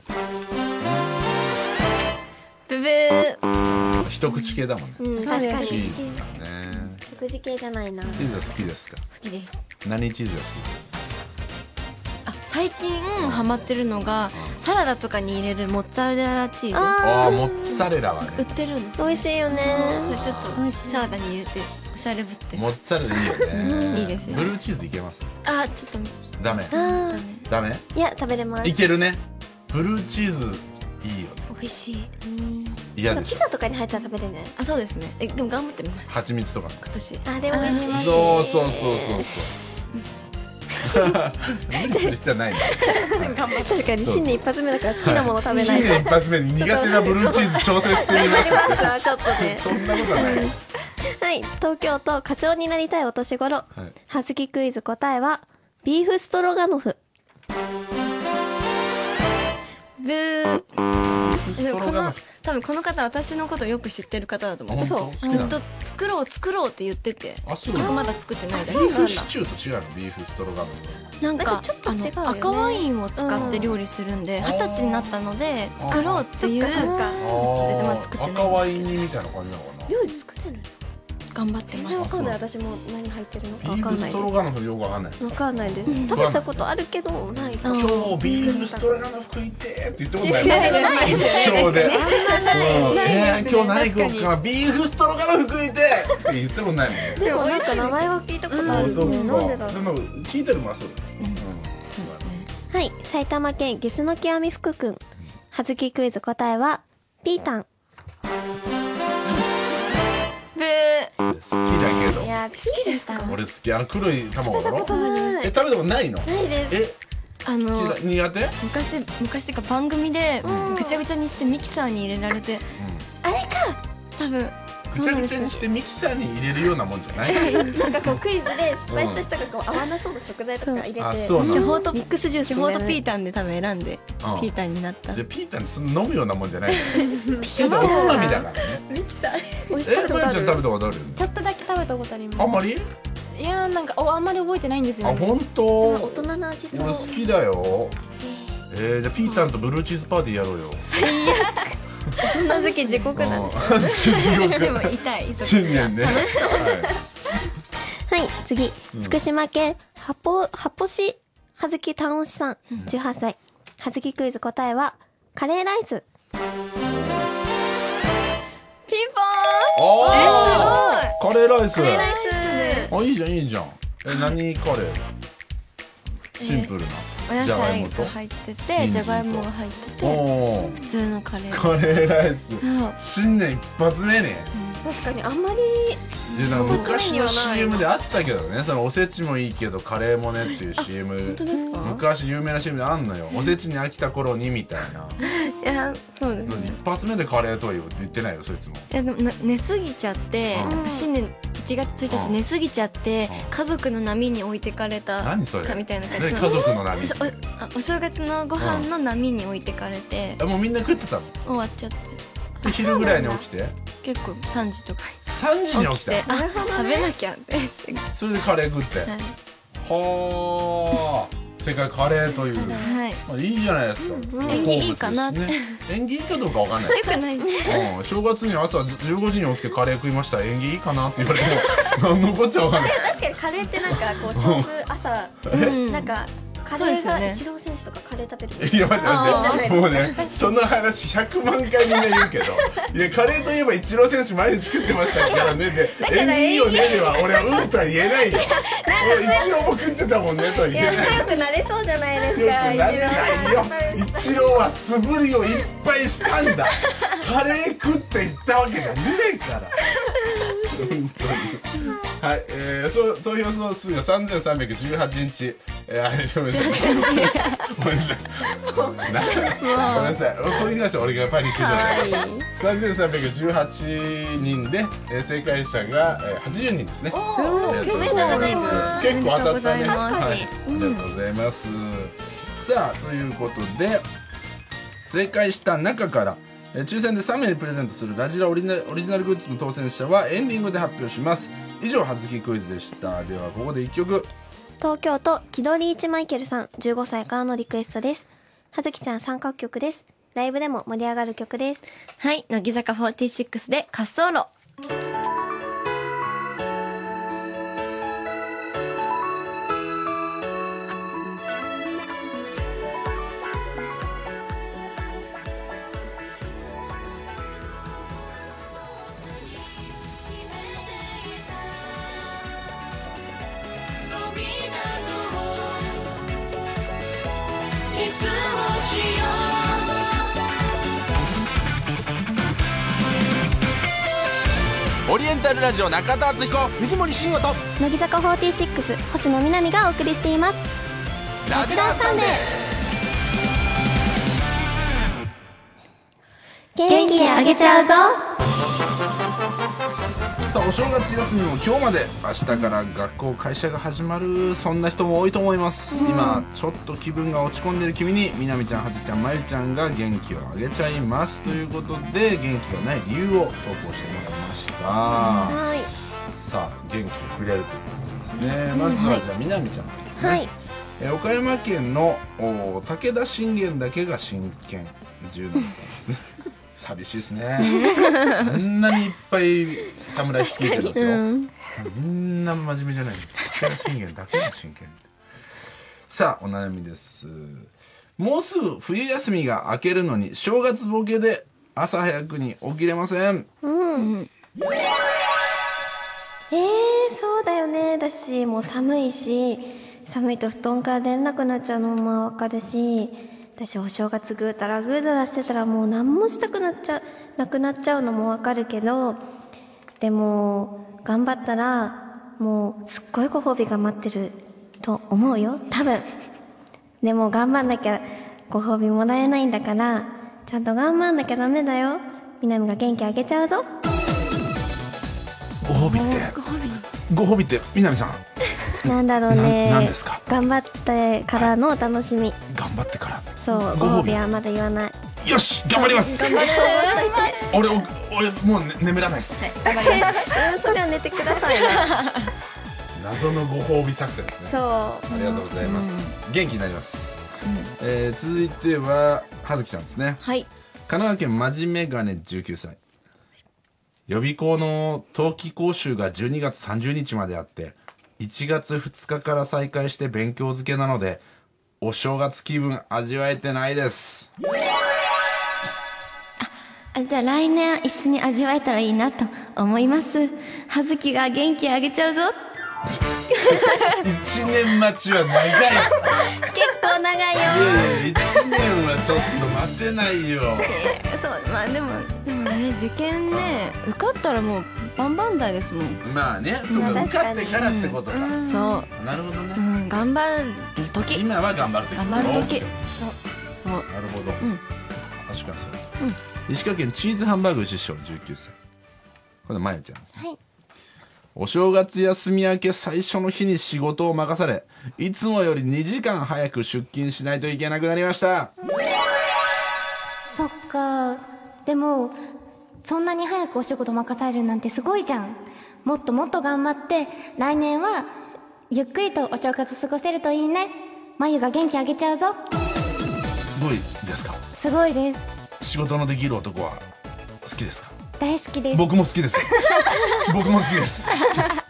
ブブー。 一口系だもんね。 うん確かにチーズだね。 食事系じゃないな。 チーズは好きですか。 好きです。 何チーズが好きです最近ハマってるのがサラダとかに入れるモッツァレラチーズ。 か。ああモッツァレラは売っね。 てるんです。 美味しいよね。 それちょっとサラダに入れておしゃれぶって。 モッツァレラいいよね。 いいですよブルーチーズいけます。 あちょっとダメ。 あーダメ。 いや食べれます。 いけるね。ブルーチーズいいよね。 美味しい。ピ嫌でしょ。 ザとかに入ったら食べれるね。 あそうですね。でも頑張ってみます。 蜂蜜とか。 今年。 あでも美味しい。 そうそうそうそうそう。無理する必要はないんだ。 確かに新年一発目だから好きなもの食べないと。 新年一発目に苦手なブルーチーズ挑戦してみますって。 さあちょっとね。 そんなことはない。 はい東京都課長になりたいお年頃はいはずきクイズ答えはビーフストロガノフ。ブー。 ストロガノフ。 多分この方私のことよく知ってる方だと思う。 本当そう好きなのずっと作ろうって言っててあそう僕まだ作ってないだビーけ。 フシチューと違うのビーフストロガノフ。 なんかちょっと違うよね赤ワインを使って料理するんで20歳になったので作ろうっていうそっかそっかまだ作ってない赤ワイン煮みたいな感じなのかな。 料理作れるの？ 頑張ってます。 全然わかんない。私も何入ってるのかわビーフスかんないでトロガノフよくわかんない。 す。わかんないです。食べたことあるけどないかも。 今日ビーフストロガノフ食いてーって言ったことない。一生で。今日何食おうかビーフストロガノフ食いてーって言ったことないもんね。 でもなんか名前は聞いたことあるそうか。 ね。なんでだろう。 でも聞いてるもんそう。 そうですね。 はい埼玉県ゲスの極み福くんはずきクイズ答えはピータン。 ブー。 好きだけど。 や好きですか？ 俺好き黒い卵だろ。 ない食べたことないの？ ないです。 苦手？ 昔っていうか番組でぐちゃぐちゃにしてミキサーに入れられてあれか。 多分ぐちゃぐちゃにしてミキサーに入れるようなもんじゃない？ なんかこうクイズで失敗した人がこう合わなそうな食材とか入れてあそうなの巨峰とミックスジュース巨になる峰とピータンで多分選んでうんピータンになった。 でピータンってそんな飲むようなもんじゃない。おつまみだからね。 ミキサー美味しかったことある。 まゆちゃん食べたことある？ ちょっとだけ食べたことあります。 あんまり？ いやーなんかあんまり覚えてないんですよね。 本当？ 大人の味そう。 俺好きだよ。じゃあピータンとブルーチーズパーティーやろうよ。 大人好き地獄だね。でも痛い。 新年ね。 はい次福島県八方市はずきたんおしさん18歳はずきクイズ答えはカレーライス。 ピンポカレーライス。 カレーライスあ、いいじゃんいいじゃん。何カレー？シンプルなお野じゃがい菜もとが入っててじゃがいもが入っててお普通のカレー。 カレーライスそう新年一発目ね。 確かにあんまりでなんか昔の一発目にはない CM であったけどね、そのおせちもいいけどカレーもねっていう CM 本当ですか？ 昔有名な CM であんのよ。おせちに飽きた頃にみたいな。 いやそうですね。 一発目でカレーとは言ってないよそいつも。 いやでも寝すぎちゃって新年1月1日寝すぎちゃって家族の波に置いてかれた何それかみたいな感じ。 家族の波ってお正月のご飯の波に置いてかれてもうみんな食ってたの？ 終わっちゃってで昼ぐらいに起きて結構3時とか 3時に起きた起きて食べなきゃってそれでカレー食ってはあ世界カレーというはいまあいいじゃないですか。 縁起いいかなって好物ですしね縁起いいかどうかわかんないですよくないね。 正月に朝15時に起きてカレー食いました縁起いいかなって言われても何のこっちゃわかんない。 確かにカレーってなんかこう勝負朝うんなんかカレーがそうですよねイチロー選手とかカレー食べる。 いや待って待ってあーもうねその話100万回みんな言うけどいやカレーといえばイチロー選手毎日食ってましたからねで縁起いいよねでは俺はうんとは言えないよ。俺イチローも食ってたもんねとは言いやえない。 強くなれそうじゃないです強くか。 なれないよ。イチローは素振りをいっぱいしたんだ。カレー食って言ったわけじゃねえから。本当に。はい、投票総数が3318日。あれごめんなさい。ごめんなさい。ごめんなさい。これに関しては俺がパニック状態。3318人で正解者が80人ですね。ありがとうございます結構当たったね。はい、ありがとうございます。さあということで正解した中から抽選で3名にプレゼントするラジラオリジナルグッズの当選者はエンディングで発表します。以上はずきクイズでした。ではここで1曲。 東京都キドリーチマイケルさん15歳からのリクエストです。はずきちゃん参加曲です。ライブでも盛り上がる曲です。 はい乃木坂46で滑走路。 オリエンタルラジオ中田敦彦藤森慎吾と乃木坂46星野みなみがお送りしています。 ラジラーサンデー。 元気あげちゃうぞ。 さあお正月休みも今日まで。明日から学校会社が始まるそんな人も多いと思います、今ちょっと気分が落ち込んでる君にみなみちゃんはずきちゃんまゆちゃんが元気をあげちゃいますということで元気がない理由を投稿してもらいました、 はいさあ元気をくれるということですね、まずはじゃあみなみちゃんですね、 はい岡山県の武田信玄だけが真剣17歳ですね寂しいですねあんなにいっぱい侍率いてるんですよ、みんな真面目じゃない武田信玄だけが真剣さあお悩みです。もうすぐ冬休みが明けるのに正月ボケで朝早くに起きれません。 そうだよね。だしもう寒いし寒いと布団から出れなくなっちゃうのもわかるし、私お正月ぐうたらしてたらもう何もしたくなっちゃなくなっちゃうのもわかるけど、でも頑張ったらもうすっごいご褒美が待ってると思うよ多分。でも頑張んなきゃご褒美もらえないんだからちゃんと頑張んなきゃダメだよ。みなみが元気あげちゃうぞ。 ご褒美って南さんなんだろうね。 なんですか。 頑張ってからのお楽しみ。 頑張ってからそうご褒美はまだ言わない。 よし頑張ります。 頑張って俺もう、眠らないです、 それは寝てくださいな謎のご褒美作戦ですね。 そうありがとうございます、元気になります、続いては葉月さんですね。 はい神奈川県真面目金19歳。予備校の冬季講習が12月30日まであって1月2日から再開して勉強漬けなのでお正月気分味わえてないです。 じゃあ来年一緒に味わえたらいいなと思います。葉月が元気あげちゃうぞ。 1年待ちは長い。 結構長いよ。 いやいや1年はちょっと待てないよ。 そうまあでもね受験ね受かったらもうバンバン台ですもん。 まあね、そうか、受かってからってことか。 そうなるほどね。 頑張る時今は頑張る時。 頑張る時。そうなるほど。 ん確かにそう。石川県チーズハンバーグ師匠19歳。これまゆちゃんですね。 はい。 お正月休み明け最初の日に仕事を任され、いつもより2時間早く出勤しないといけなくなりました。 そっか。でもそんなに早くお仕事任されるなんてすごいじゃん。もっともっと頑張って来年はゆっくりとお正月過ごせるといいね。まゆが元気あげちゃうぞ。 すごいですか。 すごいです。 仕事のできる男は好きですか。 大好きです。 僕も好きです。僕も好きです。 うわ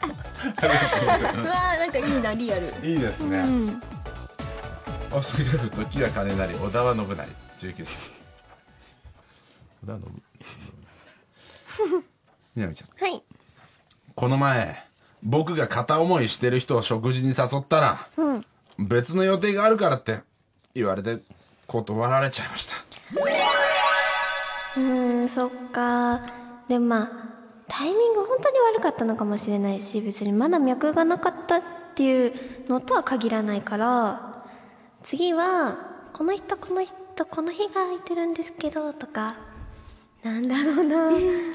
ーなんかいいなリアル。 いいですね。おそれる時は金なり小田は信成19歳。小田信みなみちゃん。 はい。 この前僕が片思いしてる人を食事に誘ったら、別の予定があるからって言われて断られちゃいました。 そっか。でもまあタイミング本当に悪かったのかもしれないし、別にまだ脈がなかったっていうのとは限らないから、次はこの人この日が空いてるんですけどとか、なんだろうな。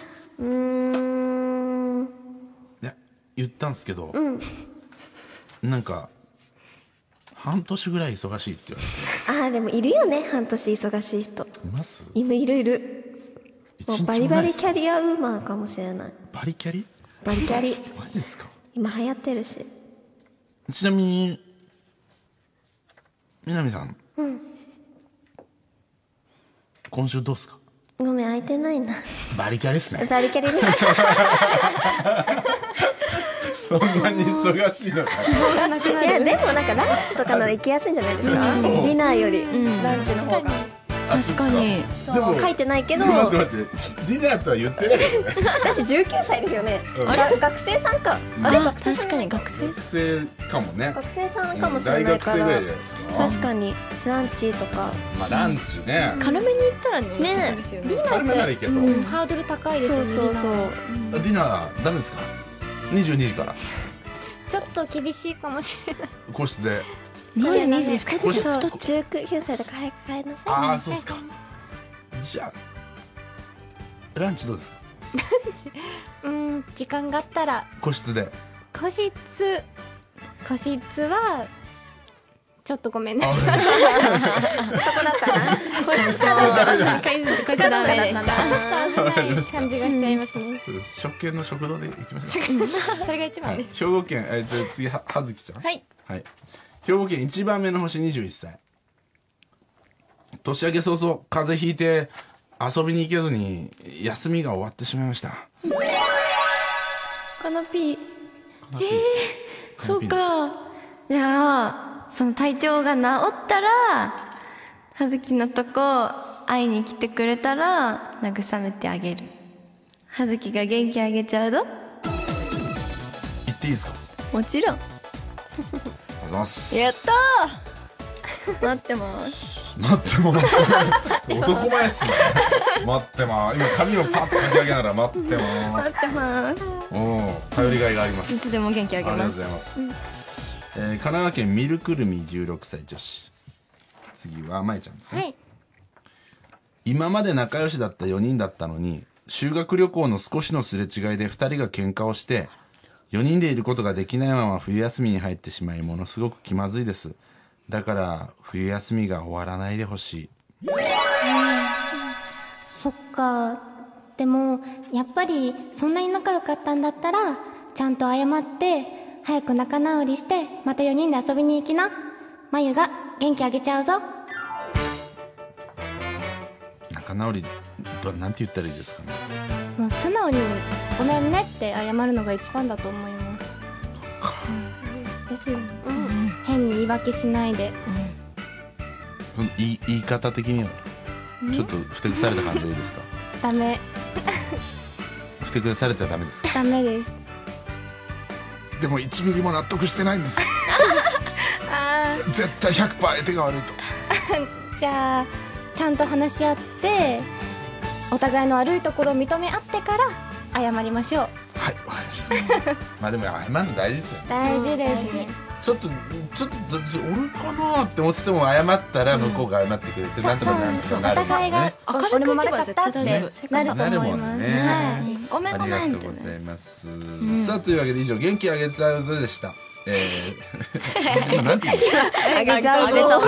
いや言ったんすけど、なんか半年ぐらい忙しいって言われて。 でもいるよね、半年忙しい人。 います？ いる。もうバリバリキャリアウーマンかもしれない。 バリキャリ？ バリキャリ。 マジですか？ 今流行ってるし。 ちなみに南さん、今週どうすか？ ごめん、空いてないな。 バリキャリっすね。 バリキャリです。 そんなに忙しいのか。 いやでもなんかランチとかなら行きやすいんじゃないですか。ディナーよりランチの方が。 確かに。 そう書いてないけど。 待ってディナーとは言ってないよね。 私19歳ですよね。あれ学生さんか。 確かに学生学生かもね。 学生さんかもしれないから。 大学生ぐらいじゃないですか。 確かにランチとか。 まあランチね。 軽めに行ったらね。そうですよね。 軽めならいけそう。 ハードル高いですよね。 そう。 ディナーダメですか？22時から。 ちょっと厳しいかもしれない。 個室で。 22時太っちゃう。19歳だから早く帰りなさい。 ああそうですか。じゃあランチどうですか？ 時間があったら個室で。 個室はちょっっとごめんなさい。 そこだったな。こいつダメでした。 ちょっと危ない感じがしちゃいますね。 食券の食堂で行きましょう。 それが一番です。 兵庫県次はずきちゃん。 はい。 兵庫県一番目の星21歳。年明け早々風邪ひいて遊びに行けずに休みが終わってしまいました。 カナピー。そうか。じゃあその体調が治ったら葉月のとこ会いに来てくれたら慰めてあげる。葉月が元気あげちゃうぞ。 行っていいですか？ もちろん。 ありがとうございます。 やったー。待ってます。 待ってます。男前っすね。待ってます。今髪をパッとかき上げながら待ってます。 待ってます。 おお、頼りがいがあります。 いつでも元気あげます。 ありがとうございます。神奈川県ミルクルミ16歳女子。次はまえちゃんですね。 はい。 今まで仲良しだった4人だったのに修学旅行の少しのすれ違いで2人が喧嘩をして4人でいることができないまま冬休みに入ってしまいものすごく気まずいです。だから冬休みが終わらないでほしい。 そっか。でもやっぱりそんなに仲良かったんだったらちゃんと謝って早く仲直りしてまた4人で遊びに行きな。まゆが元気あげちゃうぞ。 仲直りとなんて言ったらいいですかね。 もう素直にごめんねって謝るのが一番だと思います。ですよね。変に言い訳しないで。 その言い方的にはちょっとふてくされた感じでいいですか？ ダメ。 ふてくされちゃダメですか？ ダメです。 でも1ミリも納得してないんです絶対 100% 相手が悪いと。 じゃあちゃんと話し合ってお互いの悪いところを認め合ってから謝りましょう。 はい、わかりましたまあでも謝るの大事ですよね。 大事ですね。 ちょっと俺かなって思ってても謝ったら向こうが謝ってくれてなんとかなんとかなるんだよね。 明るくいけば絶対大丈夫。 なるとなるも思います。 んね。 ごめんごありがとうめんってね。 ございます。さあというわけで以上元気あげつあるでした。今なんて言うんでしょう。 あげちゃうぞ。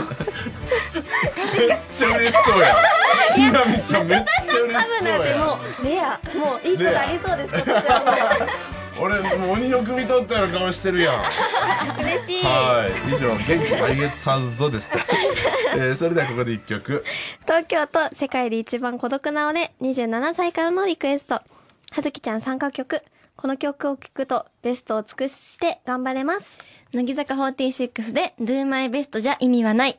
めっちゃ嬉しそうや。みなみちゃんめっちゃ嬉しそうや。 もうレアもういいことありそうです今年は俺もう鬼の首取ったような顔してるやん。 嬉しい。 はい以上元気あげつさんぞでした。それではここで一曲。 東京都世界で一番孤独な俺27歳からのリクエスト。はずきちゃん参加曲。この曲を聴くとベストを尽くして頑張れます。 乃木坂46で Do My Best じゃ意味はない。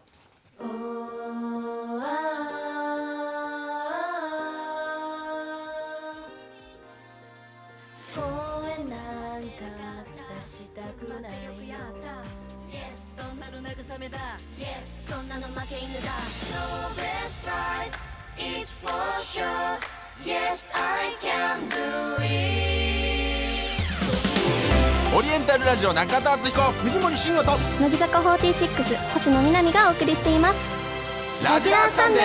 オリエンタルラジオ中田敦彦藤森慎吾と乃木坂46星野みなみがお送りしています。 ラジラーサンデ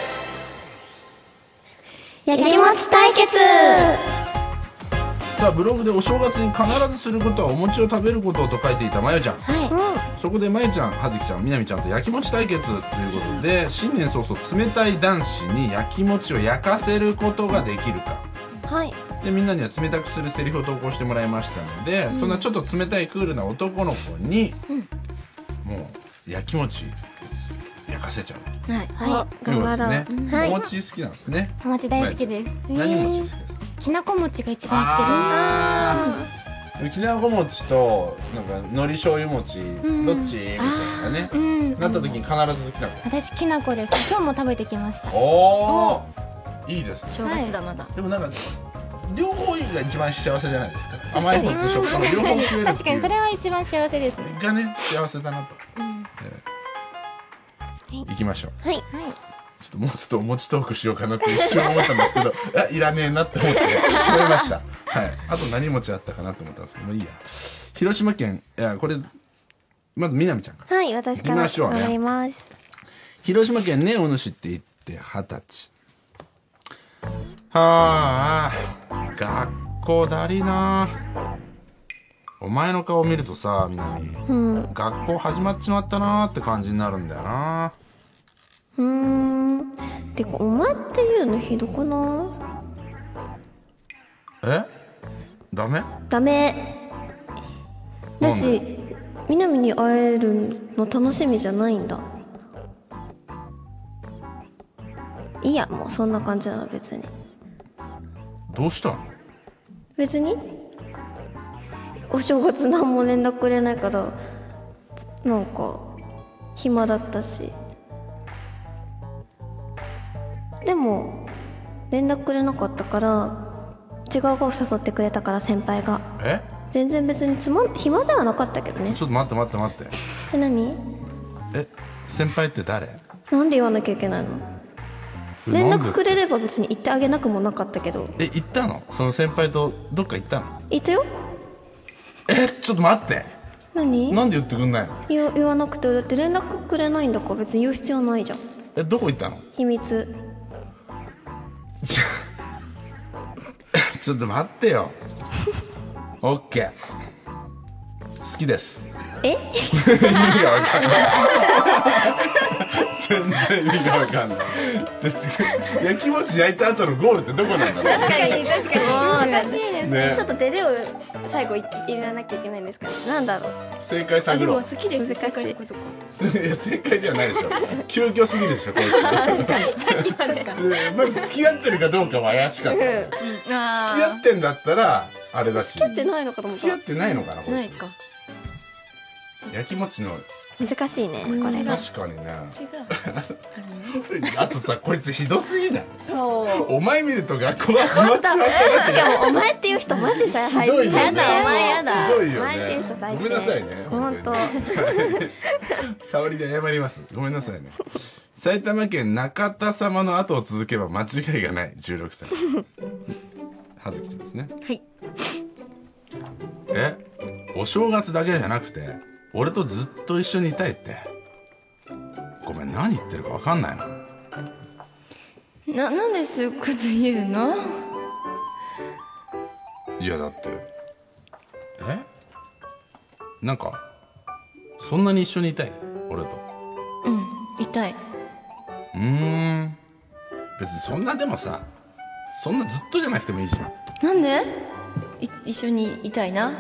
ー。 焼きもち対決。 さあブログでお正月に必ずすることはお餅を食べることと書いていたまゆちゃん。そこでまゆちゃん、はずきちゃん、みなみちゃんと焼きもち対決ということで新年早々冷たい男子に焼きもちを焼かせることができるか。 はいでみんなには冷たくするセリフを投稿してもらいましたので、そんなちょっと冷たいクールな男の子に、もう焼きもち焼かせちゃうはい。 ということですね。 はいお餅好きなんですね。 お餅大好きです。 何餅好きですか。 きなこ餅が一番好きなこ餅となんか海苔醤油餅、どっちみたいなね、 きです。 なった時に必ずきなこ。 私きなこです。今日も食べてきました。 おおいいですね。 正月だまだ。 でもなんか両方が一番幸せじゃないですか。甘いのとしょっぱいの両方食えるっていう確かにそれは一番幸せですね。 がね幸せだなと。行きましょう。 はいちょっともうちょっとお餅トークしようかなって一瞬思ったんですけどいらねえなって思って思いました。はい。あと何餅あったかなと思ったんですけどもういいや。広島県これまずみなみちゃんから。 はい私から頑張ります。 広島県ねお主って言って20歳。はあ学校だりな。お前の顔見るとさみなみ、学校始まっちまったなーって感じになるんだよな。 てかお前っていうのひどくなえダメダメだしみなみに会えるの楽しみじゃないんだ。いいやもうそんな感じなら別にどうしたの。 別にお正月何も連絡くれないからなんか暇だったし、でも連絡くれなかったから違う子を誘ってくれたから先輩が全然別に暇ではなかったけどね。 ちょっと待って待って待ってえ何先輩って誰。 なんで言わなきゃいけないの。連絡くれれば別に言ってあげなくもなかったけど。 行ったのその先輩とどっか行ったの。 言ったよ。 ちょっと待って。 何なんで言ってくんないの。 言わなくてだって連絡くれないんだから別に言う必要ないじゃん。 どこ行ったの。 秘密。 ちょっと待ってよ。オッケー好きです。意味が分かんない全然意味が分かんない焼きもち焼いた後のゴールってどこなんだろう。 確かに難しいねちょっとデレを最後入れなきゃいけないんですかね。なんだろう。 正解探ろう。 好きです。 難しい。 いや正解じゃないでしょ。究極すぎるでしょこいつ。まず付き合ってるかどうかは怪しかった。付き合ってんだったらあれだし。 付き合ってないのかと思った。 付き合ってないのかなこれ。 ないか。 焼きもちの難しいねこれ。 違う確かにね。 違うあとさ、こいつひどすぎない？ そうお前見ると学校始まっちまったしかもお前っていう人マジさひどいよね。 やだお前やだひどいよお前っていう人ね。 最低。 ごめんなさいね。 本当。 代わりで謝ります。ごめんなさいね。埼玉県中田様の後を続けば間違いがない16歳。葉月ちゃんですね。 はい。 お正月だけじゃなくて俺とずっと一緒にいたいって。ごめん、何言ってるか分かんないな。 なんでそういうこと言うの？ いやだってなんかそんなに一緒にいたい俺と。 痛い。 別にそんなでもさ、そんなずっとじゃなくてもいいじゃん。 なんで一緒にいたいな。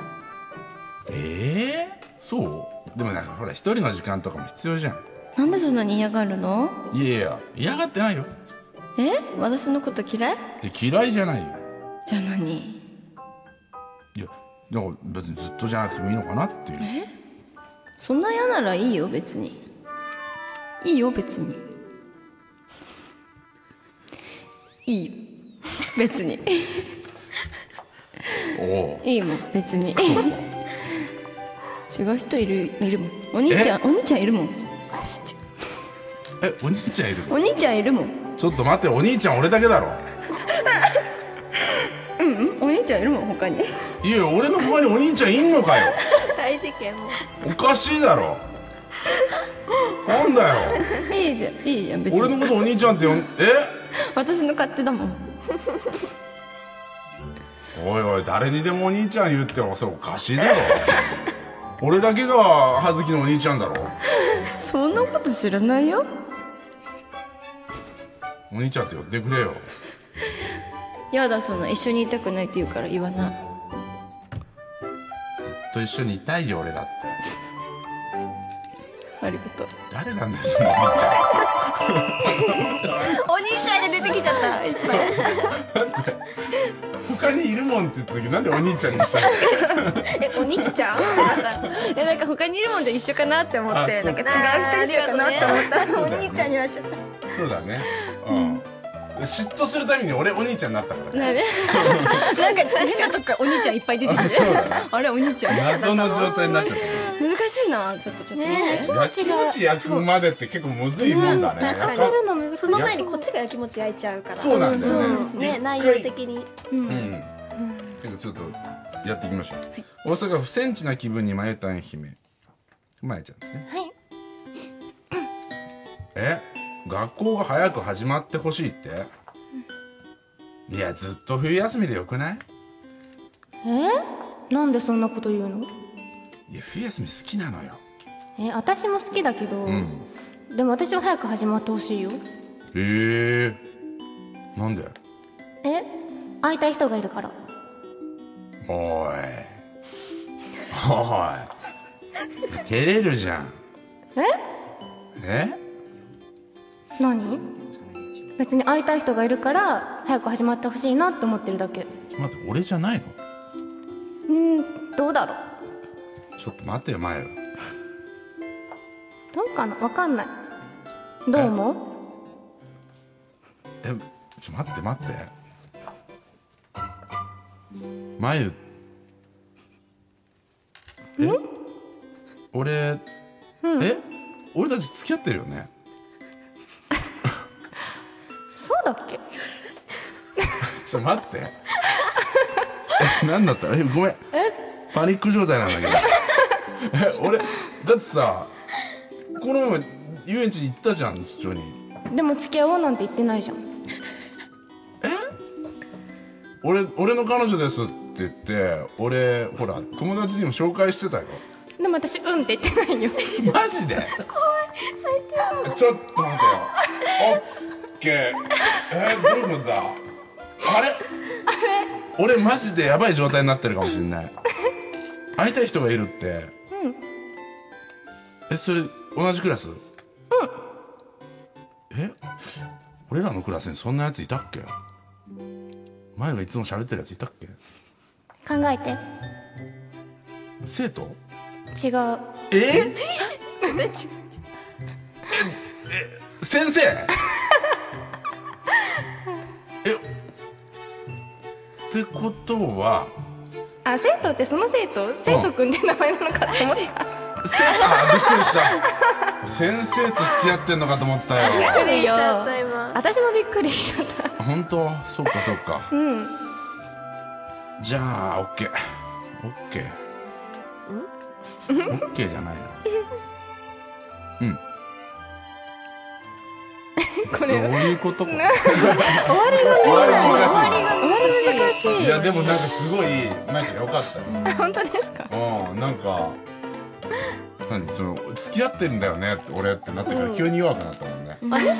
そうでもなんかほら一人の時間とかも必要じゃん。 なんでそんなに嫌がるの？ いやいや嫌がってないよ。 私のこと嫌い？ 嫌いじゃないよ。 じゃあ何？ いやだから別にずっとじゃなくてもいいのかなっていう。 そんな嫌ならいいよ別に。いいよ別に。いいよ別に。 おいいもん別に。違う人いるもん。お兄ちゃんいるもん。 お兄ちゃんいる？ お兄ちゃんいるもん。 ちょっと待って、お兄ちゃん俺だけだろ。 お兄ちゃんいるもん他に。 いや俺の他にお兄ちゃんいんのかよ。 大事件も。 おかしいだろ。なんだよ。 いいじゃん別に。 俺のことお兄ちゃんって私の勝手だもん。 おいおい、誰にでもお兄ちゃん言うってのはそれおかしいだろ。俺だけが葉月のお兄ちゃんだろ。 そんなこと知らないよ。 お兄ちゃんって呼んでくれよ。 やだ、そんな一緒にいたくないって言うから言わない。 ずっと一緒にいたいよ俺だって。 ありがとう。 誰なんだよそのお兄ちゃん。 お兄ちゃんで出てきちゃった一番。 他にいるもんって言った時なんでお兄ちゃんにしたんですか。 お兄ちゃん？ なんか他にいるもんで一緒かなって思って、なんか違う人一緒かなって思ったら、お兄ちゃんになっちゃった。 そうだね。嫉妬するために俺お兄ちゃんになったからね。 なんか変なとこからお兄ちゃんいっぱい出てきて、あれお兄ちゃん謎の状態になっちゃった。 難しいな。ちょっと待って。 やきもち焼くまでって結構むずいもんだね。 その前にこっちがやきもち焼いちゃうから。 そうなんだよね、内容的に。 ちょっとやっていきましょう。大阪府センチな気分に迷ったん姫まえちゃんですね。 はい。 学校が早く始まってほしいって？いやずっと冬休みでよくない？ なんでそんなこと言うの？ いや冬休み好きなのよ。 私も好きだけど、でも私は早く始まってほしいよ。 なんで？ 会いたい人がいるから。 おい照れるじゃん。 何？別に会いたい人がいるから早く始まってほしいなって思ってるだけ。 待って俺じゃないの？ どうだろう。 ちょっと待ってよ前よ。 どうかな、わかんない。どう思う？ ちょ待ってまゆ俺俺たち付き合ってるよね？ そうだっけ？ ちょ待って何だった？ごめんパニック状態なんだけど俺だってさこの前遊園地行ったじゃん一緒に。 でも付き合おうなんて言ってないじゃん。 俺の彼女ですって言って俺ほら友達にも紹介してたよ。 でも私って言ってないよ。 マジで？怖い最低。ちょっと待てよ。オッケー。どういうことだ？あれ俺マジでやばい状態になってるかもしれない。会いたい人がいるって。それ同じクラス？俺らのクラスにそんなやついたっけ？前がいつも喋ってるやついたっけ？ 考えて。 生徒？ 違う。 先生ってことはあ、生徒ってその生徒くんって名前なのかって思った。 びっくりした先生と付き合ってんのかと思ったよびっくりよ。 今私もびっくりしちゃった。 本当そうかそうかうん。 じゃあオッケーオッケーじゃないなうんこれどういうことか終わりが難しい。 いやでもなんかすごいマジ良かったよ本当ですか。 なんか何その付き合ってるんだよねって俺ってなってから急に弱くなったもんね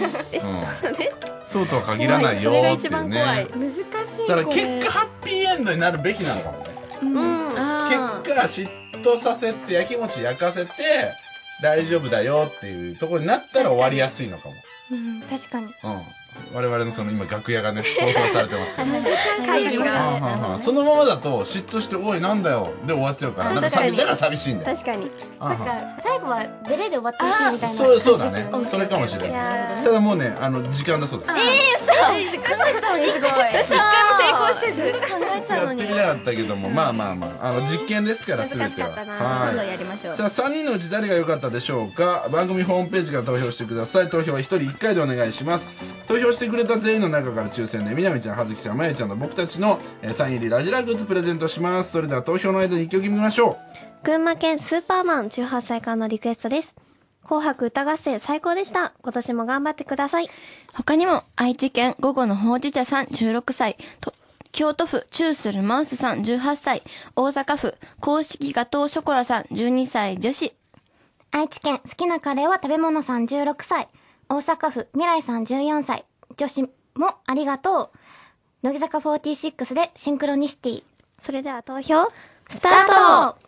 そうとは限らないよっていうね難しい。 だから結果ハッピーエンドになるべきなのかもね結果嫉妬させてやきもち焼かせて大丈夫だよっていうところになったら終わりやすいのかも確かに。 我々のその今楽屋がね放送されてますけど会議が。 そのままだと嫉妬して「おいなんだよ」で終わっちゃうからだから寂しいんだよ確かになんか最後はデレで終わってほしいみたいな。 そうだねそれかもしれないただもうね時間だそうですすごい一回も成功せず考えてたのにやってみなかったけどもまあ実験ですから全ては今度やりましょう。 さあ3人のうち誰が良かったでしょうか。番組ホームページから投票してください。投票は1人1回でお願いします。投票してくれた全員の中から抽選でみなみちゃん、はずきちゃん、まゆちゃんの僕たちのサイン入りラジラグッズプレゼントします。それでは投票の間に1曲見ましょう。 群馬県スーパーマン18歳からのリクエストです。紅白歌合戦最高でした。今年も頑張ってください。 他にも愛知県午後のほうじ茶さん16歳と京都府チュースルマウスさん18歳大阪府公式ガトーショコラさん12歳女子愛知県好きなカレーは食べ物さん16歳大阪府未来さん14歳女子もありがとう。乃木坂46でシンクロニシティ。 それでは投票スタート。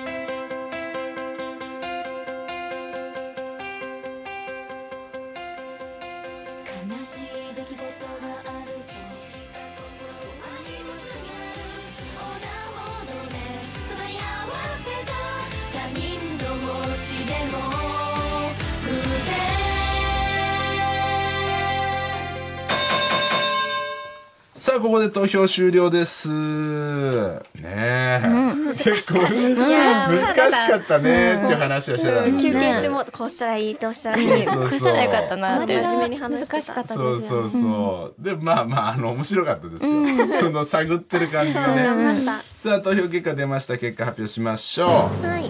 さあここで投票終了ですねえ、結構難しかったねっていう話をしてたんです休よ憩中もこうしたらいいどうしたらいいそうこうしたらよかったなって。 真面目に話してた。 難しかったそうですよ。 そうでまあ面白かったですよその探ってる感じがね頑張った。 さあ投票結果出ました。結果発表しましょう。 はい。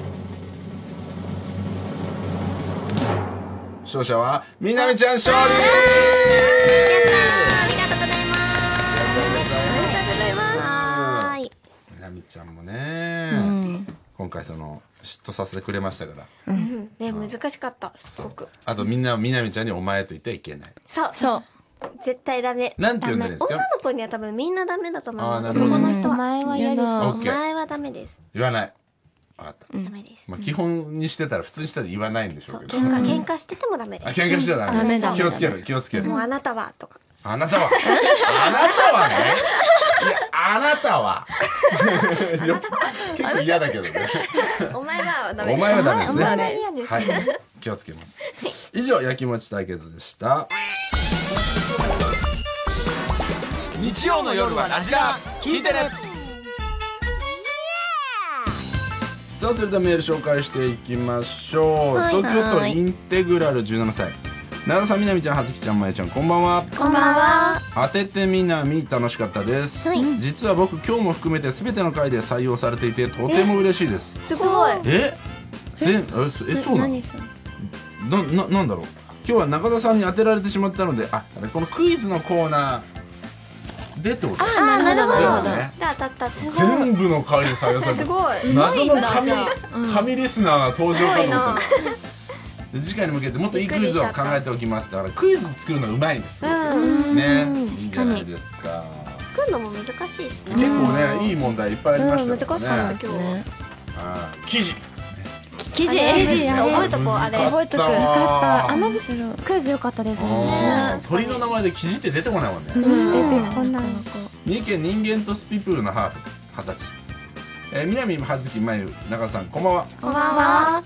勝者はみなみちゃん勝利。 はーい。 みなみちゃんもね、今回その嫉妬させてくれましたから、 ね難しかったすごく。 あとみんなみなみちゃんにお前と言ってはいけない。 そう絶対ダメ。 なんて呼んでるんですか。 女の子には多分みんなダメだと思う。 あーなるほど男の人は前は嫌です。 オッケー前はダメです。 言わない。分かった。 ダメです。 まあ基本にしてたら普通にしたら言わないんでしょうけど。 喧嘩しててもダメです。 喧嘩してたらダメだ気をつける気をつける。 もうあなたはとか。 あなたはあなたはね。いやあなたは結構嫌だけどね。 お前はダメです。 お前はダメですね。 お前は嫌です。 はい、気をつけます。以上やきもち対決でした。日曜の夜はラジラ聞いてね。さあそれではメール紹介していきましょう。 はい東京都インテグラル17歳長田さん、みなみちゃん、はずきちゃん、まゆちゃん、こんばんは。 こんばんは。 当ててみなみ楽しかったです、実は僕今日も含めて全ての回で採用されていてとても嬉しいです。 すごい。 そうなの。なんだろう。今日は中田さんに当てられてしまったので、このクイズのコーナーでってこと。 なるほど。 だよね。 当たった。すごい。 全部の回で採用されてる。 すごい。 謎の神リスナーが登場かと思った。次回に向けてもっといいクイズを考えておきます。だからクイズ作るのうまいんですよね。いいじゃないですか。 作るのも難しいしね。 結構ねいい問題いっぱいありましたね。 難しかった今日。 記事覚えとこう。あれ覚えとく。 あのクイズ良かったですもんね。 鳥の名前で記事って出てこないもんね。三重県人間とスピプールのハーフ20歳。南葉月まゆ中田さんこんばんは。 こんばんは。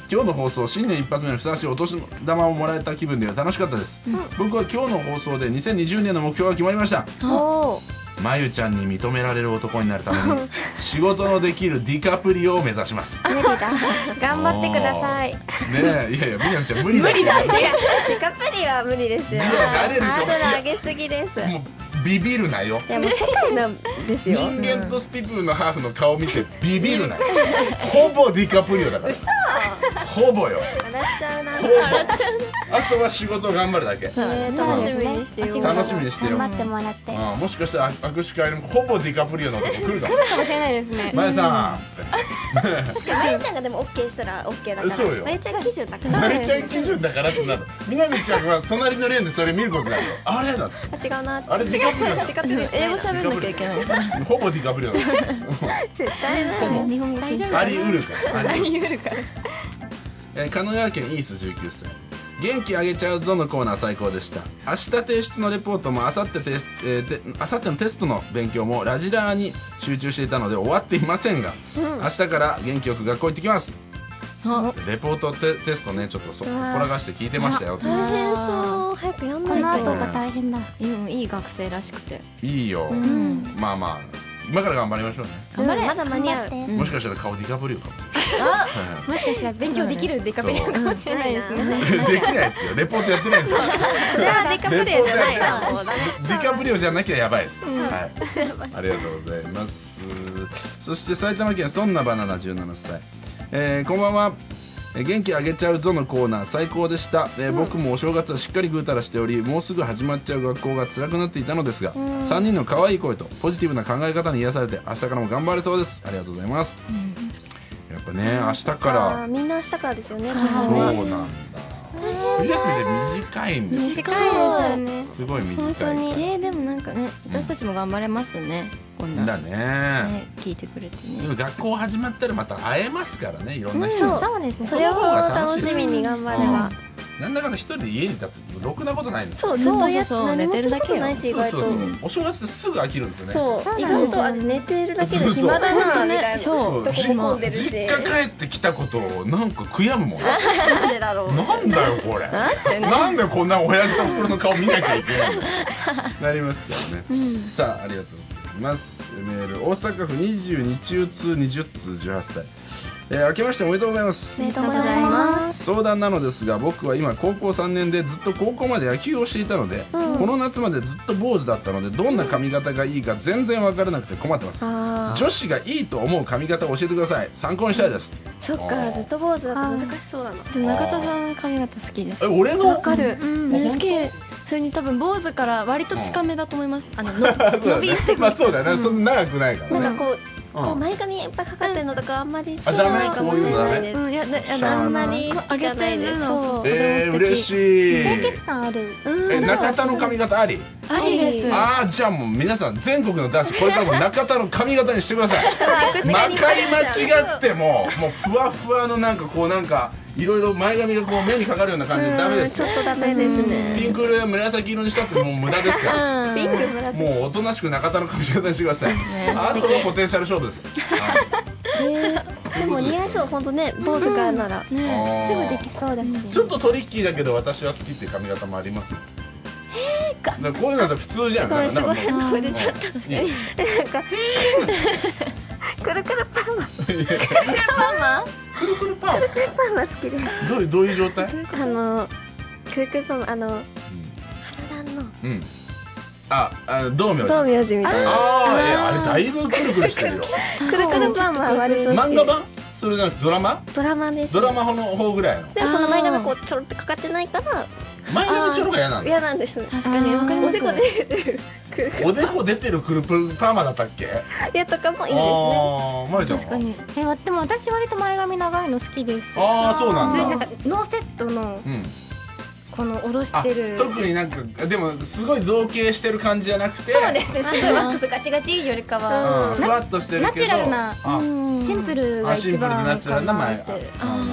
今日の放送新年一発目のふさわしいお年玉をもらえた気分で楽しかったです、僕は今日の放送で2020年の目標が決まりました。まゆちゃんに認められる男になるために仕事のできるディカプリオを目指します。 無理だ。頑張ってください。 ねえ、いやいや、みなみちゃん無理だよ。 ディカプリは無理ですよ。 いやなれるかも。 ハードル上げすぎです。 もうビビるなよ。 いやもう世界なんですよ。 人間とスピプーのハーフの顔見てビビるなよ。ほぼディカプリオだから。ほぼよ。 笑っちゃうな。 笑っちゃう。あとは仕事を頑張るだけ。 楽しみにしてよ。 楽しみにしてよ。 頑張ってもらって。 もしかしたら握手会にもほぼディカプリオの男来るかも。 来るかもしれないですね。 まゆさん。 確かにまゆちゃんがでもオッケーしたらオッケーだから。 そうよ。 まゆちゃん基準だから。 まゆちゃん基準だからってなる。みなみちゃんは隣のレーンでそれ見ることになるよ。あれだ。 違うな。 あれディカプリオじゃん。 ディカプリオ英語喋んなきゃいけない。 ほぼディカプリオ。 絶対な。日本語大丈夫。 あり得るから。 あり得るから。 神奈川県イース19歳。元気あげちゃうぞのコーナー最高でした。明日提出のレポートも明後日のテストの勉強もラジラーに集中していたので終わっていませんが、明日から元気よく学校行ってきます。レポートテストね、ちょっとこらがして聞いてましたよ。 大変そう。早くやんないと。 この後が大変だ。 いい学生らしくていいよ。まあまあ今から頑張りましょうね。 頑張れ。まだ間に合う。 もしかしたら顔ディカプリオかも。 もしかしたら勉強できるディカプリオかもしれないですね。 できないですよ。レポートやってないですよ。 じゃあディカプリオじゃないな。 ディカプリオじゃなきゃやばいです。はい。ありがとうございます。そして埼玉県そんなバナナ17歳。こんばんは。元気あげちゃうぞのコーナー最高でした。僕もお正月はしっかりぐうたらしており、もうすぐ始まっちゃう学校が辛くなっていたのですが、3人の可愛い声とポジティブな考え方に癒されて明日からも頑張れそうです。ありがとうございます。やっぱね、明日からみんな明日からですよね。 そうなんだ。冬休みで短いんですよ。 短いですよね。 すごい短いから。 でもなんかね、私たちも頑張れますね。こんなだね。 聞いてくれてね。 でも学校始まったらまた会えますからね、いろんな人。 そうですね。それを楽しみに頑張れば。 なんだかんだ一人で家にいたってろくなことないんですよ。 そう、ずっと寝てるだけないし、意外と。 お正月ってすぐ飽きるんですよね。 そう、意外と寝てるだけで暇だなみたいな。そう、 実家帰ってきたことをなんか悔やむもん。 なんでだろう。 なんだよこれ。なんでこんな親父と袋の顔見なきゃいけないの。なりますからね。さあ、ありがとうございます。メール、大阪府22中通20通18歳。明けましておめでとうございます。 おめでとうございます。 相談なのですが、僕は今高校3年でずっと高校まで野球をしていたので、この夏までずっと坊主だったので、どんな髪型がいいか全然分からなくて困ってます。女子がいいと思う髪型を教えてください。参考にしたいです。 そっか、ずっと坊主だと難しそうだな。 中田さん髪型好きです。 俺のわかる。好き。それに多分坊主から割と近めだと思います。伸びしてまあそうだね。そんな長くないからね。 なんかこう前髪いっぱいかかってるのとかあんまり好きじゃないかもしれないです。あんまり好きじゃないです。 嬉しい。 清潔感ある。 中田の髪型あり？ ありです。 じゃあもう皆さん全国の男子これからも中田の髪型にしてください。まかり間違ってもうふわふわのなんかこうなんかいろいろ前髪がこう目にかかるような感じでダメですよ。 ちょっとダメですね。 ピンク色や紫色にしたってもう無駄ですから。 ピンク紫。 もうおとなしく中田の髪型にしてください。あとはポテンシャル勝負です。 でも似合いそう、本当ね、坊主からならすぐできそうだし。 ちょっとトリッキーだけど私は好きっていう髪型もありますよ。こういうのだと普通じゃん。 これすごいこれちょっと確かになんかくるくるパーマくるくるパーマくるくるパーマくるくるパーマ好きです。 どういう状態？ くるくるパーマ原田の道明寺みたいな。 あれだいぶくるくるしてるよ。 くるくるパーマは割と漫画版？それじゃなくてドラマ？ ドラマです。 ドラマの方ぐらいの。 でその前髪こうちょろってかかってないから前髪ちょろが嫌なんだ。 嫌なんです。 確かにわかります。 おでこ出てるおでこ出てるくるくるパーマだったっけ？ いやとかもいいですね。 まゆちゃんは？ 確かに。 でも私割と前髪長いの好きです。 そうなんだ。 なんかノーセットのこの下ろしてる。 特になんかでもすごい造形してる感じじゃなくて。 そうですね。すごいワックスガチガチよりかはふわっとしてるけどナチュラルなシンプルが一番ナチュラルな前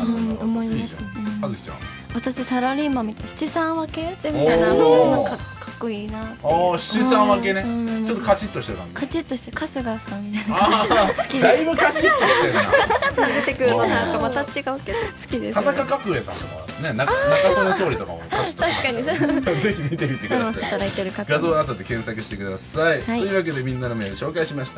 思います。 はずきちゃん。 私サラリーマンみたい七三分けってみたいなかっこいいな。 ああ、七三分けね、 うんちょっとカチッとしてる感じ。 カチッとして春日さんみたいな。 ああ、だいぶカチッとしてるな。 出てくるとなんかまた違うけど好きです。 田中角栄さんとかね、中曽根総理とかもカチッとしてますからぜひ見てみてください。 働いてる方。 画像の後で検索してください。というわけでみんなのメール紹介しました。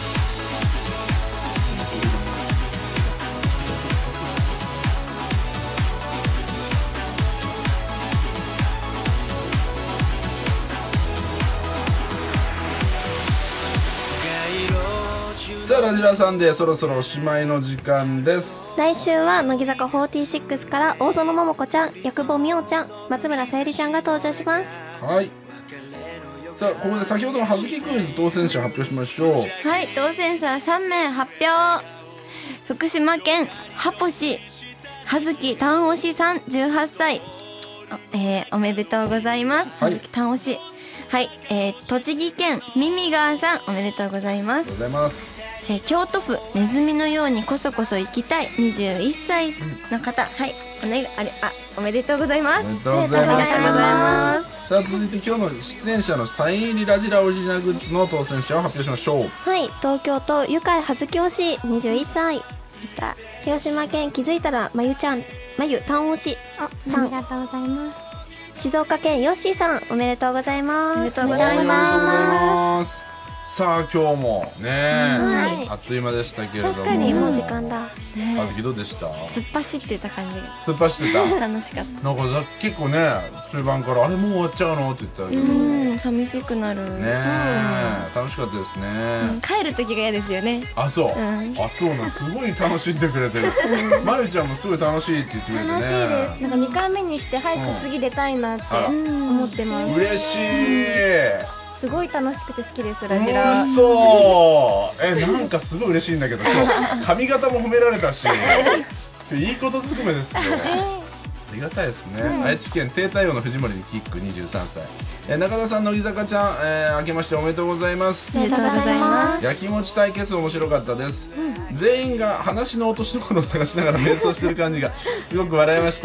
さあラジラさんでそろそろおしまいの時間です。 来週は乃木坂46から大園桃子ちゃん、薬母美桜ちゃん、松村さゆりちゃんが登場します。 はい。さあここで先ほどの葉月クイズ当選者発表しましょう。 はい、当選者3名発表。福島県ハポ市葉月丹押しさん18歳、おめでとうございます。 はい葉月丹押し。はい、栃木県ミミガーさんおめでとうございます。 ありがとうございます。 京都府ネズミのようにこそこそ生きたい21歳の方、はい、おめでとうございます。 おめでとうございます。 ありがとうございます。 さあ続いて今日の出演者のサイン入りラジラオリジナルグッズの当選者を発表しましょう。 はい、東京都ゆかいはずき推し21歳。また広島県気づいたらまゆちゃん、まゆたん推しさん。 ありがとうございます。 静岡県よっしーさんおめでとうございます。 おめでとうごおざいめでとうございまます。さあ今日もね、あっという間でしたけれども、 確かにもう時間だ。 あずきどうでした？ す。突っ走ってた感じ突っ走ってた。 が楽しかった。 なんか結構ね、中盤からあれもう終わっちゃうのって言ってたけど、ねうん、寂しくなる。 楽しかったですね。 帰る時が嫌ですよね。 あ、そう、 んあ、そうなん、すごい楽しんでくれてる。まるちゃんもすごい楽しいって言ってくれてね。 楽しいです。なんか2回目にして早く次出たいなって思ってます。 嬉しい。 すごい楽しくて好きですラジラ。 嘘。なんかすごい嬉しいんだけど、今日髪型も褒められたし、いいことずくめですよ。ありがたいですね。愛知県低体温の藤森にキック23歳。中田さん、乃木坂ちゃん、明けましておめでとうございます。 ありがとうございます。 焼き餅対決面白かったです、全員が話の落としどころを探しながら瞑想してる感じがすごく笑いました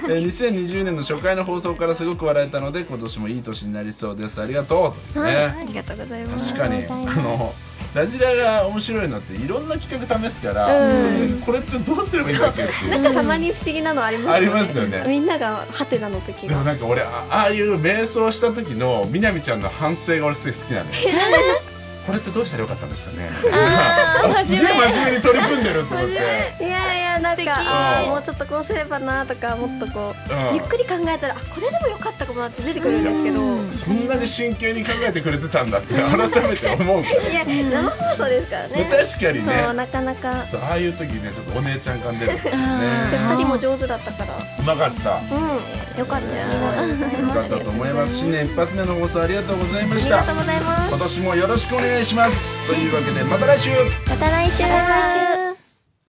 、2020年の初回の放送からすごく笑えたので今年もいい年になりそうです。ありがとう、ね、 ありがとうございます。 確かにラジラが面白いのっていろんな企画試すから、これってどうすればいいんだっけっていうなんかたまに不思議なのありますよね。 ありますよね。 みんながハテナの時でもが。 なんか俺ああいう瞑想した時のみなみちゃんの反省が俺すごい好きなのよ。これってどうしたらよかったんですかね。すげえ真面目に取り組んでるって思って。 いやいや、なんかもうちょっとこうすればなとか、もっとこうゆっくり考えたら、これでもよかったかもなって出てくるんですけど、 そんなに真剣に考えてくれてたんだって改めて思うから。 いや生放送ですからね。 確かにね。 そうなかなか。 そうああいう時ね、ちょっとお姉ちゃん感出るんですよでね。 2人も上手だったから、 うまかった。 よかったです。 よかったと思います。新年一発目の放送ありがとうございました。 ありがとうございます。 今年もよろしくお願いします。というわけでまた来週。 また来週。